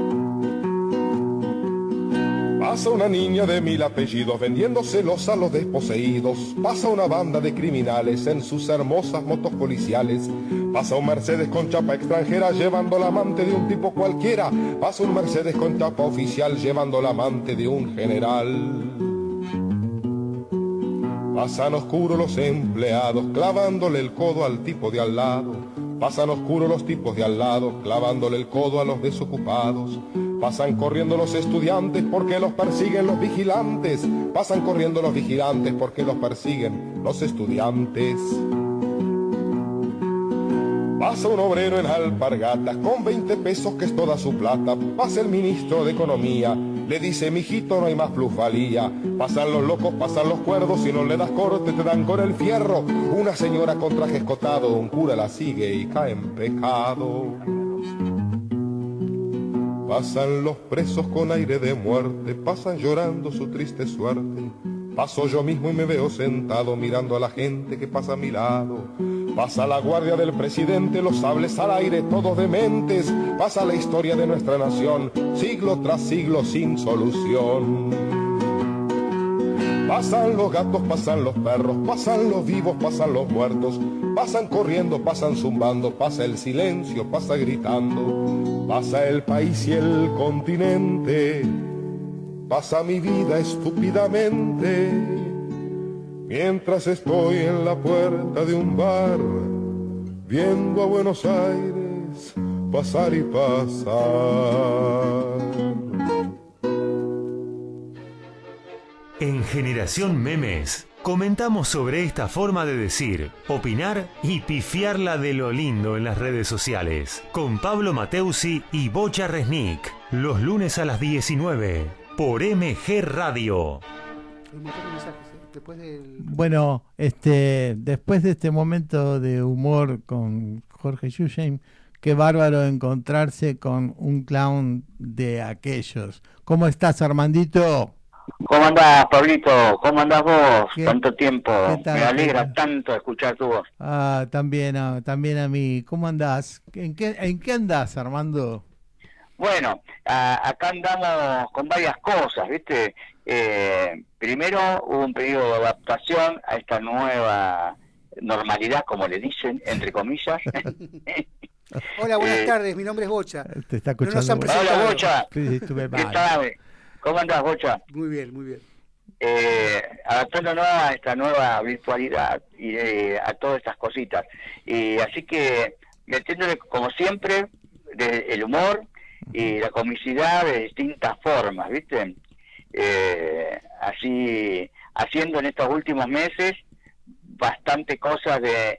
Speaker 9: Pasa una niña de mil apellidos vendiéndoselos a los desposeídos. Pasa una banda de criminales en sus hermosas motos policiales. Pasa un Mercedes con chapa extranjera llevando la amante de un tipo cualquiera. Pasa un Mercedes con chapa oficial llevando la amante de un general. Pasan oscuros los empleados clavándole el codo al tipo de al lado. Pasan oscuros los tipos de al lado clavándole el codo a los desocupados. Pasan corriendo los estudiantes porque los persiguen los vigilantes. Pasan corriendo los vigilantes porque los persiguen los estudiantes. Pasa un obrero en alpargatas con veinte pesos que es toda su plata. Pasa el ministro de Economía, le dice mijito no hay más plusvalía. Pasan los locos, pasan los cuerdos, si no le das corte te dan con el fierro. Una señora con traje escotado, un cura la sigue y cae en pecado. Pasan los presos con aire de muerte, pasan llorando su triste suerte. Paso yo mismo y me veo sentado mirando a la gente que pasa a mi lado. Pasa la guardia del presidente, los sables al aire, todos dementes. Pasa la historia de nuestra nación, siglo tras siglo sin solución. Pasan los gatos, pasan los perros, pasan los vivos, pasan los muertos. Pasan corriendo, pasan zumbando, pasa el silencio, pasa gritando, pasa el país y el continente, pasa mi vida estúpidamente, mientras estoy en la puerta de un bar, viendo a Buenos Aires pasar y pasar.
Speaker 1: En Generación Memes comentamos sobre esta forma de decir, opinar y pifiarla de lo lindo en las redes sociales. Con Pablo Mateusi y Bocha Resnick. Los lunes a las diecinueve por M G Radio.
Speaker 3: Después del...
Speaker 2: Bueno, este, después de este momento de humor con Jorge Yuyen, qué bárbaro encontrarse con un clown de aquellos. ¿Cómo estás, Armandito?
Speaker 10: ¿Cómo andás, Pablito? ¿Cómo andás vos?
Speaker 2: ¿Qué?
Speaker 10: Tanto tiempo.
Speaker 2: ¿Qué tal?
Speaker 10: Me alegra
Speaker 2: ¿Qué tal?
Speaker 10: tanto escuchar tu voz.
Speaker 2: Ah, también a, también a mí. ¿Cómo andás? ¿En qué, en qué andás, Armando?
Speaker 10: Bueno, a, acá andamos con varias cosas, ¿viste? Eh, primero hubo un periodo de adaptación a esta nueva normalidad, como le dicen, entre comillas.
Speaker 3: Hola, buenas
Speaker 10: Eh,
Speaker 3: tardes, mi nombre es Bocha.
Speaker 2: Te está
Speaker 3: No nos
Speaker 2: escuchando.
Speaker 3: han presentado.
Speaker 10: Hola, Bocha.
Speaker 2: Sí, estuve
Speaker 10: ¿Qué
Speaker 2: mal.
Speaker 10: tal? ¿Cómo andás, Bocha?
Speaker 3: Muy bien, muy bien.
Speaker 10: Eh, adaptándonos a esta nueva virtualidad y eh, a todas estas cositas. Y así que metiéndole, como siempre, de- el humor y la comicidad de distintas formas, ¿viste? Eh, así, haciendo en estos últimos meses bastante cosas de...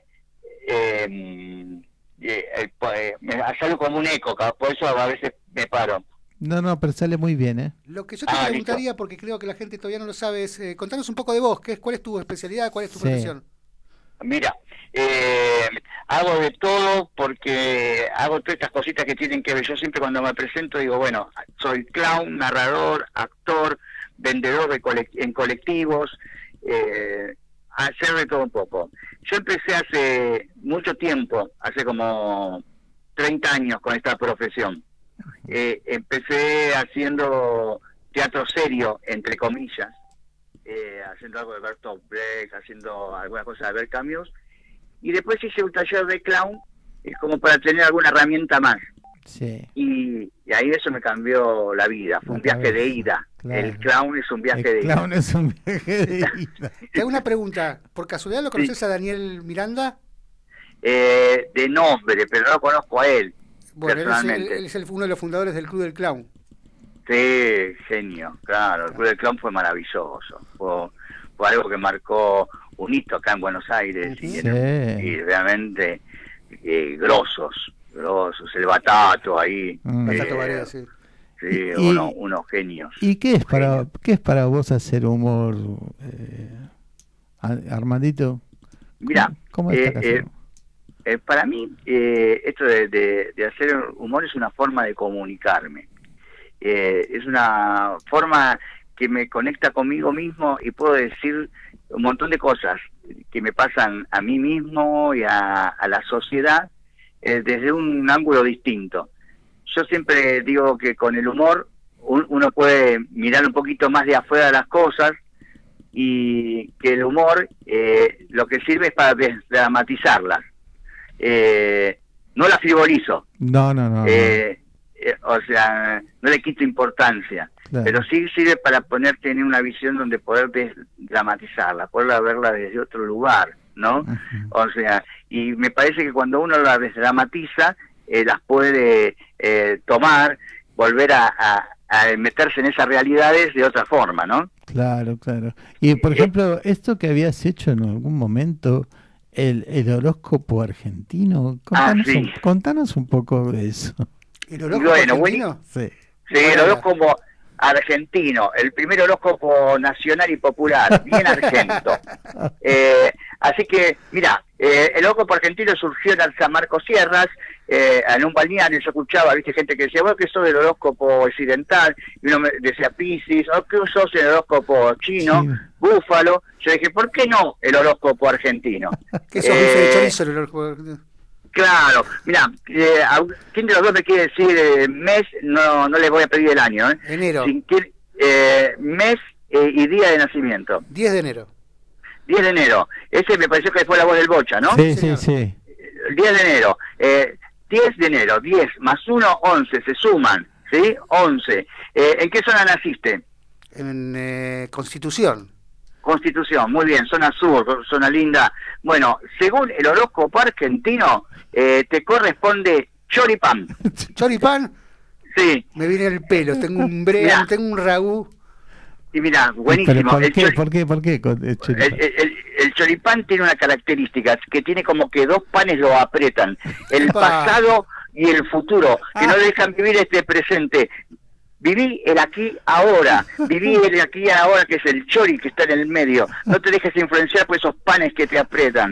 Speaker 10: Eh, eh, eh, pues, me salgo como un eco, por eso a veces me paro.
Speaker 2: No, no, pero sale muy bien, ¿eh?
Speaker 3: Lo que yo te
Speaker 10: Ah,
Speaker 3: preguntaría, porque creo que la gente todavía no lo sabe, es eh, contanos un poco de vos. ¿Qué es, ¿Cuál es tu especialidad? ¿Cuál es tu
Speaker 2: Sí.
Speaker 3: profesión?
Speaker 10: Mira, eh, hago de todo porque hago todas estas cositas que tienen que ver. Yo siempre cuando me presento digo, bueno, soy clown, narrador, actor, vendedor de colect- en colectivos, eh, hacer de todo un poco. Yo empecé hace mucho tiempo, hace como treinta años con esta profesión. Eh, empecé haciendo teatro serio, entre comillas, eh, haciendo algo de Bertolt Brecht, haciendo algunas cosas de Bert Camus, y después hice un taller de clown, eh, como para tener alguna herramienta más.
Speaker 2: Sí.
Speaker 10: Y, y ahí eso me cambió la vida, fue
Speaker 2: La
Speaker 10: un viaje
Speaker 2: cabeza,
Speaker 10: de ida.
Speaker 2: claro.
Speaker 10: El clown es un viaje
Speaker 2: El
Speaker 10: de ida.
Speaker 2: clown es un viaje de ida.
Speaker 3: Te hago una pregunta. ¿Por casualidad lo conoces
Speaker 10: Sí.
Speaker 3: a Daniel Miranda?
Speaker 10: Eh, de nombre, pero no lo conozco a él.
Speaker 3: Bueno, él es, el-
Speaker 10: Personalmente.
Speaker 3: él es el- uno de los fundadores del Club del Clown.
Speaker 10: Sí, genio, claro, el Club del Clown fue maravilloso, fue, fue algo que marcó un hito acá en Buenos Aires y,
Speaker 2: Sí.
Speaker 10: en- y realmente eh, grosos, grosos, el Batato ahí,
Speaker 2: Mm.
Speaker 10: eh,
Speaker 3: Batato Barea, sí.
Speaker 10: sí,
Speaker 2: Y-
Speaker 10: uno- unos genios.
Speaker 2: ¿Y qué es para
Speaker 10: Genio.
Speaker 2: qué es para vos hacer humor, eh, Ar- Armandito?
Speaker 10: Mira,
Speaker 2: ¿Cómo está
Speaker 10: eh,
Speaker 2: acá?
Speaker 10: eh, Eh, para mí, eh, esto de, de, de hacer humor es una forma de comunicarme. Eh, es una forma que me conecta conmigo mismo y puedo decir un montón de cosas que me pasan a mí mismo y a, a la sociedad eh, desde un ángulo distinto. Yo siempre digo que con el humor un, uno puede mirar un poquito más de afuera de las cosas y que el humor eh, lo que sirve es para desdramatizarlas. Eh, no la frivolizo,
Speaker 2: No, no, no. no.
Speaker 10: eh, eh, o sea, no le quito importancia,
Speaker 2: Claro.
Speaker 10: pero sí sirve para ponerte en una visión donde poder desdramatizarla, poder verla desde otro lugar, ¿no?
Speaker 2: Ujú.
Speaker 10: O sea, y me parece que cuando uno la desdramatiza, eh, las puede eh, tomar, volver a, a, a meterse en esas realidades de otra forma, ¿no?
Speaker 2: Claro, claro. Y por
Speaker 10: Eh,
Speaker 2: ejemplo, esto que habías hecho en algún momento, el, el horóscopo argentino, contanos,
Speaker 10: Ah, sí.
Speaker 2: un, contanos un poco de eso.
Speaker 3: ¿El horóscopo
Speaker 10: Bueno,
Speaker 3: argentino?
Speaker 2: Sí.
Speaker 10: Sí, el horóscopo argentino, el primer horóscopo nacional y popular, bien argento. Eh, así que, mira, eh, el horóscopo argentino surgió en San Marcos Sierras, eh, en un balneario. Yo escuchaba, viste, gente que decía, vos que sos del horóscopo occidental, y uno me decía Piscis, o que sos el horóscopo chino,
Speaker 2: Sí.
Speaker 10: Búfalo. Yo dije, ¿por qué no el horóscopo argentino?
Speaker 3: ¿Qué sos, bife de
Speaker 10: Eh,
Speaker 3: chorizo? El horóscopo argentino?
Speaker 10: Claro, mira, eh, a- ¿quién de los dos me quiere decir eh, mes? No, no les voy a pedir el año, ¿eh?
Speaker 3: Enero,
Speaker 10: Sin que- eh, mes eh, y día de nacimiento.
Speaker 3: diez de enero.
Speaker 10: diez de enero. Ese me pareció que fue la voz del Bocha, ¿no?
Speaker 2: Sí, sí, sí.
Speaker 10: diez de enero. Eh, diez de enero, diez más uno, once, se suman, ¿sí? once. Eh, ¿En qué zona naciste?
Speaker 3: En eh, Constitución.
Speaker 10: Constitución, muy bien, zona sur, zona linda. Bueno, según el horóscopo argentino, eh, te corresponde choripán.
Speaker 3: ¿Choripán?
Speaker 10: Sí.
Speaker 3: Me viene el pelo, tengo un brean, tengo un ragú.
Speaker 10: Y mira, buenísimo.
Speaker 2: ¿Pero por,
Speaker 10: el
Speaker 2: qué,
Speaker 10: chori-
Speaker 2: ¿Por qué? ¿Por qué? con el choripán?
Speaker 10: El, el- el choripán tiene una característica, que tiene como que dos panes lo apretan, el
Speaker 3: Epa.
Speaker 10: pasado y el futuro, que
Speaker 3: Ah.
Speaker 10: no dejan vivir este presente. Viví el aquí ahora, viví el aquí ahora, que es el chori que está en el medio. No te dejes influenciar por esos panes que te apretan.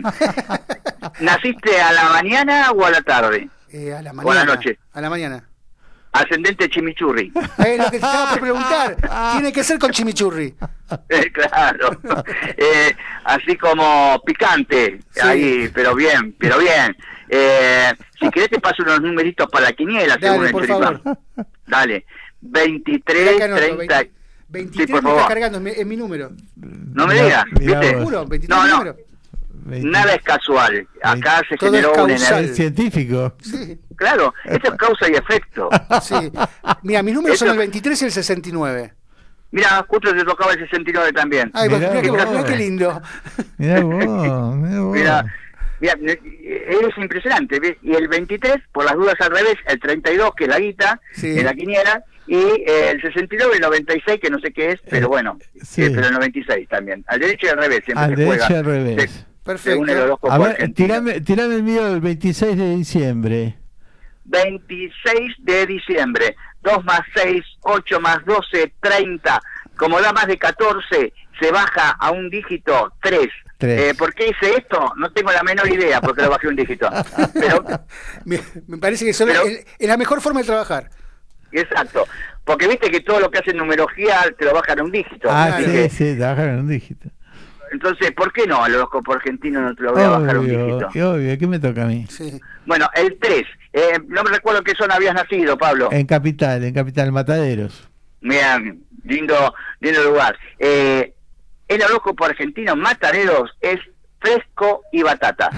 Speaker 10: ¿Naciste a la mañana o a la tarde?
Speaker 3: Eh, a la
Speaker 10: O
Speaker 3: mañana.
Speaker 10: a la noche.
Speaker 3: A la mañana.
Speaker 10: Ascendente chimichurri.
Speaker 3: Es lo que te estaba por preguntar. Tiene que ser con chimichurri.
Speaker 10: Eh, claro. Eh, así como picante,
Speaker 3: Sí.
Speaker 10: ahí, pero bien, pero bien. Eh, si querés te paso unos numeritos para la quiniela,
Speaker 3: Dale,
Speaker 10: según el
Speaker 3: por
Speaker 10: choripán.
Speaker 3: favor.
Speaker 10: Dale. veintitrés,
Speaker 3: Mirá que anoto,
Speaker 10: treinta...
Speaker 3: veinte, veintitrés
Speaker 10: Sí, por
Speaker 3: me está
Speaker 10: favor.
Speaker 3: cargando, es mi, es mi número.
Speaker 10: No me
Speaker 2: Mirá-
Speaker 10: digas,
Speaker 2: mirá
Speaker 10: ¿viste?
Speaker 2: vos.
Speaker 3: Juro, veintitrés
Speaker 10: No,
Speaker 3: es mi
Speaker 10: no.
Speaker 3: número.
Speaker 2: veinte
Speaker 10: Nada es casual. Acá se
Speaker 3: Todo
Speaker 10: generó
Speaker 3: es
Speaker 10: un
Speaker 3: causal.
Speaker 10: ener-
Speaker 2: ¿Es científico?
Speaker 3: Sí,
Speaker 10: Claro, esto es causa y efecto.
Speaker 3: sí. Mira, mis números son
Speaker 10: Eso-
Speaker 3: el veintitrés y el sesenta y nueve.
Speaker 10: Mira, justo te tocaba el sesenta y nueve también.
Speaker 3: Ay,
Speaker 2: Mirá
Speaker 3: mirá, qué,
Speaker 2: vos.
Speaker 3: mirá qué lindo.
Speaker 2: Mirá vos, mirá vos.
Speaker 10: Mira, mira, es impresionante. ¿ves? Y el veintitrés, por las dudas al revés, el treinta y dos, que es la guita,
Speaker 3: Sí.
Speaker 10: en la quiniela, y eh, el sesenta y nueve, el noventa y seis, que no sé qué es, pero bueno,
Speaker 2: sí.
Speaker 10: eh, pero el noventa y seis también. Al derecho y al revés, siempre
Speaker 2: Al
Speaker 10: se
Speaker 2: derecho
Speaker 10: juega.
Speaker 2: y al revés.
Speaker 10: Se-
Speaker 3: Perfecto.
Speaker 10: Según el horóscopo
Speaker 2: A ver,
Speaker 10: argentino.
Speaker 2: tirame, tirame el mío del veintiséis de diciembre.
Speaker 10: veintiséis de diciembre, dos más seis, ocho más doce, treinta. Como da más de catorce, se baja a un dígito, tres.
Speaker 2: Tres.
Speaker 10: Eh, ¿Por qué hice esto? No tengo la menor idea, porque lo bajé un dígito. Pero,
Speaker 3: Me, me parece que son-
Speaker 10: Pero-
Speaker 3: es, es la mejor forma de trabajar.
Speaker 10: exacto. Porque viste que todo lo que hace en numerología te lo bajan a un dígito.
Speaker 2: Ah,
Speaker 10: Así
Speaker 2: sí,
Speaker 10: que-
Speaker 2: sí, trabajar en un dígito.
Speaker 10: Entonces, ¿por qué no? El horóscopo argentino no te lo voy a bajar a un
Speaker 2: Obvio,
Speaker 10: dígito.
Speaker 2: qué obvio, ¿qué me toca a mí?
Speaker 3: Sí.
Speaker 10: Bueno, el tres. Eh, no me recuerdo qué zona habías nacido, Pablo.
Speaker 2: En Capital, en Capital Mataderos.
Speaker 10: Bien, lindo, lindo lugar. Eh, el horóscopo argentino Mataderos es fresco y batata.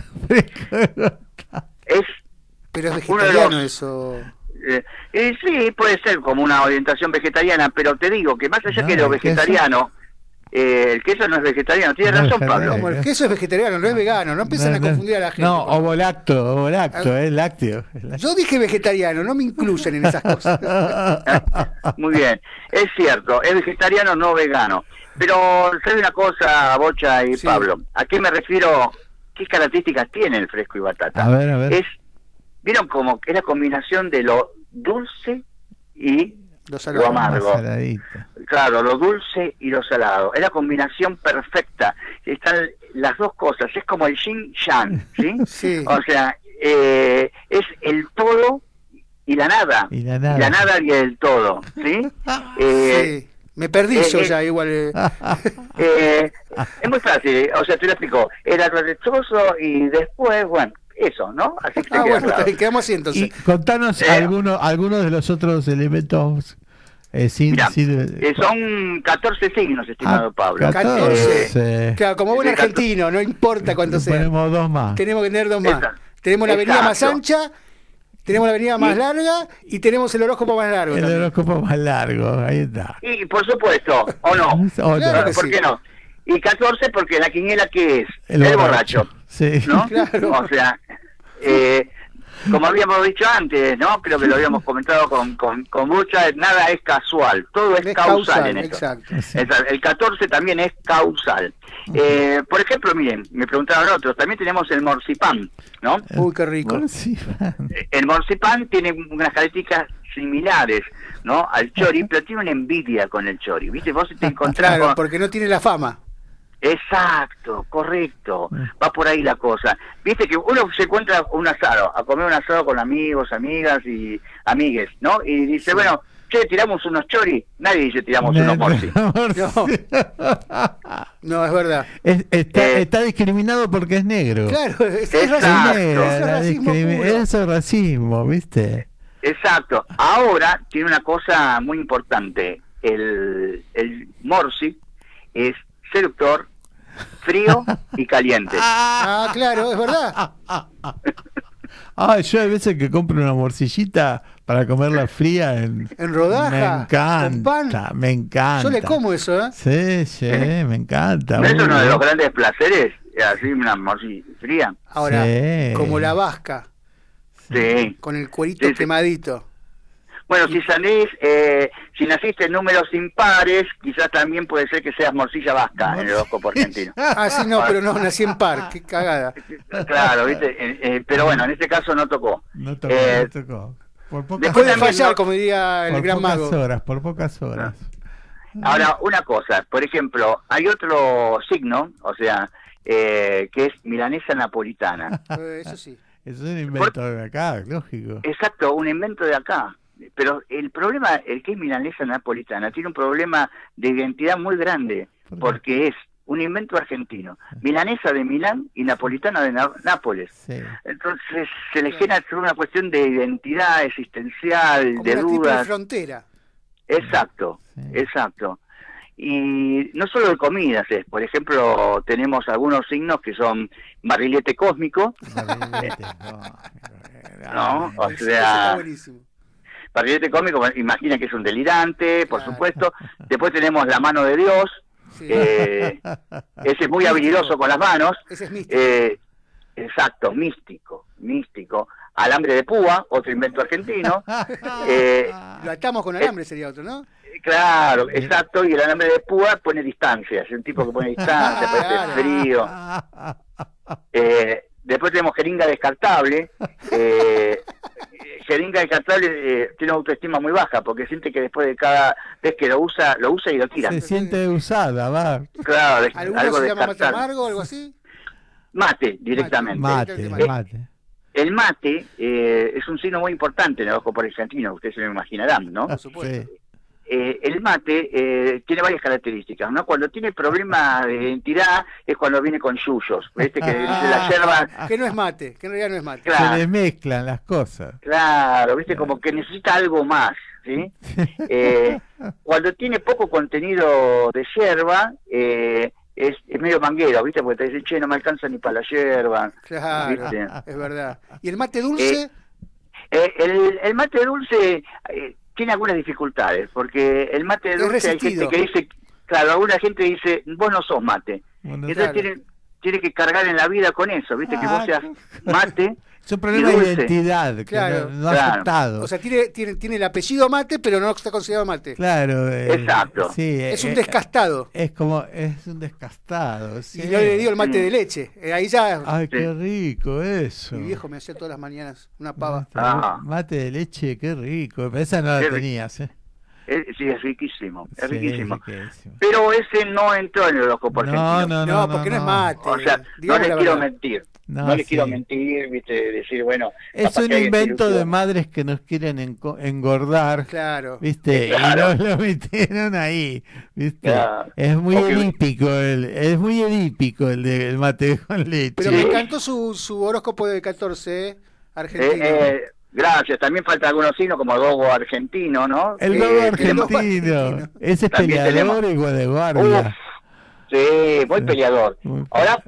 Speaker 10: Es
Speaker 3: Pero es
Speaker 10: Uno de
Speaker 3: vegetariano
Speaker 10: los-
Speaker 3: eso.
Speaker 10: eh, eh, sí, puede ser como una orientación vegetariana, pero te digo que más allá
Speaker 2: No,
Speaker 10: que lo
Speaker 2: el queso-
Speaker 10: vegetariano, eh, el queso no es vegetariano. Tienes
Speaker 2: No es
Speaker 10: razón,
Speaker 2: vegetariano.
Speaker 10: Pablo.
Speaker 3: Como el queso es vegetariano, no es vegano. No empiezan a confundir a la gente.
Speaker 2: No, ovolacto, ovolacto,
Speaker 3: Ah.
Speaker 2: es lácteo. es lácteo.
Speaker 3: Yo dije vegetariano, no me incluyen en esas cosas.
Speaker 10: Muy bien, es cierto, es vegetariano, no vegano. Pero, ¿sabes una cosa, Bocha y
Speaker 3: Sí.
Speaker 10: Pablo? ¿A qué me refiero? ¿Qué características tiene el fresco y batata?
Speaker 2: A ver, a ver.
Speaker 10: Es, ¿vieron como que es la combinación de lo dulce y
Speaker 3: Lo
Speaker 10: lo
Speaker 3: salado.
Speaker 10: amargo?
Speaker 2: Más saladito.
Speaker 10: Claro, lo dulce y lo salado. Es la combinación perfecta. Están las dos cosas. Es como el yin yang, ¿sí?
Speaker 3: Sí.
Speaker 10: O sea, eh, es el todo y la nada.
Speaker 2: Y la nada.
Speaker 10: Y la nada y el todo, ¿sí? Eh,
Speaker 3: Sí. Me perdí
Speaker 10: eh,
Speaker 3: yo
Speaker 10: eh.
Speaker 3: ya, igual. eh.
Speaker 10: eh, es muy fácil, ¿eh? O sea, te lo explico. Era rechoso y después, bueno, eso, ¿no? Así que te
Speaker 3: Ah,
Speaker 10: queda
Speaker 3: bueno,
Speaker 10: claro.
Speaker 3: está bien, quedamos así
Speaker 2: Y
Speaker 3: entonces.
Speaker 2: contanos
Speaker 10: Eh.
Speaker 2: algunos algunos de los otros elementos eh, sin,
Speaker 10: Mira,
Speaker 2: sin-
Speaker 10: eh, son catorce signos, estimado
Speaker 2: Ah,
Speaker 10: Pablo.
Speaker 2: catorce.
Speaker 3: Claro, como buen
Speaker 10: Sí, catorce.
Speaker 3: argentino, no importa cuánto sea.
Speaker 2: Ponemos dos más.
Speaker 3: Tenemos que tener dos más.
Speaker 10: Esa-
Speaker 3: Tenemos la avenida más
Speaker 10: exacto.
Speaker 3: ancha, tenemos la avenida más
Speaker 10: Y-
Speaker 3: larga y tenemos el horóscopo más largo.
Speaker 2: El
Speaker 3: también.
Speaker 2: horóscopo más largo, ahí está.
Speaker 10: Y por supuesto, ¿o no?
Speaker 2: O no.
Speaker 3: Claro que
Speaker 10: ¿Por
Speaker 3: sí.
Speaker 10: qué no? Y catorce porque la quiniela, ¿qué es?
Speaker 2: El
Speaker 10: El,
Speaker 2: borracho.
Speaker 10: borracho,
Speaker 2: Sí.
Speaker 10: ¿no?
Speaker 3: Claro.
Speaker 10: O sea, eh, como habíamos dicho antes, ¿no? Creo que lo habíamos comentado con, con, con Bucha, nada es casual, todo es,
Speaker 3: Es
Speaker 10: causal,
Speaker 3: causal,
Speaker 10: en esto.
Speaker 3: exacto.
Speaker 2: Sí.
Speaker 10: Exacto. El catorce también es causal. Eh, por ejemplo, miren, me preguntaban otros, también tenemos el morcipán, ¿no?
Speaker 3: Uy, qué rico.
Speaker 2: Bueno, sí, van.
Speaker 10: El morcipán tiene unas características similares, ¿no? Al chori, pero tiene una envidia con el chori, ¿viste? Vos te encontrás
Speaker 3: Claro,
Speaker 10: con...
Speaker 3: porque no tiene la fama.
Speaker 10: Exacto, correcto, va por ahí la cosa. Viste que uno se encuentra un asado, a comer un asado con amigos, amigas y amigues, ¿no? Y dice, bueno, che, tiramos unos chori. Nadie dice tiramos unos morsi.
Speaker 2: Morsi.
Speaker 3: No, es verdad.
Speaker 2: Es- está,
Speaker 10: Eh.
Speaker 2: está discriminado porque es negro.
Speaker 3: Claro, es, es
Speaker 10: Exacto.
Speaker 2: Es
Speaker 3: racismo,
Speaker 2: negro,
Speaker 3: es
Speaker 2: la
Speaker 3: racismo
Speaker 2: discrimi-
Speaker 3: puro.
Speaker 2: eso es racismo, ¿viste?
Speaker 10: Exacto. Ahora tiene una cosa muy importante. El, el morsi es seductor, frío y caliente.
Speaker 3: Ah, claro, es verdad.
Speaker 2: Ah, yo hay veces que compro una morcillita para comerla fría en,
Speaker 3: en rodaja.
Speaker 2: Me encanta,
Speaker 3: pan.
Speaker 2: me encanta.
Speaker 3: Yo le como eso, ¿eh?
Speaker 2: Sí, sí, me encanta.
Speaker 10: ¿No es uno de los grandes placeres? Así una morcilla fría.
Speaker 3: Ahora,
Speaker 2: sí.
Speaker 3: como la vasca.
Speaker 10: Sí.
Speaker 3: Con el cuerito sí, sí. quemadito.
Speaker 10: Bueno, si salís, eh, si naciste en números impares, quizás también puede ser que seas morcilla vasca en el horóscopo argentino.
Speaker 3: Ah, sí, no, pero no, nací en par, qué cagada.
Speaker 10: Claro, ¿viste? Eh, eh, pero bueno, en este caso no tocó.
Speaker 2: No tocó, eh, no tocó. Por pocas
Speaker 3: Puede fallar, no, como diría el gran mago.
Speaker 2: Por pocas horas, por pocas horas.
Speaker 10: Ahora, una cosa, por ejemplo, hay otro signo, o sea, eh, que es milanesa napolitana.
Speaker 3: Eh, eso sí.
Speaker 2: Eso es un invento por... de acá, lógico.
Speaker 10: Exacto, un invento de acá. Pero el problema, el que es milanesa napolitana, tiene un problema de identidad muy grande, ¿por porque es un invento argentino. Milanesa de Milán y napolitana de Na Nápoles. Sí. Entonces se le genera una cuestión de identidad existencial,
Speaker 3: como
Speaker 10: de
Speaker 3: una
Speaker 10: dudas.
Speaker 3: Triple frontera.
Speaker 10: Exacto, sí. exacto. Y no solo de comidas, es, por ejemplo, tenemos algunos signos que son barrilete cósmico.
Speaker 2: Barrilete,
Speaker 10: no, no, o sea... Barrilete cómico, imagina que es un delirante, por claro. supuesto. Después tenemos la mano de Dios, sí. eh, ese es muy habilidoso con las manos.
Speaker 3: Ese es místico.
Speaker 10: Eh, exacto, místico, místico. Alambre de púa, otro invento argentino.
Speaker 3: eh, Lo atamos con alambre, eh, sería otro, ¿no?
Speaker 10: Claro, exacto, y el alambre de púa pone distancia, es un tipo que pone distancia, parece frío. Eh, después tenemos jeringa descartable. Eh, jeringa descartable eh, tiene una autoestima muy baja porque siente que después de cada vez que lo usa, lo usa y lo tira.
Speaker 2: Se siente usada, va.
Speaker 10: Claro, de,
Speaker 3: ¿Alguno
Speaker 10: algo
Speaker 3: se llama mate
Speaker 10: descartable.
Speaker 3: amargo o algo así?
Speaker 10: Mate, directamente.
Speaker 2: Mate,
Speaker 10: eh,
Speaker 2: mate.
Speaker 10: El mate eh, es un signo muy importante en el horóscopo argentino, ustedes se lo imaginarán, ¿no?
Speaker 3: Por supuesto.
Speaker 10: Sí. Eh, el mate eh, tiene varias características, ¿no? Cuando tiene problemas de identidad es cuando viene con yuyos, ¿viste? Que la yerba...
Speaker 3: Que no es mate, que en realidad no es mate.
Speaker 2: Claro. Se le mezclan las cosas.
Speaker 10: Claro, ¿viste? Como que necesita algo más, ¿sí? Eh, cuando tiene poco contenido de yerba, eh, es, es medio manguero, ¿viste? Porque te dicen, che, no me alcanza ni para la yerba.
Speaker 3: Claro, ¿viste? Es verdad. ¿Y el mate dulce?
Speaker 10: Eh, eh, el, el mate dulce... Eh, tiene algunas dificultades, porque el mate dulce hay gente que dice, claro, alguna gente dice, vos no sos mate. Bueno, entonces claro. tiene, tiene que cargar en la vida con eso, ¿viste? Ah, que vos seas mate.
Speaker 2: Es un problema de identidad,
Speaker 3: claro,
Speaker 2: que no, no claro. aceptado.
Speaker 3: O sea, tiene, tiene, tiene el apellido mate, pero no está considerado mate.
Speaker 2: Claro.
Speaker 10: Eh, Exacto.
Speaker 2: Sí,
Speaker 3: es un
Speaker 2: eh,
Speaker 3: descastado.
Speaker 2: Es como, es un descastado. Sí.
Speaker 3: Y yo le digo el mate mm. de leche. Eh, ahí ya...
Speaker 2: Ay, sí. Qué rico eso.
Speaker 3: Mi viejo me hacía todas las mañanas una pava.
Speaker 2: Mate, ah. mate de leche, qué rico. Esa no la qué tenías, ¿eh?
Speaker 10: Es, sí, es riquísimo, es
Speaker 2: sí,
Speaker 10: riquísimo.
Speaker 2: riquísimo.
Speaker 10: Pero ese no entró en el horóscopo
Speaker 2: no,
Speaker 10: argentino.
Speaker 3: No,
Speaker 2: no, no,
Speaker 3: no, porque no,
Speaker 2: no
Speaker 3: es mate.
Speaker 10: O sea, no les quiero mentir. No, no les sí. quiero mentir, viste, decir, bueno...
Speaker 2: Es un invento de madres que nos quieren engordar,
Speaker 3: claro.
Speaker 2: viste, claro. Y no lo metieron ahí, viste. Claro. Es muy okay. edípico, el, es muy edípico el de el mate con leche.
Speaker 3: Pero me encantó su, su horóscopo de catorce, ¿eh? Argentino.
Speaker 10: Eh, eh, Gracias, también falta algunos signos como dogo argentino, ¿no?
Speaker 2: El dogo eh, argentino, argentino. Ese es peleador igual de guardia.
Speaker 10: Uf, sí, muy peleador. Muy Ahora,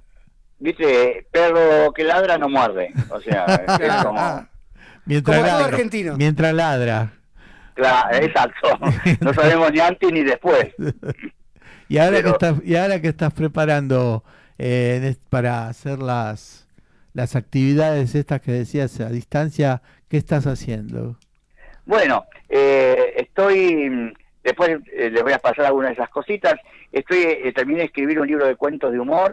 Speaker 10: viste, perro que ladra no muerde, o sea, es como...
Speaker 2: Mientras
Speaker 3: como
Speaker 2: ladra,
Speaker 3: argentino.
Speaker 2: Mientras ladra.
Speaker 10: Claro, exacto, no sabemos ni antes ni después.
Speaker 2: y, ahora Pero... que estás, y ahora que estás preparando eh, para hacer las, las actividades estas que decías a distancia... ¿Qué estás haciendo?
Speaker 10: Bueno, eh, estoy, después eh, les voy a pasar algunas de esas cositas, estoy eh, terminé de escribir un libro de cuentos de humor,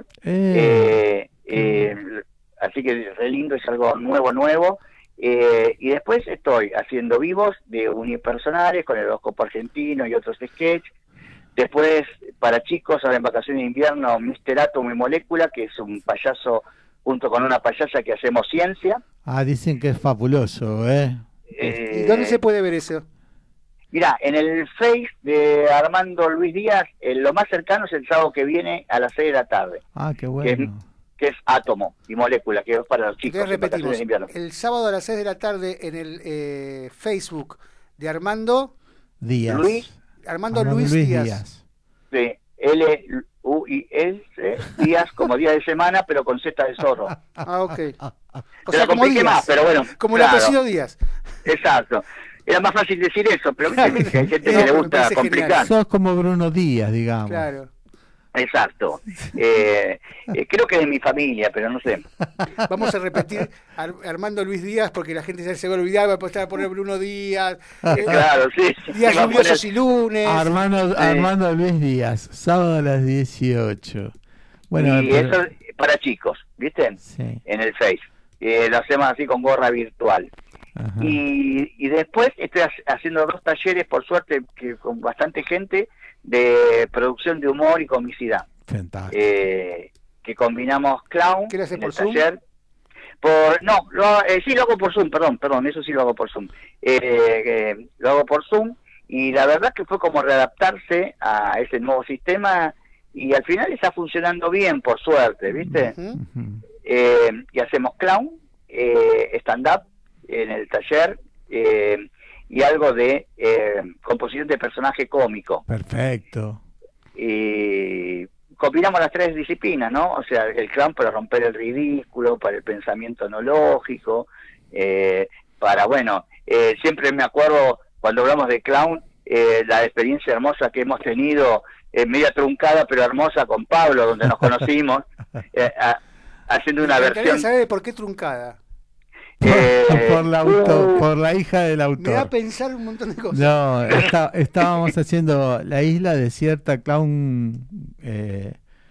Speaker 10: eh, eh, eh, así que re lindo, es algo nuevo, nuevo, eh, y después estoy haciendo vivos de unipersonales con el horóscopo argentino y otros sketches, después para chicos, ahora en vacaciones de invierno, mister Átomo y Molécula, que es un payaso junto con una payasa que hacemos ciencia.
Speaker 2: Ah, dicen que es fabuloso, ¿eh?
Speaker 3: eh ¿Y dónde se puede ver eso?
Speaker 10: Mira, en el Face de Armando Luis Díaz, eh, lo más cercano es el sábado que viene a las seis de la tarde.
Speaker 2: Ah, qué bueno.
Speaker 10: Que es, que es Átomo y Molécula, que es para los chicos.
Speaker 3: Entonces repetimos, el sábado a las seis de la tarde en el eh, Facebook de Armando
Speaker 2: Díaz.
Speaker 10: Luis,
Speaker 3: Armando, Armando Luis, Luis Díaz.
Speaker 10: Díaz. Sí, L U I S, días como día de semana, pero con Z de zorro.
Speaker 3: Ah, ok. O
Speaker 10: Te
Speaker 3: sea,
Speaker 10: la
Speaker 3: como
Speaker 10: compliqué
Speaker 3: Díaz.
Speaker 10: más, pero bueno.
Speaker 3: Como
Speaker 10: claro.
Speaker 3: el apellido Díaz.
Speaker 10: Exacto. Era más fácil decir eso, pero viste, viste, hay gente
Speaker 3: No,
Speaker 10: que le
Speaker 3: me
Speaker 10: gusta
Speaker 3: parece
Speaker 10: complicar.
Speaker 3: genial.
Speaker 2: Sos como Bruno Díaz, digamos.
Speaker 3: Claro.
Speaker 10: Exacto. Eh, eh, creo que es de mi familia, pero no sé.
Speaker 3: Vamos a repetir Ar- Armando Luis Díaz porque la gente ya se va a olvidar, va a empezar a poner Bruno Díaz. eh,
Speaker 10: Claro, sí.
Speaker 3: días
Speaker 10: Se va a
Speaker 3: lluviosos
Speaker 10: poner-
Speaker 3: y lunes.
Speaker 2: Armando,
Speaker 10: Sí.
Speaker 2: Armando Luis Díaz, sábado a las dieciocho. Bueno,
Speaker 10: y
Speaker 2: pero-
Speaker 10: eso es para chicos, ¿viste?
Speaker 2: Sí.
Speaker 10: En el Face. Eh, lo hacemos así con gorra virtual.
Speaker 2: Ajá.
Speaker 10: Y, y después estoy ha- haciendo dos talleres, por suerte, que con bastante gente, de producción de humor y comicidad.
Speaker 2: Fantástico.
Speaker 10: Eh, que combinamos clown
Speaker 3: ¿Qué lo haces
Speaker 10: en
Speaker 3: por
Speaker 10: el
Speaker 3: Zoom?
Speaker 10: taller. Por, no, lo, eh, sí lo hago por Zoom, perdón, perdón, eso sí lo hago por Zoom. Eh, eh, lo hago por Zoom y la verdad que fue como readaptarse a ese nuevo sistema y al final está funcionando bien, por suerte, ¿viste?
Speaker 3: Ujú.
Speaker 2: Ujú.
Speaker 10: Eh, y hacemos clown, eh, stand-up en el taller eh, y algo de eh, composición de personaje cómico.
Speaker 2: Perfecto.
Speaker 10: Y combinamos las tres disciplinas, ¿no? O sea, el clown para romper el ridículo, para el pensamiento no lógico, eh, para, bueno, eh, siempre me acuerdo cuando hablamos de clown, eh, la experiencia hermosa que hemos tenido, eh, media truncada pero hermosa con Pablo, donde nos conocimos, eh, a- haciendo una
Speaker 3: Me encantaría
Speaker 10: versión...
Speaker 3: saber por qué truncada.
Speaker 10: eh,
Speaker 2: por, la auto,
Speaker 10: uh,
Speaker 2: por la hija del
Speaker 3: Me da a
Speaker 2: autor.
Speaker 3: pensar un montón de cosas.
Speaker 2: No, está- estábamos haciendo la isla desierta clown eh,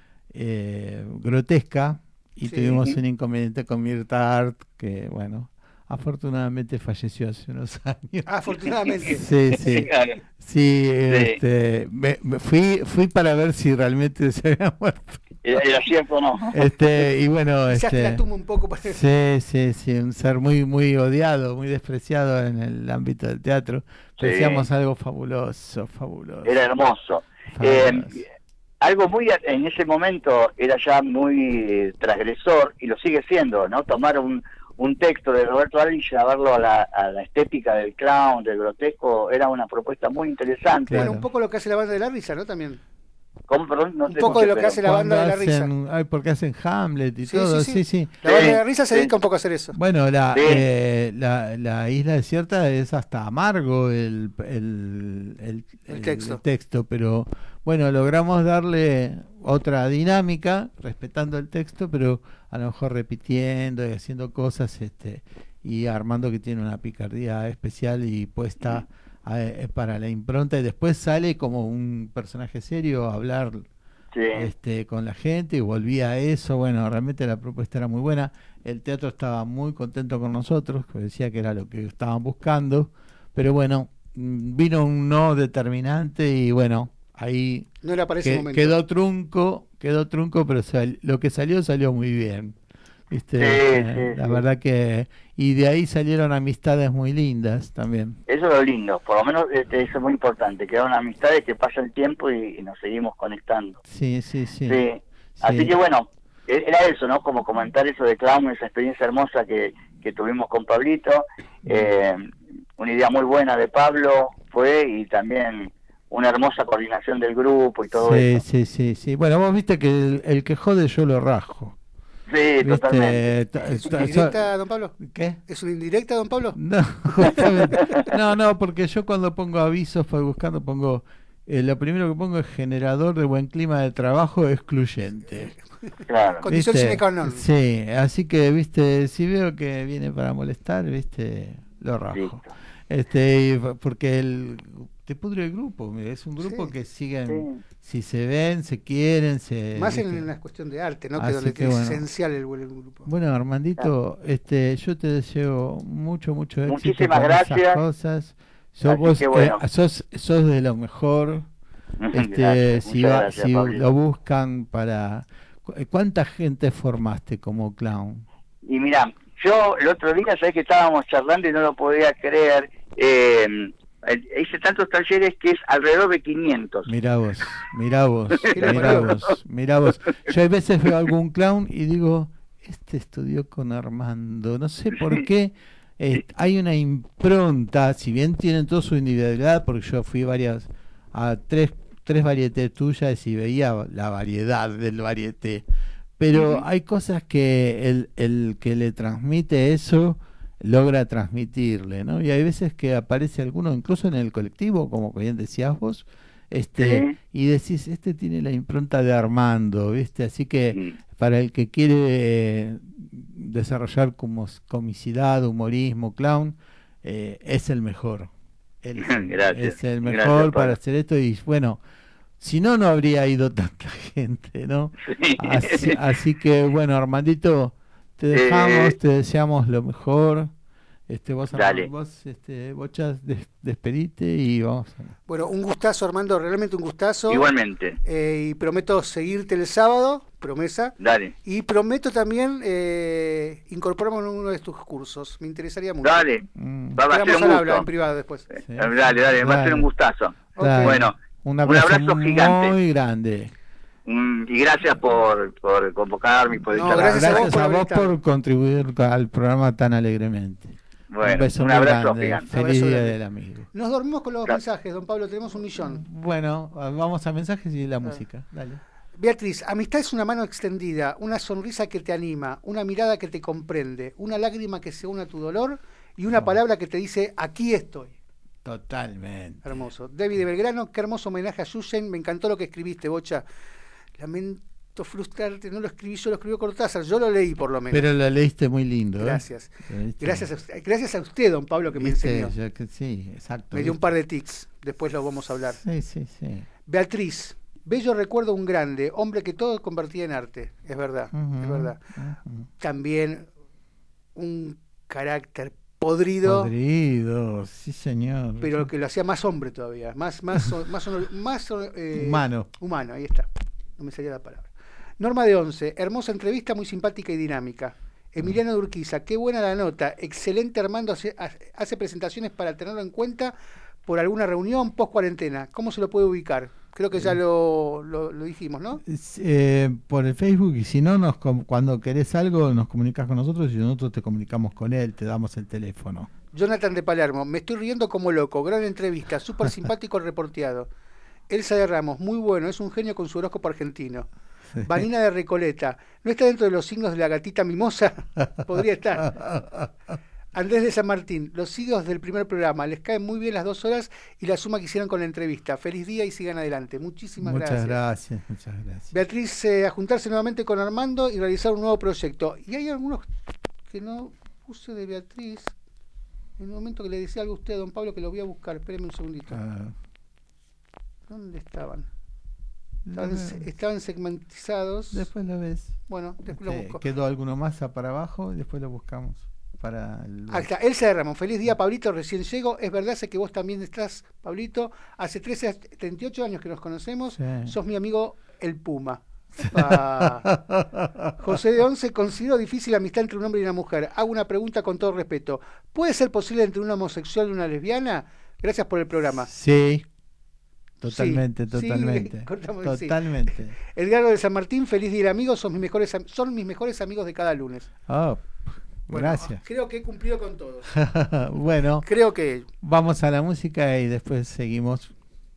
Speaker 2: eh, grotesca y
Speaker 3: Sí.
Speaker 2: tuvimos un inconveniente con Mirta Art que, bueno, afortunadamente falleció hace unos años.
Speaker 3: Afortunadamente.
Speaker 2: Sí, sí.
Speaker 10: claro.
Speaker 2: Sí, este, me- me fui, fui para ver si realmente se había muerto.
Speaker 10: Era, era cierto o no.
Speaker 2: Este, y bueno,
Speaker 3: Quizás te la
Speaker 2: este,
Speaker 3: tumba un poco para
Speaker 2: sí, sí, sí, un ser muy, muy odiado, muy despreciado en el ámbito del teatro.
Speaker 10: Sí.
Speaker 2: Decíamos algo fabuloso, fabuloso.
Speaker 10: Era hermoso.
Speaker 2: fabuloso.
Speaker 10: Eh, algo muy, a- en ese momento era ya muy transgresor y lo sigue siendo, ¿no? Tomar un, un texto de Roberto Allen y llevarlo a la, a la estética del clown, del grotesco, era una propuesta muy interesante.
Speaker 2: Claro.
Speaker 3: Bueno, un poco lo que hace la banda de la risa, ¿no? También.
Speaker 10: ¿Cómo, perdón? No
Speaker 3: Un
Speaker 10: sé
Speaker 3: poco
Speaker 10: cómo
Speaker 3: de
Speaker 10: se-
Speaker 3: lo que
Speaker 10: pero-
Speaker 3: hace la banda de la risa.
Speaker 2: hacen, ay, porque hacen Hamlet y
Speaker 3: Sí,
Speaker 2: todo,
Speaker 3: sí,
Speaker 2: sí,
Speaker 3: sí.
Speaker 2: sí.
Speaker 3: La banda de
Speaker 10: Sí,
Speaker 3: la risa se
Speaker 10: sí.
Speaker 3: dedica un poco a hacer eso.
Speaker 2: Bueno, la,
Speaker 10: Sí.
Speaker 2: eh, la, la isla desierta es hasta amargo el, el, el,
Speaker 3: El texto.
Speaker 2: el texto, pero bueno, logramos darle otra dinámica, respetando el texto, pero a lo mejor repitiendo y haciendo cosas, este y Armando que tiene una picardía especial y puesta eh, para la impronta, y después sale como un personaje serio a hablar
Speaker 10: Sí.
Speaker 2: este, con la gente y volvía a eso. Bueno, realmente la propuesta era muy buena. El teatro estaba muy contento con nosotros, que decía que era lo que estaban buscando, pero bueno, mm, vino un no determinante y bueno, ahí
Speaker 3: No era para ese
Speaker 2: que-
Speaker 3: momento.
Speaker 2: quedó trunco, quedó trunco, pero sal- lo que salió salió muy bien. ¿Viste?
Speaker 10: Sí,
Speaker 2: Eh,
Speaker 10: sí,
Speaker 2: la
Speaker 10: sí.
Speaker 2: verdad que y de ahí salieron amistades muy lindas también.
Speaker 10: Eso es lo lindo, por lo menos este, eso es muy importante, quedaron amistades que pasa el tiempo y, y nos seguimos conectando.
Speaker 2: Sí, sí, sí.
Speaker 10: Sí. Así
Speaker 2: Sí.
Speaker 10: que bueno, e- era eso, ¿no? Como comentar eso de clown, esa experiencia hermosa que, que tuvimos con Pablito. Eh, una idea muy buena de Pablo fue y también una hermosa coordinación del grupo y todo
Speaker 2: Sí,
Speaker 10: eso.
Speaker 2: sí, sí, sí. Bueno, vos viste que el, el que jode yo lo rajo.
Speaker 10: Sí, totalmente.
Speaker 2: ¿Viste? Ta-
Speaker 3: ¿Es una
Speaker 2: ta-
Speaker 3: indirecta, don Pablo?
Speaker 2: ¿Qué?
Speaker 3: ¿Es una indirecta, don Pablo?
Speaker 2: No, justamente. no, no, porque yo cuando pongo avisos, fue buscando, pongo, eh, lo primero que pongo es generador de buen clima de trabajo excluyente.
Speaker 10: Claro.
Speaker 3: Condición
Speaker 2: ¿Viste?
Speaker 3: sine qua non.
Speaker 2: Sí, así que, viste, si veo que viene para molestar, viste, lo rajo.
Speaker 10: Listo.
Speaker 2: Este, y f- porque el, te pudre el grupo, mira, es un grupo
Speaker 3: Sí.
Speaker 2: que siguen,
Speaker 10: Sí.
Speaker 2: si se ven, se quieren, se...
Speaker 3: Más en
Speaker 2: ¿viste?
Speaker 3: la cuestión de arte, ¿no? Que
Speaker 2: Así
Speaker 3: donde
Speaker 2: que
Speaker 3: es
Speaker 2: bueno.
Speaker 3: esencial el buen grupo.
Speaker 2: Bueno, Armandito, este, yo te deseo mucho, mucho éxito
Speaker 10: Muchísimas
Speaker 2: con esas
Speaker 10: gracias.
Speaker 2: cosas. Sos,
Speaker 10: Así
Speaker 2: vos,
Speaker 10: que bueno.
Speaker 2: eh, sos, sos de lo mejor. Este,
Speaker 10: Gracias,
Speaker 2: si
Speaker 10: muchas
Speaker 2: va-
Speaker 10: gracias,
Speaker 2: si
Speaker 10: Pablito.
Speaker 2: lo buscan para... cu- ¿Cuánta gente formaste como clown?
Speaker 10: Y mira, yo el otro día, sabés que estábamos charlando y no lo podía creer, eh, eh, hice tantos talleres que es alrededor de quinientos.
Speaker 2: Mirá vos, mirá vos,
Speaker 3: Mirá
Speaker 2: mirá
Speaker 3: vos.
Speaker 2: vos, mirá vos. Yo a veces veo algún clown y digo, este estudió con Armando, no sé por qué. Eh, hay una impronta, si bien tienen toda su individualidad, porque yo fui varias, a tres tres varietés tuyas y veía la variedad del varieté. Pero uh-huh. hay cosas que el, el que le transmite eso logra transmitirle, ¿no? Y hay veces que aparece alguno, incluso en el colectivo, como bien decías vos, este sí. y decís, este tiene la impronta de Armando, ¿viste? Así que sí. para el que quiere eh, desarrollar como comicidad, humorismo, clown, eh, es el mejor. Él,
Speaker 10: Gracias.
Speaker 2: Es el mejor
Speaker 10: Gracias,
Speaker 2: para hacer esto y bueno, si no, no habría ido tanta gente, ¿no?
Speaker 10: Sí.
Speaker 2: Así, así que bueno, Armandito, te dejamos, eh, te deseamos lo mejor. Este, vos,
Speaker 10: dale.
Speaker 2: vos este, Bochas, des, despedite y vamos a...
Speaker 3: Bueno, un gustazo, Armando, realmente un gustazo.
Speaker 10: Igualmente.
Speaker 3: Eh, y prometo seguirte el sábado, promesa.
Speaker 10: Dale.
Speaker 3: Y prometo también eh, incorporarme en uno de tus cursos. Me interesaría mucho.
Speaker 10: Dale.
Speaker 3: Mm.
Speaker 10: Va, va a ser un
Speaker 3: a
Speaker 10: gusto.
Speaker 3: hablar en privado después.
Speaker 10: Sí. Dale, dale, dale, va a ser un gustazo.
Speaker 2: Dale.
Speaker 10: Bueno,
Speaker 2: un abrazo,
Speaker 10: un abrazo gigante.
Speaker 2: Muy grande.
Speaker 10: Mm, y gracias por, por convocarme y por
Speaker 3: no,
Speaker 10: echar
Speaker 3: gracias,
Speaker 10: la...
Speaker 3: a vos,
Speaker 2: gracias a vos
Speaker 3: por,
Speaker 2: por contribuir al programa tan alegremente.
Speaker 10: Bueno,
Speaker 2: un beso
Speaker 10: un
Speaker 2: muy
Speaker 10: abrazo
Speaker 2: grande.
Speaker 10: gigante.
Speaker 2: Feliz
Speaker 3: abrazo
Speaker 2: día
Speaker 3: grande.
Speaker 2: del amigo.
Speaker 3: Nos dormimos con los
Speaker 10: Gracias.
Speaker 3: mensajes, don Pablo, tenemos un millón.
Speaker 2: Bueno, vamos a mensajes y la música. Dale.
Speaker 3: Beatriz, amistad es una mano extendida, una sonrisa que te anima, una mirada que te comprende, una lágrima que se une a tu dolor y una
Speaker 2: Oh.
Speaker 3: palabra que te dice, aquí estoy.
Speaker 2: Totalmente.
Speaker 3: Hermoso. David de Belgrano, qué hermoso homenaje a Yuyen, me encantó lo que escribiste, Bocha. Lamento frustrarte, no lo escribí yo, lo escribió Cortázar, yo lo leí por lo menos.
Speaker 2: Pero lo leíste muy lindo.
Speaker 3: Gracias.
Speaker 2: ¿eh?
Speaker 3: Gracias a, gracias a usted, don Pablo, que me
Speaker 2: ¿Viste?
Speaker 3: enseñó.
Speaker 2: Yo que, sí, exacto.
Speaker 3: Me dio
Speaker 2: ¿viste?
Speaker 3: un par de tics, después lo vamos a hablar.
Speaker 2: Sí, sí, sí.
Speaker 3: Beatriz, bello recuerdo un grande, hombre que todo convertía en arte, es verdad,
Speaker 2: Uh-huh,
Speaker 3: es verdad.
Speaker 2: uh-huh.
Speaker 3: También un carácter podrido,
Speaker 2: Podrido, sí señor.
Speaker 3: pero que lo hacía más hombre todavía, más más más, más, más eh,
Speaker 2: humano.
Speaker 3: Humano, ahí está. No me salía la palabra. Norma de Once, hermosa entrevista, muy simpática y dinámica. Emiliano de Urquiza, qué buena la nota, excelente Armando, hace, hace presentaciones para tenerlo en cuenta por alguna reunión post cuarentena. ¿Cómo se lo puede ubicar? Creo que ya lo, lo, lo dijimos, ¿no?
Speaker 2: Eh, por el Facebook, y si no, nos cuando querés algo nos comunicas con nosotros y nosotros te comunicamos con él, te damos el teléfono.
Speaker 3: Jonathan de Palermo, me estoy riendo como loco, gran entrevista, súper simpático reporteado. Elsa de Ramos, muy bueno, es un genio con su horóscopo argentino. Vanina de Recoleta, ¿no está dentro de los signos de la gatita mimosa? Podría estar. Andrés de San Martín, los signos del primer programa, les caen muy bien las dos horas y la suma que hicieron con la entrevista. Feliz día y sigan adelante. Muchísimas
Speaker 2: muchas
Speaker 3: gracias.
Speaker 2: gracias. Muchas gracias.
Speaker 3: Beatriz, eh, a juntarse nuevamente con Armando y realizar un nuevo proyecto. Y hay algunos que no puse de Beatriz. En un momento que le decía algo a usted, don Pablo, que lo voy a buscar. Espéreme un segundito.
Speaker 2: Ah.
Speaker 3: ¿Dónde estaban? Estaban, estaban segmentizados.
Speaker 2: Después lo ves.
Speaker 3: Bueno, después
Speaker 2: este,
Speaker 3: lo busco.
Speaker 2: Quedó alguno más para abajo y después lo buscamos. Para el...
Speaker 3: Ahí está, Elsa de Ramón, feliz día Pablito, recién llego, es verdad, sé que vos también estás, Pablito, hace trece, treinta y ocho años que nos conocemos,
Speaker 2: sí.
Speaker 3: Sos mi amigo el Puma. Ah. José de Once, considero difícil la amistad entre un hombre y una mujer, hago una pregunta con todo respeto, ¿puede ser posible entre un homosexual y una lesbiana? Gracias por el programa.
Speaker 2: Sí. Totalmente,
Speaker 3: sí,
Speaker 2: totalmente.
Speaker 3: Sí, cortamos,
Speaker 2: totalmente.
Speaker 3: Sí. Edgardo de San Martín, feliz día amigos, son mis mejores, son mis mejores amigos de cada lunes.
Speaker 2: Oh,
Speaker 3: bueno,
Speaker 2: gracias.
Speaker 3: Creo que he cumplido con todo.
Speaker 2: Bueno,
Speaker 3: creo que
Speaker 2: vamos a la música y después seguimos.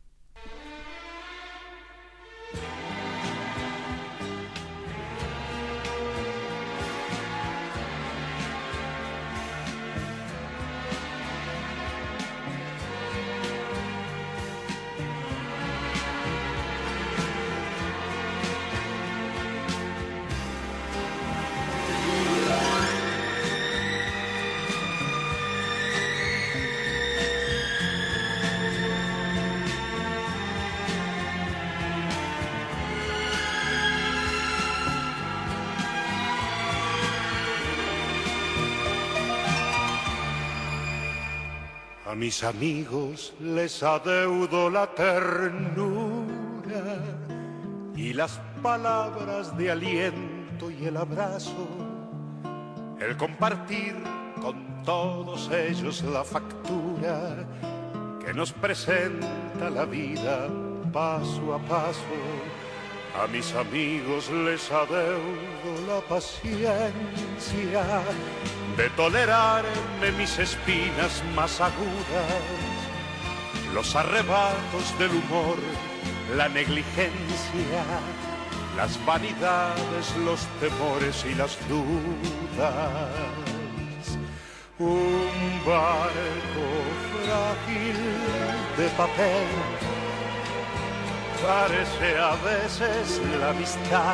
Speaker 11: A mis amigos les adeudo la ternura y las palabras de aliento y el abrazo, el compartir con todos ellos la factura que nos presenta la vida paso a paso. A mis amigos les adeudo la paciencia de tolerarme mis espinas más agudas, los arrebatos del humor la negligencia, las vanidades, los temores y las dudas. Un barco frágil de papel parece a veces la amistad,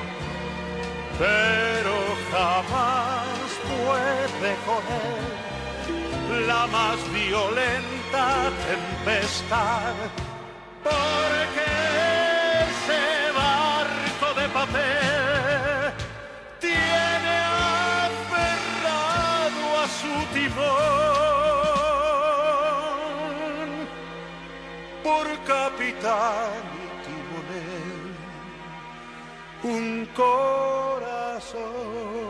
Speaker 11: pero jamás puede con él la más violenta tempestad, porque ese barco de papel tiene aferrado a su timón por capitán y timonel un corazón.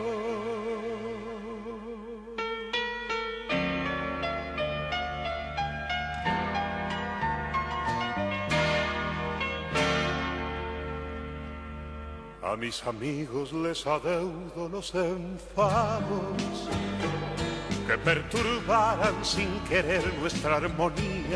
Speaker 11: A mis amigos les adeudo los enfados que perturbaran sin querer nuestra armonía.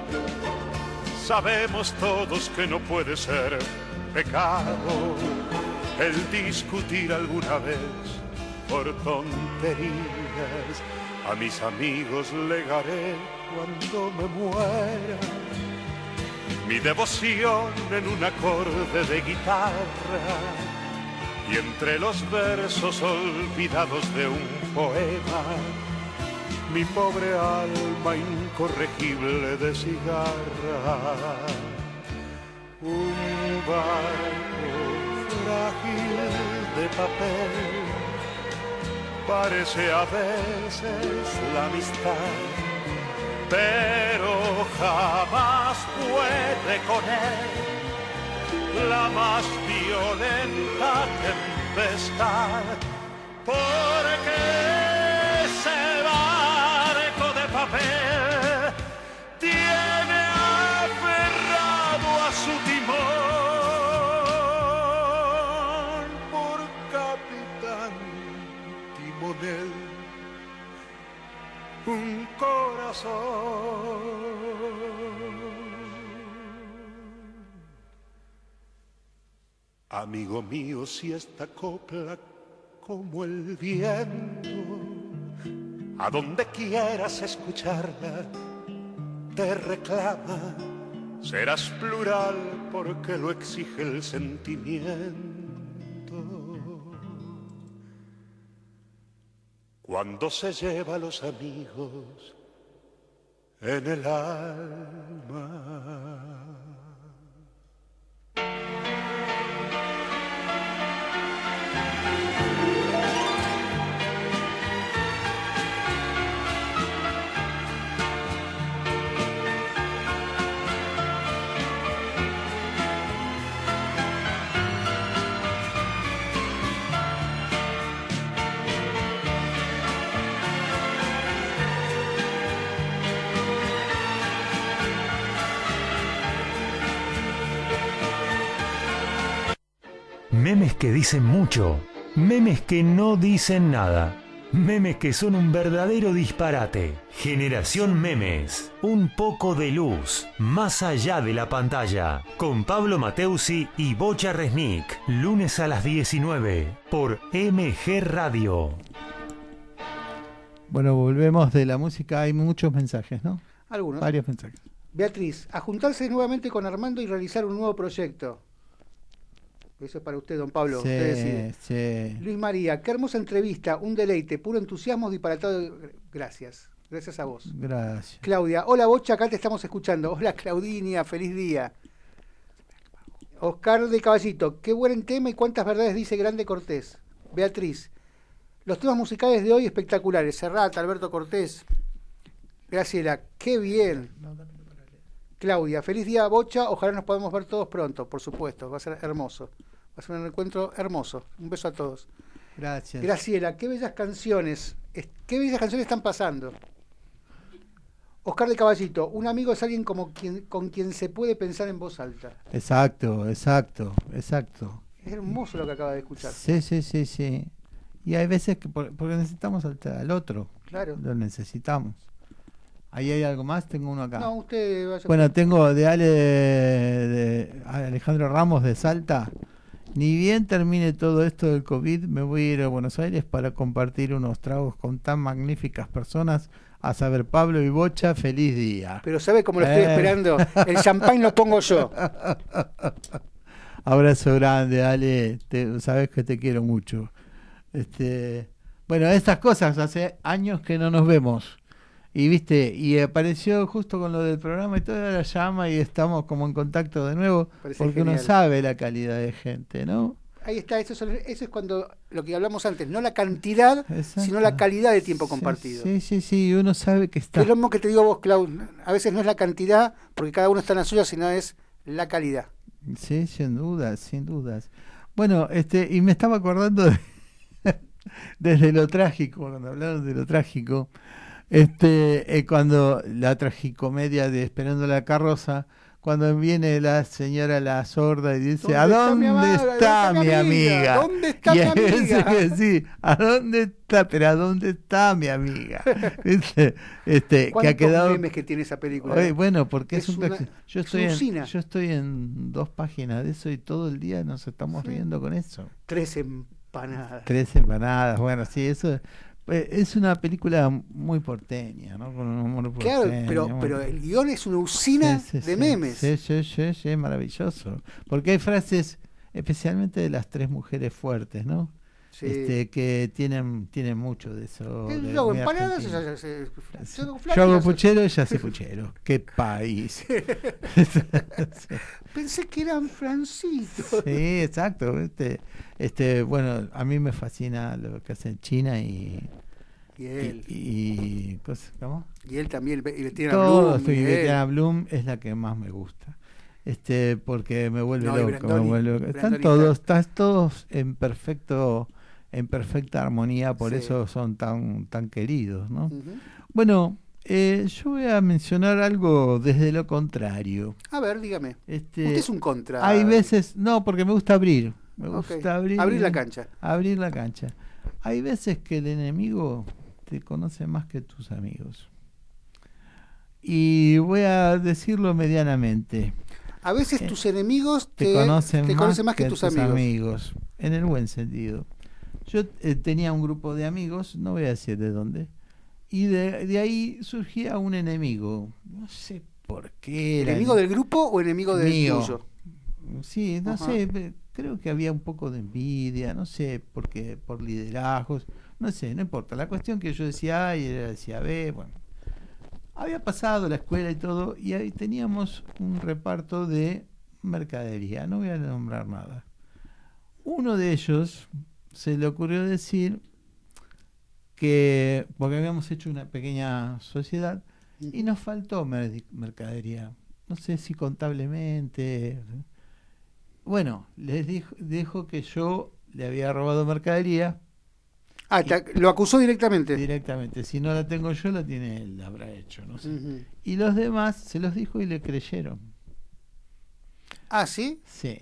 Speaker 11: Sabemos todos que no puede ser pecado el discutir alguna vez por tonterías. A mis amigos legaré cuando me muera mi devoción en un acorde de guitarra, y entre los versos olvidados de un poema, mi pobre alma incorregible de cigarra. Un barco frágil de papel parece a veces la amistad, pero jamás puede con él la más violenta tempestad, porque ese barco de papel tiene aferrado a su timón por capitán timonel un corazón. Amigo mío, si esta copla como el viento, a donde quieras escucharla, te reclama, serás plural porque lo exige el sentimiento. Cuando se lleva a los amigos en el alma.
Speaker 1: Memes que dicen mucho, memes que no dicen nada, memes que son un verdadero disparate. Generación Memes, un poco de luz, más allá de la pantalla, con Pablo Mateusi y Bocha Resnick, lunes a las diecinueve, por M G Radio.
Speaker 2: Bueno, volvemos de la música, hay muchos mensajes, ¿no?
Speaker 3: Algunos.
Speaker 2: Varios mensajes.
Speaker 3: Beatriz, a juntarse nuevamente con Armando y realizar un nuevo proyecto. Eso es para usted, don Pablo.
Speaker 2: Sí,
Speaker 3: usted decide.
Speaker 2: sí.
Speaker 3: Luis María, qué hermosa entrevista, un deleite, puro entusiasmo disparatado. Gracias, gracias a vos.
Speaker 2: Gracias.
Speaker 3: Claudia, hola Bocha, acá te estamos escuchando. Hola Claudinia, feliz día. Oscar de Caballito, qué buen tema y cuántas verdades dice Grande Cortés. Beatriz, los temas musicales de hoy espectaculares. Serrat, Alberto Cortés. Graciela, qué bien. Claudia, feliz día Bocha, ojalá nos podamos ver todos pronto, por supuesto, va a ser hermoso. Va a ser un encuentro hermoso. Un beso a todos.
Speaker 2: Gracias.
Speaker 3: Graciela, qué bellas canciones, qué bellas canciones están pasando. Oscar de Caballito, un amigo es alguien como quien, con quien se puede pensar en voz alta.
Speaker 2: Exacto, exacto, exacto.
Speaker 3: Es hermoso lo que acaba de escuchar.
Speaker 2: Sí, sí, sí, sí. Y hay veces que por, porque necesitamos al, al otro.
Speaker 3: Claro.
Speaker 2: Lo necesitamos. ¿Ahí hay algo más? Tengo uno acá.
Speaker 3: No, usted vaya.
Speaker 2: Bueno, tengo de Ale, de Alejandro Ramos de Salta. Ni bien termine todo esto del COVID, me voy a ir a Buenos Aires para compartir unos tragos con tan magníficas personas, a saber, Pablo y Bocha. Feliz día.
Speaker 3: Pero ¿sabe cómo lo estoy
Speaker 2: Eh.
Speaker 3: esperando? El champán lo pongo yo.
Speaker 2: Abrazo grande, Ale. Te, sabes que te quiero mucho. Este, bueno, estas cosas hace años que no nos vemos. Y viste, y apareció justo con lo del programa y toda la llama y estamos como en contacto de nuevo,
Speaker 3: Parece
Speaker 2: porque
Speaker 3: genial.
Speaker 2: uno sabe la calidad de gente, ¿no?
Speaker 3: Ahí está, eso es, eso es cuando lo que hablamos antes, no la cantidad,
Speaker 2: Exacto.
Speaker 3: sino la calidad de tiempo
Speaker 2: Sí,
Speaker 3: compartido.
Speaker 2: Sí, sí, sí, uno sabe que está.
Speaker 3: Es lo mismo que te digo vos, Clau, a veces no es la cantidad, porque cada uno está en la suya, sino es la calidad.
Speaker 2: Sí, sin dudas, sin dudas. Bueno, este, y me estaba acordando de, desde lo trágico, cuando hablaron de lo trágico, este, eh, cuando la tragicomedia de Esperando la carroza, cuando viene la señora la sorda y dice, ¿a dónde está mi amiga?
Speaker 3: ¿Dónde está mi
Speaker 2: Y hay veces
Speaker 3: amiga?
Speaker 2: que sí, ¿a dónde está? Pero ¿a dónde está mi amiga? ¿Viste? Este, que ha
Speaker 3: ¿Cuántos
Speaker 2: quedado...
Speaker 3: memes que tiene esa película?
Speaker 2: Oye, bueno, porque es,
Speaker 3: Es
Speaker 2: un
Speaker 3: una-
Speaker 2: clásico. yo
Speaker 3: es
Speaker 2: estoy
Speaker 3: una
Speaker 2: en,
Speaker 3: usina.
Speaker 2: yo estoy en dos páginas de eso y todo el día nos estamos
Speaker 3: Sí.
Speaker 2: riendo con eso.
Speaker 3: Tres empanadas.
Speaker 2: Tres empanadas, bueno, sí, eso eh, es una película muy porteña, ¿no? Con un humor
Speaker 3: Claro,
Speaker 2: porteño,
Speaker 3: pero,
Speaker 2: bueno.
Speaker 3: pero el guión es una usina
Speaker 2: Sí, sí,
Speaker 3: de
Speaker 2: sí.
Speaker 3: memes.
Speaker 2: Sí, sí, sí, sí, maravilloso. Porque hay frases, especialmente de las tres mujeres fuertes, ¿no?
Speaker 3: Sí.
Speaker 2: Este, que tienen, tienen mucho de eso.
Speaker 3: El
Speaker 2: de-
Speaker 3: yo hago
Speaker 2: muy
Speaker 3: empanadas,
Speaker 2: argentino.
Speaker 3: ella se-
Speaker 2: Sí.
Speaker 3: yo hago
Speaker 2: Yo
Speaker 3: flan,
Speaker 2: hago
Speaker 3: ella se-
Speaker 2: puchero, ella hace puchero. ¡Qué país! Sí.
Speaker 3: Pensé que eran francitos.
Speaker 2: Sí, exacto. Este, este, bueno, a mí me fascina lo que hace en China y
Speaker 3: Y él.
Speaker 2: y, y cosas, ¿cómo?
Speaker 3: Y él también, y Bettina
Speaker 2: Todo,
Speaker 3: Bloom.
Speaker 2: sí,
Speaker 3: y él.
Speaker 2: Bettina Bloom es la que más me gusta. Este, porque me vuelve
Speaker 3: No, y
Speaker 2: loco, me
Speaker 3: Brandoni,
Speaker 2: vuelve loco. Están
Speaker 3: Brandoni
Speaker 2: todos,
Speaker 3: está-
Speaker 2: están todos en perfecto, en perfecta armonía, por
Speaker 3: Sí.
Speaker 2: eso son tan, tan queridos, ¿no?
Speaker 3: Ujú.
Speaker 2: Bueno, eh, yo voy a mencionar algo desde lo contrario.
Speaker 3: A ver, dígame.
Speaker 2: Este,
Speaker 3: Usted es un contra.
Speaker 2: Hay veces, no, porque me gusta abrir. Me
Speaker 3: Ok.
Speaker 2: gusta abrir.
Speaker 3: Abrir la cancha.
Speaker 2: Abrir la cancha. Hay veces que el enemigo te conoce más que tus amigos. Y voy a decirlo medianamente.
Speaker 3: A veces
Speaker 2: Eh,
Speaker 3: tus enemigos
Speaker 2: Te
Speaker 3: te,
Speaker 2: conocen,
Speaker 3: te
Speaker 2: más,
Speaker 3: conocen más que,
Speaker 2: que
Speaker 3: tus amigos.
Speaker 2: en el buen sentido. Yo eh, tenía un grupo de amigos, no voy a decir de dónde, y de, de ahí surgía un enemigo. No sé por qué. era
Speaker 3: ¿Enemigo del grupo o enemigo del
Speaker 2: mío.
Speaker 3: tuyo?
Speaker 2: Sí, no
Speaker 3: Ajá.
Speaker 2: sé, pe- creo que había un poco de envidia, no sé, porque por liderazgos, no sé, no importa. La cuestión que yo decía A y él decía B, bueno. Había pasado la escuela y todo, y ahí teníamos un reparto de mercadería, no voy a nombrar nada. Uno de ellos se le ocurrió decir que, porque habíamos hecho una pequeña sociedad, y nos faltó mer- mercadería, no sé si contablemente. Bueno, les dijo, dijo que yo le había robado mercadería.
Speaker 3: Ah, te- lo acusó directamente.
Speaker 2: Directamente, si no la tengo yo, la tiene él, la habrá hecho, no sé.
Speaker 3: Ujú.
Speaker 2: Y los demás se los dijo y le creyeron.
Speaker 3: Ah, ¿sí?
Speaker 2: Sí.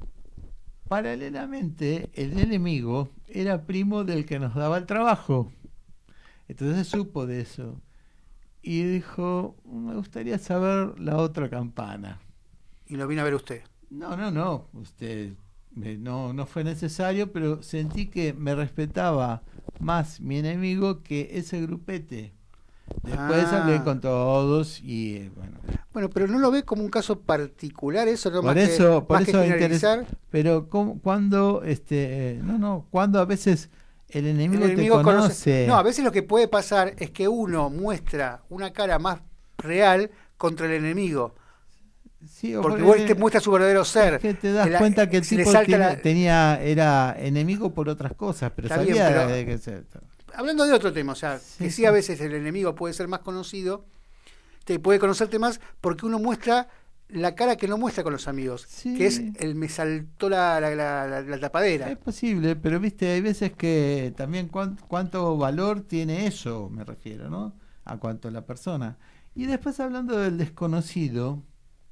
Speaker 2: Paralelamente, el enemigo era primo del que nos daba el trabajo. Entonces supo de eso. Y dijo, me gustaría saber la otra campana.
Speaker 3: Y lo vino a ver usted.
Speaker 2: No, no, no. Usted eh, no, no fue necesario, pero sentí que me respetaba más mi enemigo que ese grupete. Después
Speaker 3: Ah.
Speaker 2: hablé con todos y eh, bueno.
Speaker 3: Bueno, pero no lo ve como un caso particular eso, no
Speaker 2: Por
Speaker 3: más
Speaker 2: eso,
Speaker 3: que,
Speaker 2: por
Speaker 3: más que
Speaker 2: eso
Speaker 3: generalizar.
Speaker 2: interesa. Pero ¿cómo- cuando, este, eh, no, no, cuando a veces el enemigo,
Speaker 3: El enemigo
Speaker 2: te
Speaker 3: conoce-
Speaker 2: conoce.
Speaker 3: No, a veces lo que puede pasar es que uno muestra una cara más real contra el enemigo.
Speaker 2: Sí, o
Speaker 3: Porque
Speaker 2: porque-
Speaker 3: vos te muestra su verdadero ser.
Speaker 2: Es que te das
Speaker 3: Que la-
Speaker 2: cuenta que el
Speaker 3: se le
Speaker 2: tipo
Speaker 3: salta
Speaker 2: tiene-
Speaker 3: la-
Speaker 2: tenía, era enemigo por otras cosas, pero
Speaker 3: Está bien,
Speaker 2: sabía
Speaker 3: pero-
Speaker 2: de que se-
Speaker 3: Hablando de otro tema, o sea,
Speaker 2: Sí,
Speaker 3: que sí,
Speaker 2: sí.
Speaker 3: a veces el enemigo puede ser más conocido, te puede conocerte más porque uno muestra la cara que no muestra con los amigos,
Speaker 2: Sí.
Speaker 3: que es el me saltó la, la, la- la- la tapadera.
Speaker 2: Es posible, pero viste, hay veces que también cuán- cuánto valor tiene eso, me refiero, ¿no? A cuanto a la persona. Y después hablando del desconocido,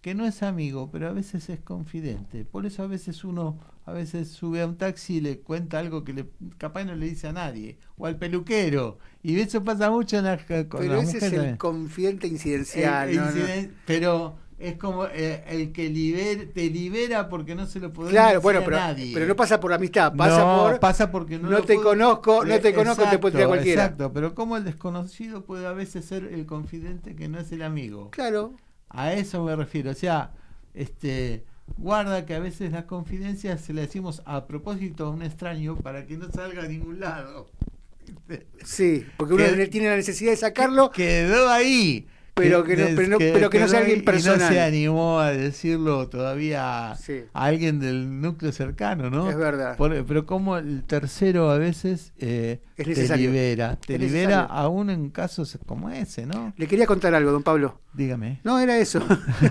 Speaker 2: que no es amigo, pero a veces es confidente. Por eso a veces uno a veces sube a un taxi y le cuenta algo que le, capaz no le dice a nadie, o al peluquero, y eso pasa mucho en la, con
Speaker 3: pero
Speaker 2: las
Speaker 3: ese es
Speaker 2: mujeres
Speaker 3: el
Speaker 2: también.
Speaker 3: confidente incidencial.
Speaker 2: El-
Speaker 3: ¿no?
Speaker 2: inciden-
Speaker 3: ¿no?
Speaker 2: Pero es como eh, el que liber, te libera porque no se lo podés
Speaker 3: Claro,
Speaker 2: decir
Speaker 3: bueno,
Speaker 2: a
Speaker 3: pero,
Speaker 2: nadie.
Speaker 3: pero no pasa por amistad, pasa
Speaker 2: No,
Speaker 3: por...
Speaker 2: pasa porque no,
Speaker 3: no
Speaker 2: lo
Speaker 3: te
Speaker 2: puedo-
Speaker 3: conozco, no te
Speaker 2: Eh,
Speaker 3: conozco, te puede tirar
Speaker 2: exacto,
Speaker 3: cualquiera.
Speaker 2: Exacto, pero como el desconocido puede a veces ser el confidente que no es el amigo.
Speaker 3: Claro.
Speaker 2: A eso me refiero, o sea, este, guarda que a veces las confidencias se le decimos a propósito a un extraño para que no salga a ningún lado.
Speaker 3: Sí, porque uno
Speaker 2: Que-
Speaker 3: tiene la necesidad de sacarlo,
Speaker 2: Quedó ahí.
Speaker 3: pero que no,
Speaker 2: des-
Speaker 3: pero no, pero que no sea
Speaker 2: quedó ahí
Speaker 3: alguien
Speaker 2: y no
Speaker 3: personal.
Speaker 2: se animó a decirlo todavía a,
Speaker 3: Sí.
Speaker 2: a alguien del núcleo cercano, ¿no?
Speaker 3: Es verdad.
Speaker 2: Por- pero como el tercero a veces eh,
Speaker 3: Es
Speaker 2: te
Speaker 3: necesario.
Speaker 2: libera, te
Speaker 3: Es
Speaker 2: libera
Speaker 3: necesario.
Speaker 2: aún en casos como ese, ¿no?
Speaker 3: Le quería contar algo, don Pablo.
Speaker 2: Dígame.
Speaker 3: No, era eso.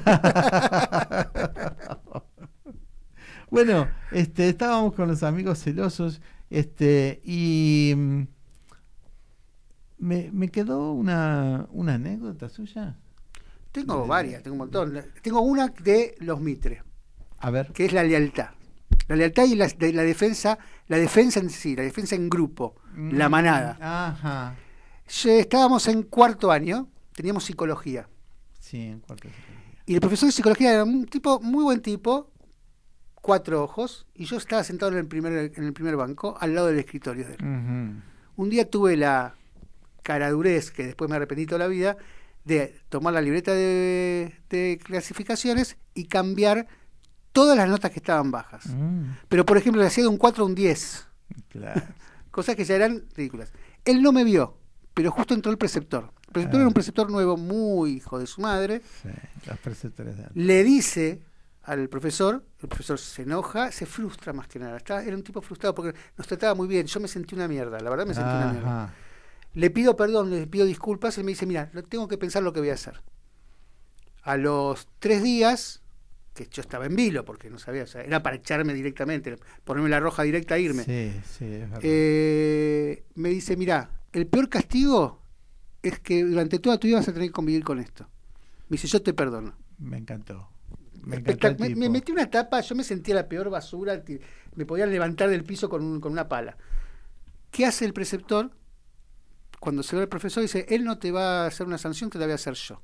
Speaker 2: Bueno, este, estábamos con los amigos celosos, este, y mm, me, me quedó una, una anécdota suya.
Speaker 3: Tengo varias, tengo un montón. Tengo una de los Mitre,
Speaker 2: A ver.
Speaker 3: que es la lealtad. La lealtad y la, de la defensa, la defensa en sí, la defensa en grupo, la manada.
Speaker 2: Ajá.
Speaker 3: Ye- Estábamos en cuarto año, teníamos psicología.
Speaker 2: Sí, en cuarto de psicología.
Speaker 3: Y el profesor de psicología era un tipo, muy buen tipo, cuatro ojos, y yo estaba sentado en el primer, en el primer banco, al lado del escritorio de él.
Speaker 2: Ujú.
Speaker 3: Un día tuve la caradurez, que después me arrepentí toda la vida, de tomar la libreta de, de clasificaciones y cambiar todas las notas que estaban bajas.
Speaker 2: Mm,
Speaker 3: Pero, por ejemplo, le hacía de un cuatro a un diez,
Speaker 2: claro.
Speaker 3: cosas que ya eran ridículas. Él no me vio, pero justo entró el preceptor. El preceptor
Speaker 2: Ah.
Speaker 3: era un preceptor nuevo, muy hijo de su madre.
Speaker 2: Sí, los preceptores de antes.
Speaker 3: Le dice al profesor, el profesor se enoja, se frustra más que nada. Estaba, era un tipo frustrado porque nos trataba muy bien. Yo me sentí una mierda, la verdad me sentí una mierda.
Speaker 2: Ajá.
Speaker 3: Le pido perdón, le pido disculpas, él me dice, mira, lo- tengo que pensar lo que voy a hacer. A los tres días, que yo estaba en vilo, porque no sabía, o sea, era para echarme directamente, ponerme la roja directa e irme.
Speaker 2: Sí, sí, es verdad.
Speaker 3: Eh, me dice, mira, el peor castigo es que durante toda tu vida vas a tener que convivir con esto. Me dice, yo te perdono.
Speaker 2: Me encantó. Me, encantó el
Speaker 3: Espectac- me,
Speaker 2: tipo.
Speaker 3: me metí una tapa, yo me sentía la peor basura, que me podían levantar del piso con, un- con una pala. ¿Qué hace el preceptor? Cuando se ve el profesor dice, él no te va a hacer una sanción, te la voy a hacer yo.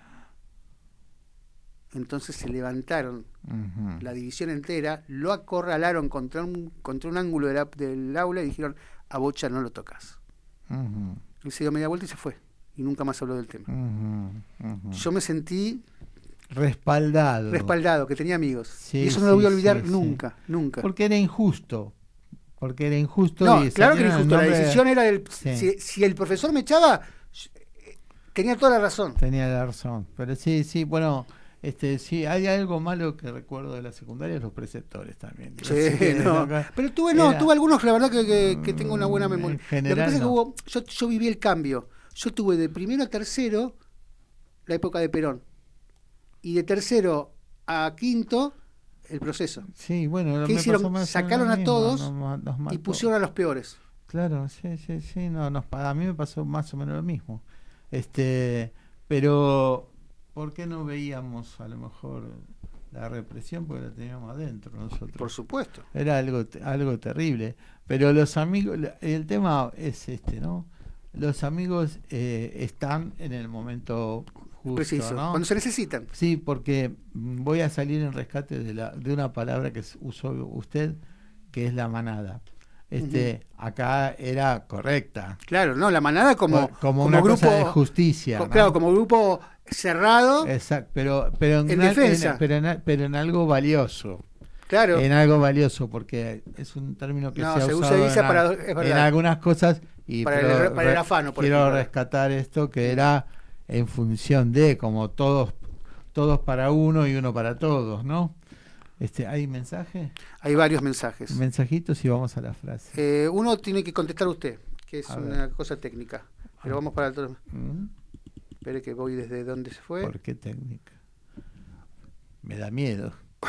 Speaker 3: Entonces se levantaron
Speaker 2: Ujú.
Speaker 3: la división entera, lo acorralaron contra un, contra un ángulo de la- del aula y dijeron, a Bocha no lo tocas.
Speaker 2: Ujú.
Speaker 3: Él se dio media vuelta y se fue. Y nunca más habló del tema.
Speaker 2: Ujú. Ujú.
Speaker 3: Yo me sentí
Speaker 2: Respaldado.
Speaker 3: respaldado, que tenía amigos.
Speaker 2: Sí,
Speaker 3: y eso no lo voy a
Speaker 2: sí,
Speaker 3: olvidar
Speaker 2: sí, sí.
Speaker 3: nunca, nunca.
Speaker 2: Porque era injusto. Porque era injusto.
Speaker 3: No,
Speaker 2: y
Speaker 3: claro que
Speaker 2: salieron
Speaker 3: era
Speaker 2: en
Speaker 3: injusto. La
Speaker 2: nombre de-
Speaker 3: decisión era del.
Speaker 2: Sí.
Speaker 3: Si, si el profesor me echaba, eh, tenía toda la razón.
Speaker 2: Tenía la razón. Pero sí, sí, bueno, este, sí, hay algo malo que recuerdo de la secundaria, los preceptores también.
Speaker 3: Sí,
Speaker 2: Así que,
Speaker 3: no.
Speaker 2: no,
Speaker 3: Pero tuve, no,
Speaker 2: era-
Speaker 3: tuve algunos, la verdad, que, que- que tengo una buena
Speaker 2: Mm,
Speaker 3: memoria.
Speaker 2: en general,
Speaker 3: Lo que pasa es que
Speaker 2: no.
Speaker 3: hubo, yo, yo viví el cambio. Yo tuve de primero a tercero la época de Perón. Y de tercero a quinto, el proceso.
Speaker 2: Sí, bueno,
Speaker 3: ¿Qué
Speaker 2: me
Speaker 3: hicieron?
Speaker 2: pasó más o
Speaker 3: Sacaron
Speaker 2: menos
Speaker 3: a
Speaker 2: lo mismo,
Speaker 3: todos
Speaker 2: nos ma- nos
Speaker 3: y
Speaker 2: mató.
Speaker 3: pusieron a los peores.
Speaker 2: Claro, sí, sí, sí, no, nos, pa- a mí me pasó más o menos lo mismo. Este, pero ¿por qué no veíamos a lo mejor la represión? Porque la teníamos adentro nosotros.
Speaker 3: Por supuesto.
Speaker 2: Era algo te- algo terrible. Pero los amigos, la- el tema es este, ¿no? Los amigos eh, están en el momento justo,
Speaker 3: Preciso.
Speaker 2: ¿no?
Speaker 3: Cuando se necesitan.
Speaker 2: Sí, porque mm, voy a salir en rescate de la de una palabra que s- usó usted, que es la manada. Este, acá era correcta.
Speaker 3: Claro, no, la manada como,
Speaker 2: Co- como una
Speaker 3: grupo
Speaker 2: cosa de justicia,
Speaker 3: co-
Speaker 2: ¿no?
Speaker 3: Claro, como grupo cerrado.
Speaker 2: Exacto, pero pero en,
Speaker 3: En
Speaker 2: al-
Speaker 3: defensa.
Speaker 2: en- pero, en, a- pero en algo valioso.
Speaker 3: Claro.
Speaker 2: En algo valioso, porque es un término que
Speaker 3: No,
Speaker 2: se ha
Speaker 3: se usa-
Speaker 2: usado
Speaker 3: dice
Speaker 2: en,
Speaker 3: para-
Speaker 2: al-
Speaker 3: es verdad.
Speaker 2: en algunas cosas y
Speaker 3: Para el
Speaker 2: pero
Speaker 3: re- para el
Speaker 2: re-
Speaker 3: afano, por
Speaker 2: quiero
Speaker 3: ejemplo.
Speaker 2: rescatar esto que era en función de como todos todos para uno y uno para todos, ¿no? Este, ¿hay mensaje?
Speaker 3: Hay varios mensajes.
Speaker 2: Mensajitos y vamos a la frase.
Speaker 3: Eh, uno tiene que contestar usted, que es
Speaker 2: A
Speaker 3: una
Speaker 2: ver.
Speaker 3: cosa técnica. Pero vamos para el otro.
Speaker 2: ¿Mm?
Speaker 3: Espere que voy desde dónde se fue.
Speaker 2: ¿Por qué técnica? Me da miedo.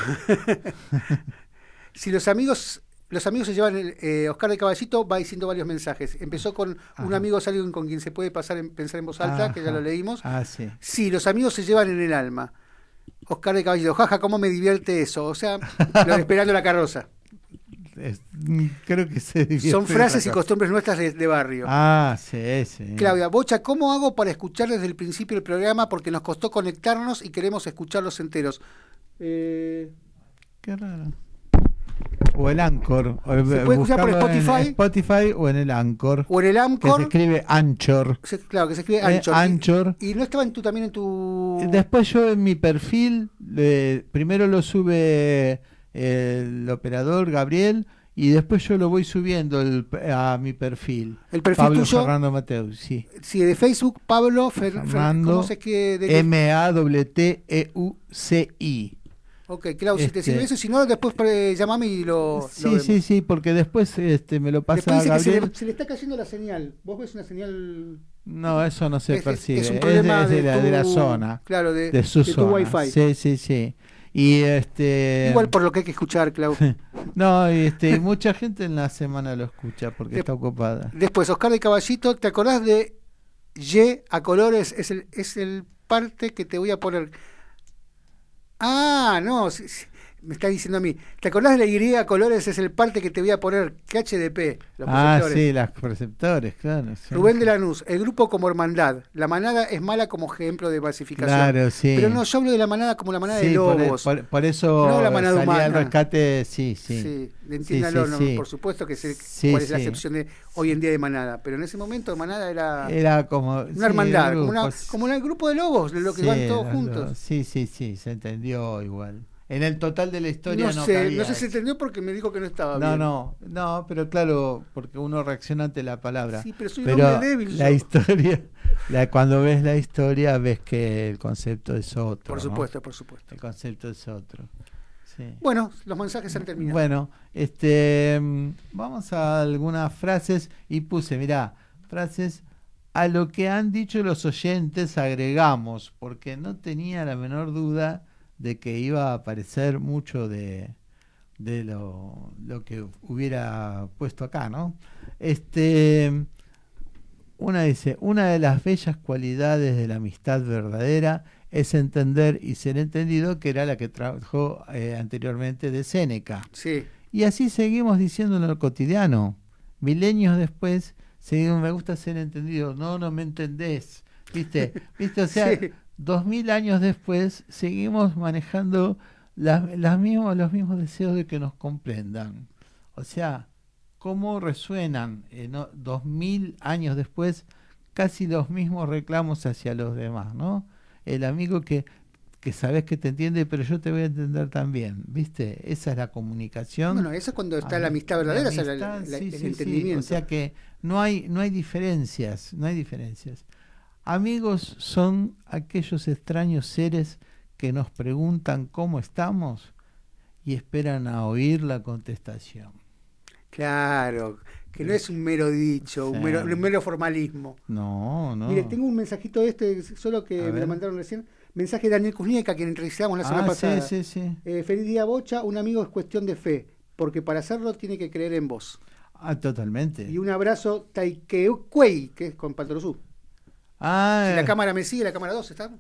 Speaker 3: Si los amigos los amigos se llevan, el, eh, Oscar de Caballito va diciendo varios mensajes. Empezó con un
Speaker 2: Ajá.
Speaker 3: amigo es alguien con quien se puede pasar en, pensar en voz alta, que ya
Speaker 2: Ajá.
Speaker 3: lo leímos.
Speaker 2: Ah, sí.
Speaker 3: Sí, los amigos se llevan en el alma. Oscar de Caballito, jaja, cómo me divierte eso. O sea, lo de esperando la carroza.
Speaker 2: Es, creo que se divierte.
Speaker 3: Son frases y costumbres nuestras de, de barrio.
Speaker 2: Ah, sí, sí.
Speaker 3: Claudia, Bocha, ¿cómo hago para escuchar desde el principio el programa? Porque nos costó conectarnos y queremos escucharlos enteros. Eh...
Speaker 2: Qué raro. O el Anchor. O
Speaker 3: se puede escuchar por Spotify.
Speaker 2: En Spotify o en el Anchor.
Speaker 3: O en el Anchor.
Speaker 2: Que se escribe Anchor.
Speaker 3: Se, claro, que se escribe Anchor.
Speaker 2: Eh, Anchor.
Speaker 3: Y, y no estaba en tu, también en tu...
Speaker 2: Después yo en mi perfil, eh, primero lo sube el operador Gabriel y después yo lo voy subiendo el, a mi perfil.
Speaker 3: El perfil
Speaker 2: Pablo
Speaker 3: tuyo.
Speaker 2: Fernando Mateus, sí.
Speaker 3: Sí, de Facebook, Pablo Fer,
Speaker 2: Fernando.
Speaker 3: ¿Cómo se escribe?
Speaker 2: M A W T E U C I.
Speaker 3: Ok, claro,
Speaker 2: este,
Speaker 3: si te sirve eso, si no, después eh, llamame y lo.
Speaker 2: Sí,
Speaker 3: lo
Speaker 2: sí, sí, porque después este, me lo pasa a Gabriel.
Speaker 3: Se le, se le está cayendo la señal. ¿Vos ves una señal?
Speaker 2: No, eso no se
Speaker 3: es,
Speaker 2: percibe.
Speaker 3: Es, es un problema
Speaker 2: es de, de,
Speaker 3: de,
Speaker 2: la,
Speaker 3: tu,
Speaker 2: de la zona.
Speaker 3: Claro, de,
Speaker 2: de su
Speaker 3: de
Speaker 2: zona.
Speaker 3: Tu Wi-Fi.
Speaker 2: Sí, sí, sí. Y este.
Speaker 3: Igual por lo que hay que escuchar, Clau.
Speaker 2: No, y este, mucha gente en la semana lo escucha porque de, está ocupada.
Speaker 3: Después, Oscar de Caballito, ¿te acordás de Y a colores? Es el, es el parte que te voy a poner. Ah, no, sí, sí. Me está diciendo a mí, ¿te acordás de la Y a colores? Es el parte que te voy a poner, que H D P, los
Speaker 2: ah, sí, las receptores, claro. Sí.
Speaker 3: Rubén de Lanús, el grupo como hermandad. La manada es mala como ejemplo de basificación.
Speaker 2: Claro, sí.
Speaker 3: Pero no, yo hablo de la manada como la manada
Speaker 2: sí,
Speaker 3: de lobos.
Speaker 2: Por, por, por eso
Speaker 3: no la manada
Speaker 2: salía
Speaker 3: humana.
Speaker 2: al rescate, sí, sí.
Speaker 3: Sí, entiéndalo,
Speaker 2: sí, sí,
Speaker 3: no,
Speaker 2: sí.
Speaker 3: por supuesto que sé
Speaker 2: sí,
Speaker 3: cuál es
Speaker 2: sí.
Speaker 3: la acepción de hoy en día de manada. Pero en ese momento manada era,
Speaker 2: era como
Speaker 3: una
Speaker 2: sí,
Speaker 3: hermandad,
Speaker 2: grupo,
Speaker 3: como, una, como un grupo de lobos, de lo que
Speaker 2: sí,
Speaker 3: van todos juntos.
Speaker 2: Lo, sí, sí, sí, se entendió igual. En el total de la historia
Speaker 3: no,
Speaker 2: no
Speaker 3: sé,
Speaker 2: cabía
Speaker 3: no sé si
Speaker 2: eso.
Speaker 3: entendió porque me dijo que no estaba
Speaker 2: no,
Speaker 3: bien.
Speaker 2: No, no, pero claro, porque uno reacciona ante la palabra.
Speaker 3: Sí, pero soy un
Speaker 2: pero
Speaker 3: hombre débil.
Speaker 2: La
Speaker 3: yo.
Speaker 2: historia, la, cuando ves la historia ves que el concepto es otro.
Speaker 3: Por supuesto,
Speaker 2: ¿no?
Speaker 3: por supuesto.
Speaker 2: El concepto es otro. Sí.
Speaker 3: Bueno, los mensajes han terminado.
Speaker 2: Bueno, este, vamos a algunas frases y puse, mirá, frases a lo que han dicho los oyentes agregamos, porque no tenía la menor duda de que iba a aparecer mucho de, de lo, lo que hubiera puesto acá, ¿no? Este, una dice, una de las bellas cualidades de la amistad verdadera es entender y ser entendido, que era la que trabajó eh, anteriormente de Séneca.
Speaker 3: Sí.
Speaker 2: Y así seguimos diciendo en lo cotidiano. Milenios después, seguimos, me gusta ser entendido. No, no me entendés. ¿Viste? ¿Viste? O sea, sí. Dos mil años después seguimos manejando las, las mismos, los mismos deseos de que nos comprendan. O sea, cómo resuenan eh, ¿no? dos mil años después casi los mismos reclamos hacia los demás, ¿no? El amigo que, que sabes que te entiende, pero yo te voy a entender también, ¿viste? Esa es la comunicación.
Speaker 3: Bueno, eso es cuando está ah, la amistad verdadera,
Speaker 2: la amistad,
Speaker 3: o sea, la, la,
Speaker 2: sí,
Speaker 3: el
Speaker 2: sí,
Speaker 3: entendimiento.
Speaker 2: Sí. O sea que no hay, no hay diferencias, no hay diferencias. Amigos son aquellos extraños seres que nos preguntan cómo estamos y esperan a oír la contestación.
Speaker 3: Claro, que no es un mero dicho, sí. un, mero, un mero formalismo.
Speaker 2: No, no.
Speaker 3: Mire, tengo un mensajito de este, solo que me lo mandaron recién. Mensaje de Daniel Kuzniek, a quien entrevistamos la semana
Speaker 2: ah,
Speaker 3: pasada.
Speaker 2: Sí, sí, sí.
Speaker 3: Eh, feliz día, Bocha. Un amigo es cuestión de fe, porque para hacerlo tiene que creer en vos.
Speaker 2: Ah, totalmente.
Speaker 3: Y un abrazo, Taikeuquei, que es con Patrosú.
Speaker 2: Ah,
Speaker 3: si la cámara me sigue, la cámara dos está.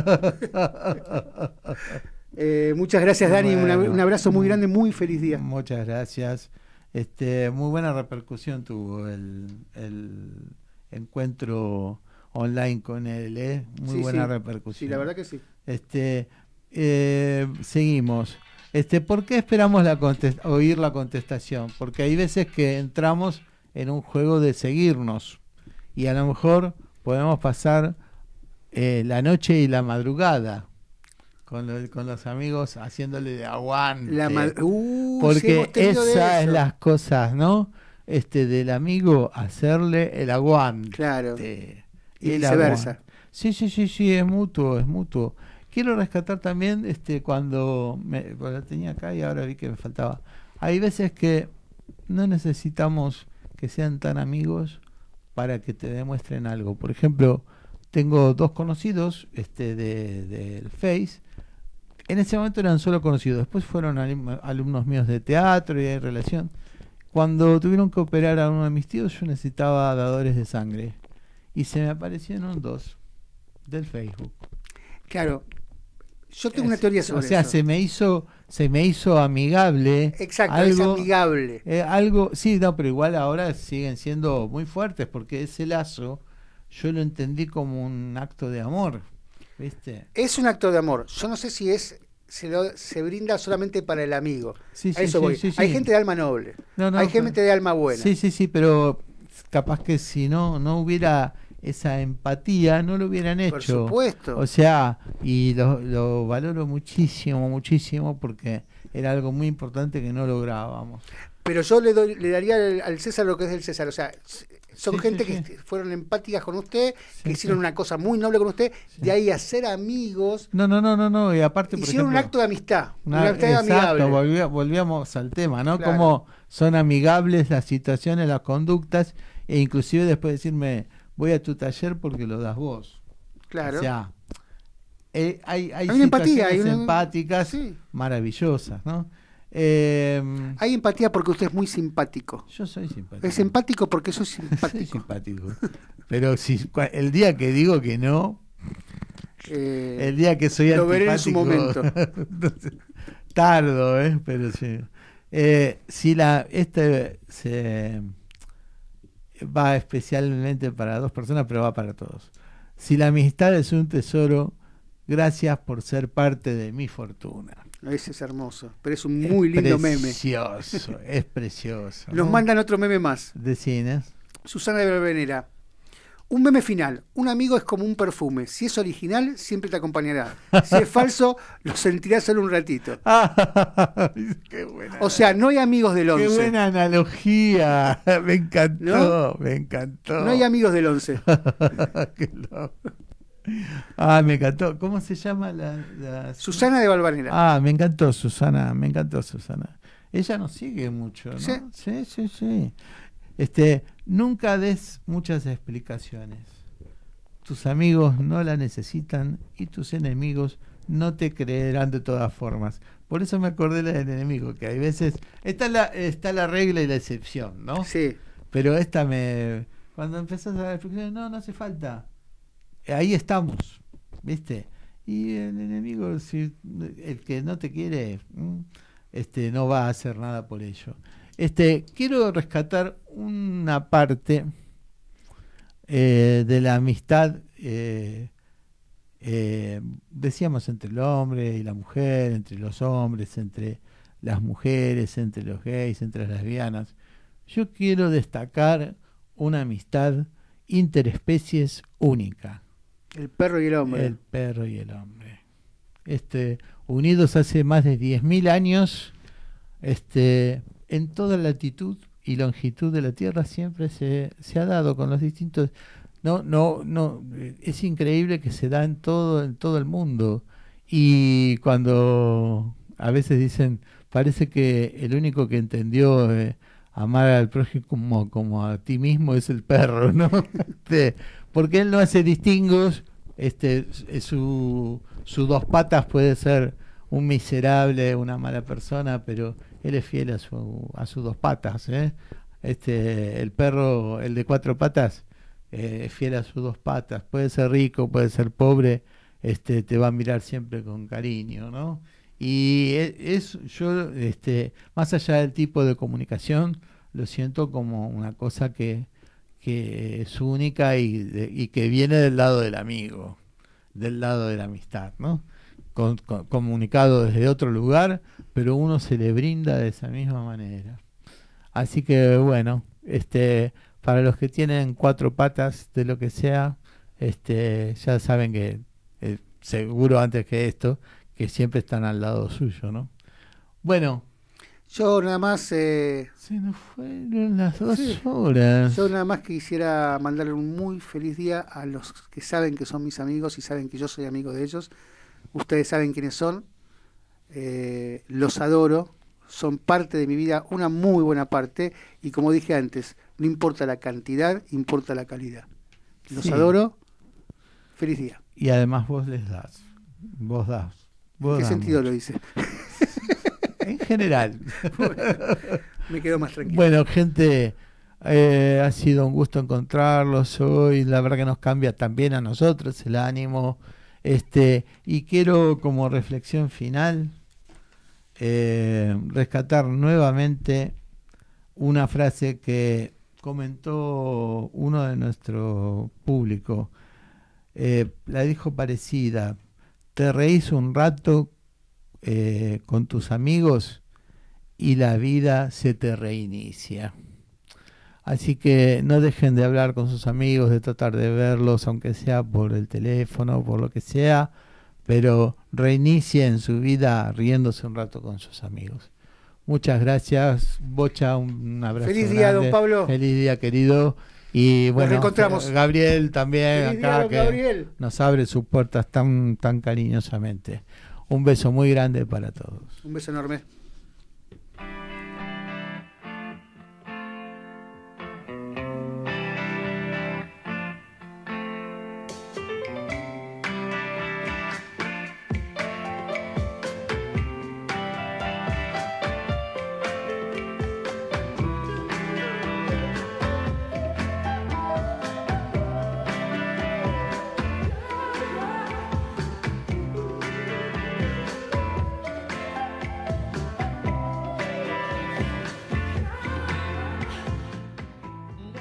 Speaker 3: eh, muchas gracias, Dani. Bueno, una, un abrazo muy grande, muy feliz día.
Speaker 2: Muchas gracias. Este, muy buena repercusión tuvo el, el encuentro online con él, ¿eh? Muy
Speaker 3: sí,
Speaker 2: buena
Speaker 3: sí.
Speaker 2: repercusión.
Speaker 3: Sí, la verdad que sí.
Speaker 2: Este, eh, seguimos. Este, ¿por qué esperamos la contest- oír la contestación? Porque hay veces que entramos en un juego de seguirnos y a lo mejor podemos pasar eh, la noche y la madrugada con, lo, con los amigos haciéndole de aguante.
Speaker 3: La uh,
Speaker 2: porque
Speaker 3: sí,
Speaker 2: esas es las cosas, ¿no? Este, del amigo hacerle el aguante.
Speaker 3: Claro.
Speaker 2: Y
Speaker 3: viceversa.
Speaker 2: Aguante. Sí, sí, sí, sí, es mutuo, es mutuo. Quiero rescatar también este cuando me la tenía acá y ahora vi que me faltaba. Hay veces que no necesitamos que sean tan amigos para que te demuestren algo. Por ejemplo, tengo dos conocidos este de del Face. En ese momento eran solo conocidos, después fueron alumnos míos de teatro y de relación. Cuando tuvieron que operar a uno de mis tíos, yo necesitaba dadores de sangre y se me aparecieron dos del Facebook.
Speaker 3: Claro, Yo tengo una teoría sobre
Speaker 2: eso. O sea,
Speaker 3: eso.
Speaker 2: se me hizo, se me hizo amigable.
Speaker 3: Exacto,
Speaker 2: algo,
Speaker 3: es amigable.
Speaker 2: Eh, algo, sí, no, pero igual ahora siguen siendo muy fuertes porque ese lazo yo lo entendí como un acto de amor, ¿viste?
Speaker 3: Es un acto de amor. Yo no sé si es se, lo, se brinda solamente para el amigo.
Speaker 2: Sí,
Speaker 3: a
Speaker 2: sí,
Speaker 3: eso
Speaker 2: sí,
Speaker 3: voy.
Speaker 2: sí, sí.
Speaker 3: Hay gente de alma noble.
Speaker 2: No, no,
Speaker 3: Hay
Speaker 2: pero,
Speaker 3: gente de alma buena.
Speaker 2: Sí, sí, sí, pero capaz que si no no hubiera esa empatía, no lo hubieran hecho.
Speaker 3: Por supuesto.
Speaker 2: O sea, y lo, lo valoro muchísimo, muchísimo, porque era algo muy importante que no lográbamos.
Speaker 3: Pero yo le doy, le daría al, al César lo que es del César. O sea, son
Speaker 2: sí,
Speaker 3: gente
Speaker 2: sí,
Speaker 3: que
Speaker 2: sí.
Speaker 3: fueron empáticas con usted,
Speaker 2: Sí,
Speaker 3: que hicieron
Speaker 2: sí.
Speaker 3: una cosa muy noble con usted,
Speaker 2: Sí.
Speaker 3: de ahí a ser amigos.
Speaker 2: No, no, no, no, no, y aparte, por
Speaker 3: Hicieron
Speaker 2: ejemplo,
Speaker 3: un acto de amistad.
Speaker 2: una-
Speaker 3: un acto
Speaker 2: exacto,
Speaker 3: amigable.
Speaker 2: volvía- volvíamos al tema, ¿no?
Speaker 3: Claro.
Speaker 2: Cómo son amigables las situaciones, las conductas, e inclusive después decirme, voy a tu taller porque lo das vos.
Speaker 3: Claro.
Speaker 2: O sea, eh, hay, hay,
Speaker 3: Hay una empatía,
Speaker 2: situaciones
Speaker 3: hay una-
Speaker 2: empáticas
Speaker 3: sí.
Speaker 2: maravillosas, ¿no? Eh,
Speaker 3: Hay empatía porque usted es muy simpático.
Speaker 2: yo soy simpático.
Speaker 3: Es empático porque soy
Speaker 2: Soy
Speaker 3: simpático.
Speaker 2: simpático. Pero si cua- el día que digo que no,
Speaker 3: Eh,
Speaker 2: el día que soy
Speaker 3: lo veré en su
Speaker 2: antipático,
Speaker 3: momento.
Speaker 2: entonces, tardo, ¿eh? Pero sí. Eh, si la este se va especialmente para dos personas, pero va para todos. Si la amistad es un tesoro, gracias por ser parte de mi fortuna.
Speaker 3: Ese es hermoso. Pero es un muy lindo meme.
Speaker 2: Precioso, es precioso.
Speaker 3: Nos
Speaker 2: ¿no?
Speaker 3: mandan otro meme más.
Speaker 2: De cines.
Speaker 3: Susana de Valvanera. Un meme final. Un amigo es como un perfume. Si es original, siempre te acompañará. Si es falso, lo sentirás solo un ratito.
Speaker 2: Qué buena.
Speaker 3: O sea, no hay amigos del
Speaker 2: Qué
Speaker 3: once.
Speaker 2: buena analogía. Me encantó,
Speaker 3: ¿No?
Speaker 2: me encantó.
Speaker 3: No hay amigos del once.
Speaker 2: Qué loco. Ah, me encantó. ¿Cómo se llama la, la-
Speaker 3: Susana de Valvanera.
Speaker 2: Ah, me encantó Susana, me encantó Susana. Ella nos sigue mucho, ¿no?
Speaker 3: Sí.
Speaker 2: Sí, sí, sí. Este, nunca des muchas explicaciones. Tus amigos no la necesitan y tus enemigos no te creerán de todas formas. Por eso me acordé la del enemigo, que hay veces está la está la regla y la excepción, ¿no?
Speaker 3: Sí.
Speaker 2: Pero esta me cuando empezás a dar explicaciones, no, no hace falta. Ahí estamos, ¿viste? Y el enemigo, si el que no te quiere, este no va a hacer nada por ello. Este, quiero rescatar una parte eh, de la amistad, eh, eh, decíamos, entre el hombre y la mujer, entre los hombres, entre las mujeres, entre los gays, entre las lesbianas. Yo quiero destacar una amistad interespecies única.
Speaker 3: El perro y el hombre.
Speaker 2: El perro y el hombre. Este, unidos hace más de diez mil años, este, en toda latitud y longitud de la Tierra siempre se, se ha dado con los distintos. No, no, no. Es increíble que se da en todo, en todo el mundo. Y cuando a veces dicen, parece que el único que entendió eh, amar al prójimo como, como a ti mismo es el perro, ¿no? Este, porque él no hace distingos, este, su, su dos patas puede ser un miserable, una mala persona, pero él es fiel a su, a sus dos patas, ¿eh? Este, el perro, el de cuatro patas, eh, es fiel a sus dos patas, puede ser rico, puede ser pobre, este, te va a mirar siempre con cariño, ¿no? Y es, yo, este, más allá del tipo de comunicación, lo siento como una cosa que que es única y, de, y que viene del lado del amigo, del lado de la amistad, ¿no? Con, con, comunicado desde otro lugar, pero uno se le brinda de esa misma manera. Así que bueno, este, para los que tienen cuatro patas de lo que sea, este, ya saben que eh, seguro antes que esto, que siempre están al lado suyo, ¿no? Bueno.
Speaker 3: Yo nada más... Eh,
Speaker 2: Se nos fueron las dos
Speaker 3: sí,
Speaker 2: horas.
Speaker 3: Yo nada más quisiera mandarle un muy feliz día a los que saben que son mis amigos y saben que yo soy amigo de ellos. Ustedes saben quiénes son. Eh, los adoro. Son parte de mi vida, una muy buena parte. Y como dije antes, no importa la cantidad, importa la calidad. Los
Speaker 2: sí.
Speaker 3: adoro. Feliz día.
Speaker 2: Y además vos les das. Vos das. Vos
Speaker 3: ¿En qué
Speaker 2: damos.
Speaker 3: sentido lo dice?
Speaker 2: En general.
Speaker 3: Bueno, me quedo más tranquilo.
Speaker 2: Bueno, gente, eh, ha sido un gusto encontrarlos hoy. La verdad que nos cambia también a nosotros el ánimo. Este, y quiero como reflexión final eh, rescatar nuevamente una frase que comentó uno de nuestro público. Eh, la dijo parecida: te reís un rato eh, con tus amigos y la vida se te reinicia. Así que no dejen de hablar con sus amigos, de tratar de verlos, aunque sea por el teléfono, por lo que sea, pero reinicien su vida riéndose un rato con sus amigos. Muchas gracias, Bocha, un abrazo.
Speaker 3: Feliz día,
Speaker 2: grande.
Speaker 3: don Pablo.
Speaker 2: Feliz día, querido. Y bueno,
Speaker 3: nos reencontramos.
Speaker 2: Gabriel también,
Speaker 3: Feliz
Speaker 2: acá
Speaker 3: día, don
Speaker 2: que
Speaker 3: Gabriel.
Speaker 2: nos abre sus puertas tan, tan cariñosamente. Un beso muy grande para todos.
Speaker 3: Un beso enorme.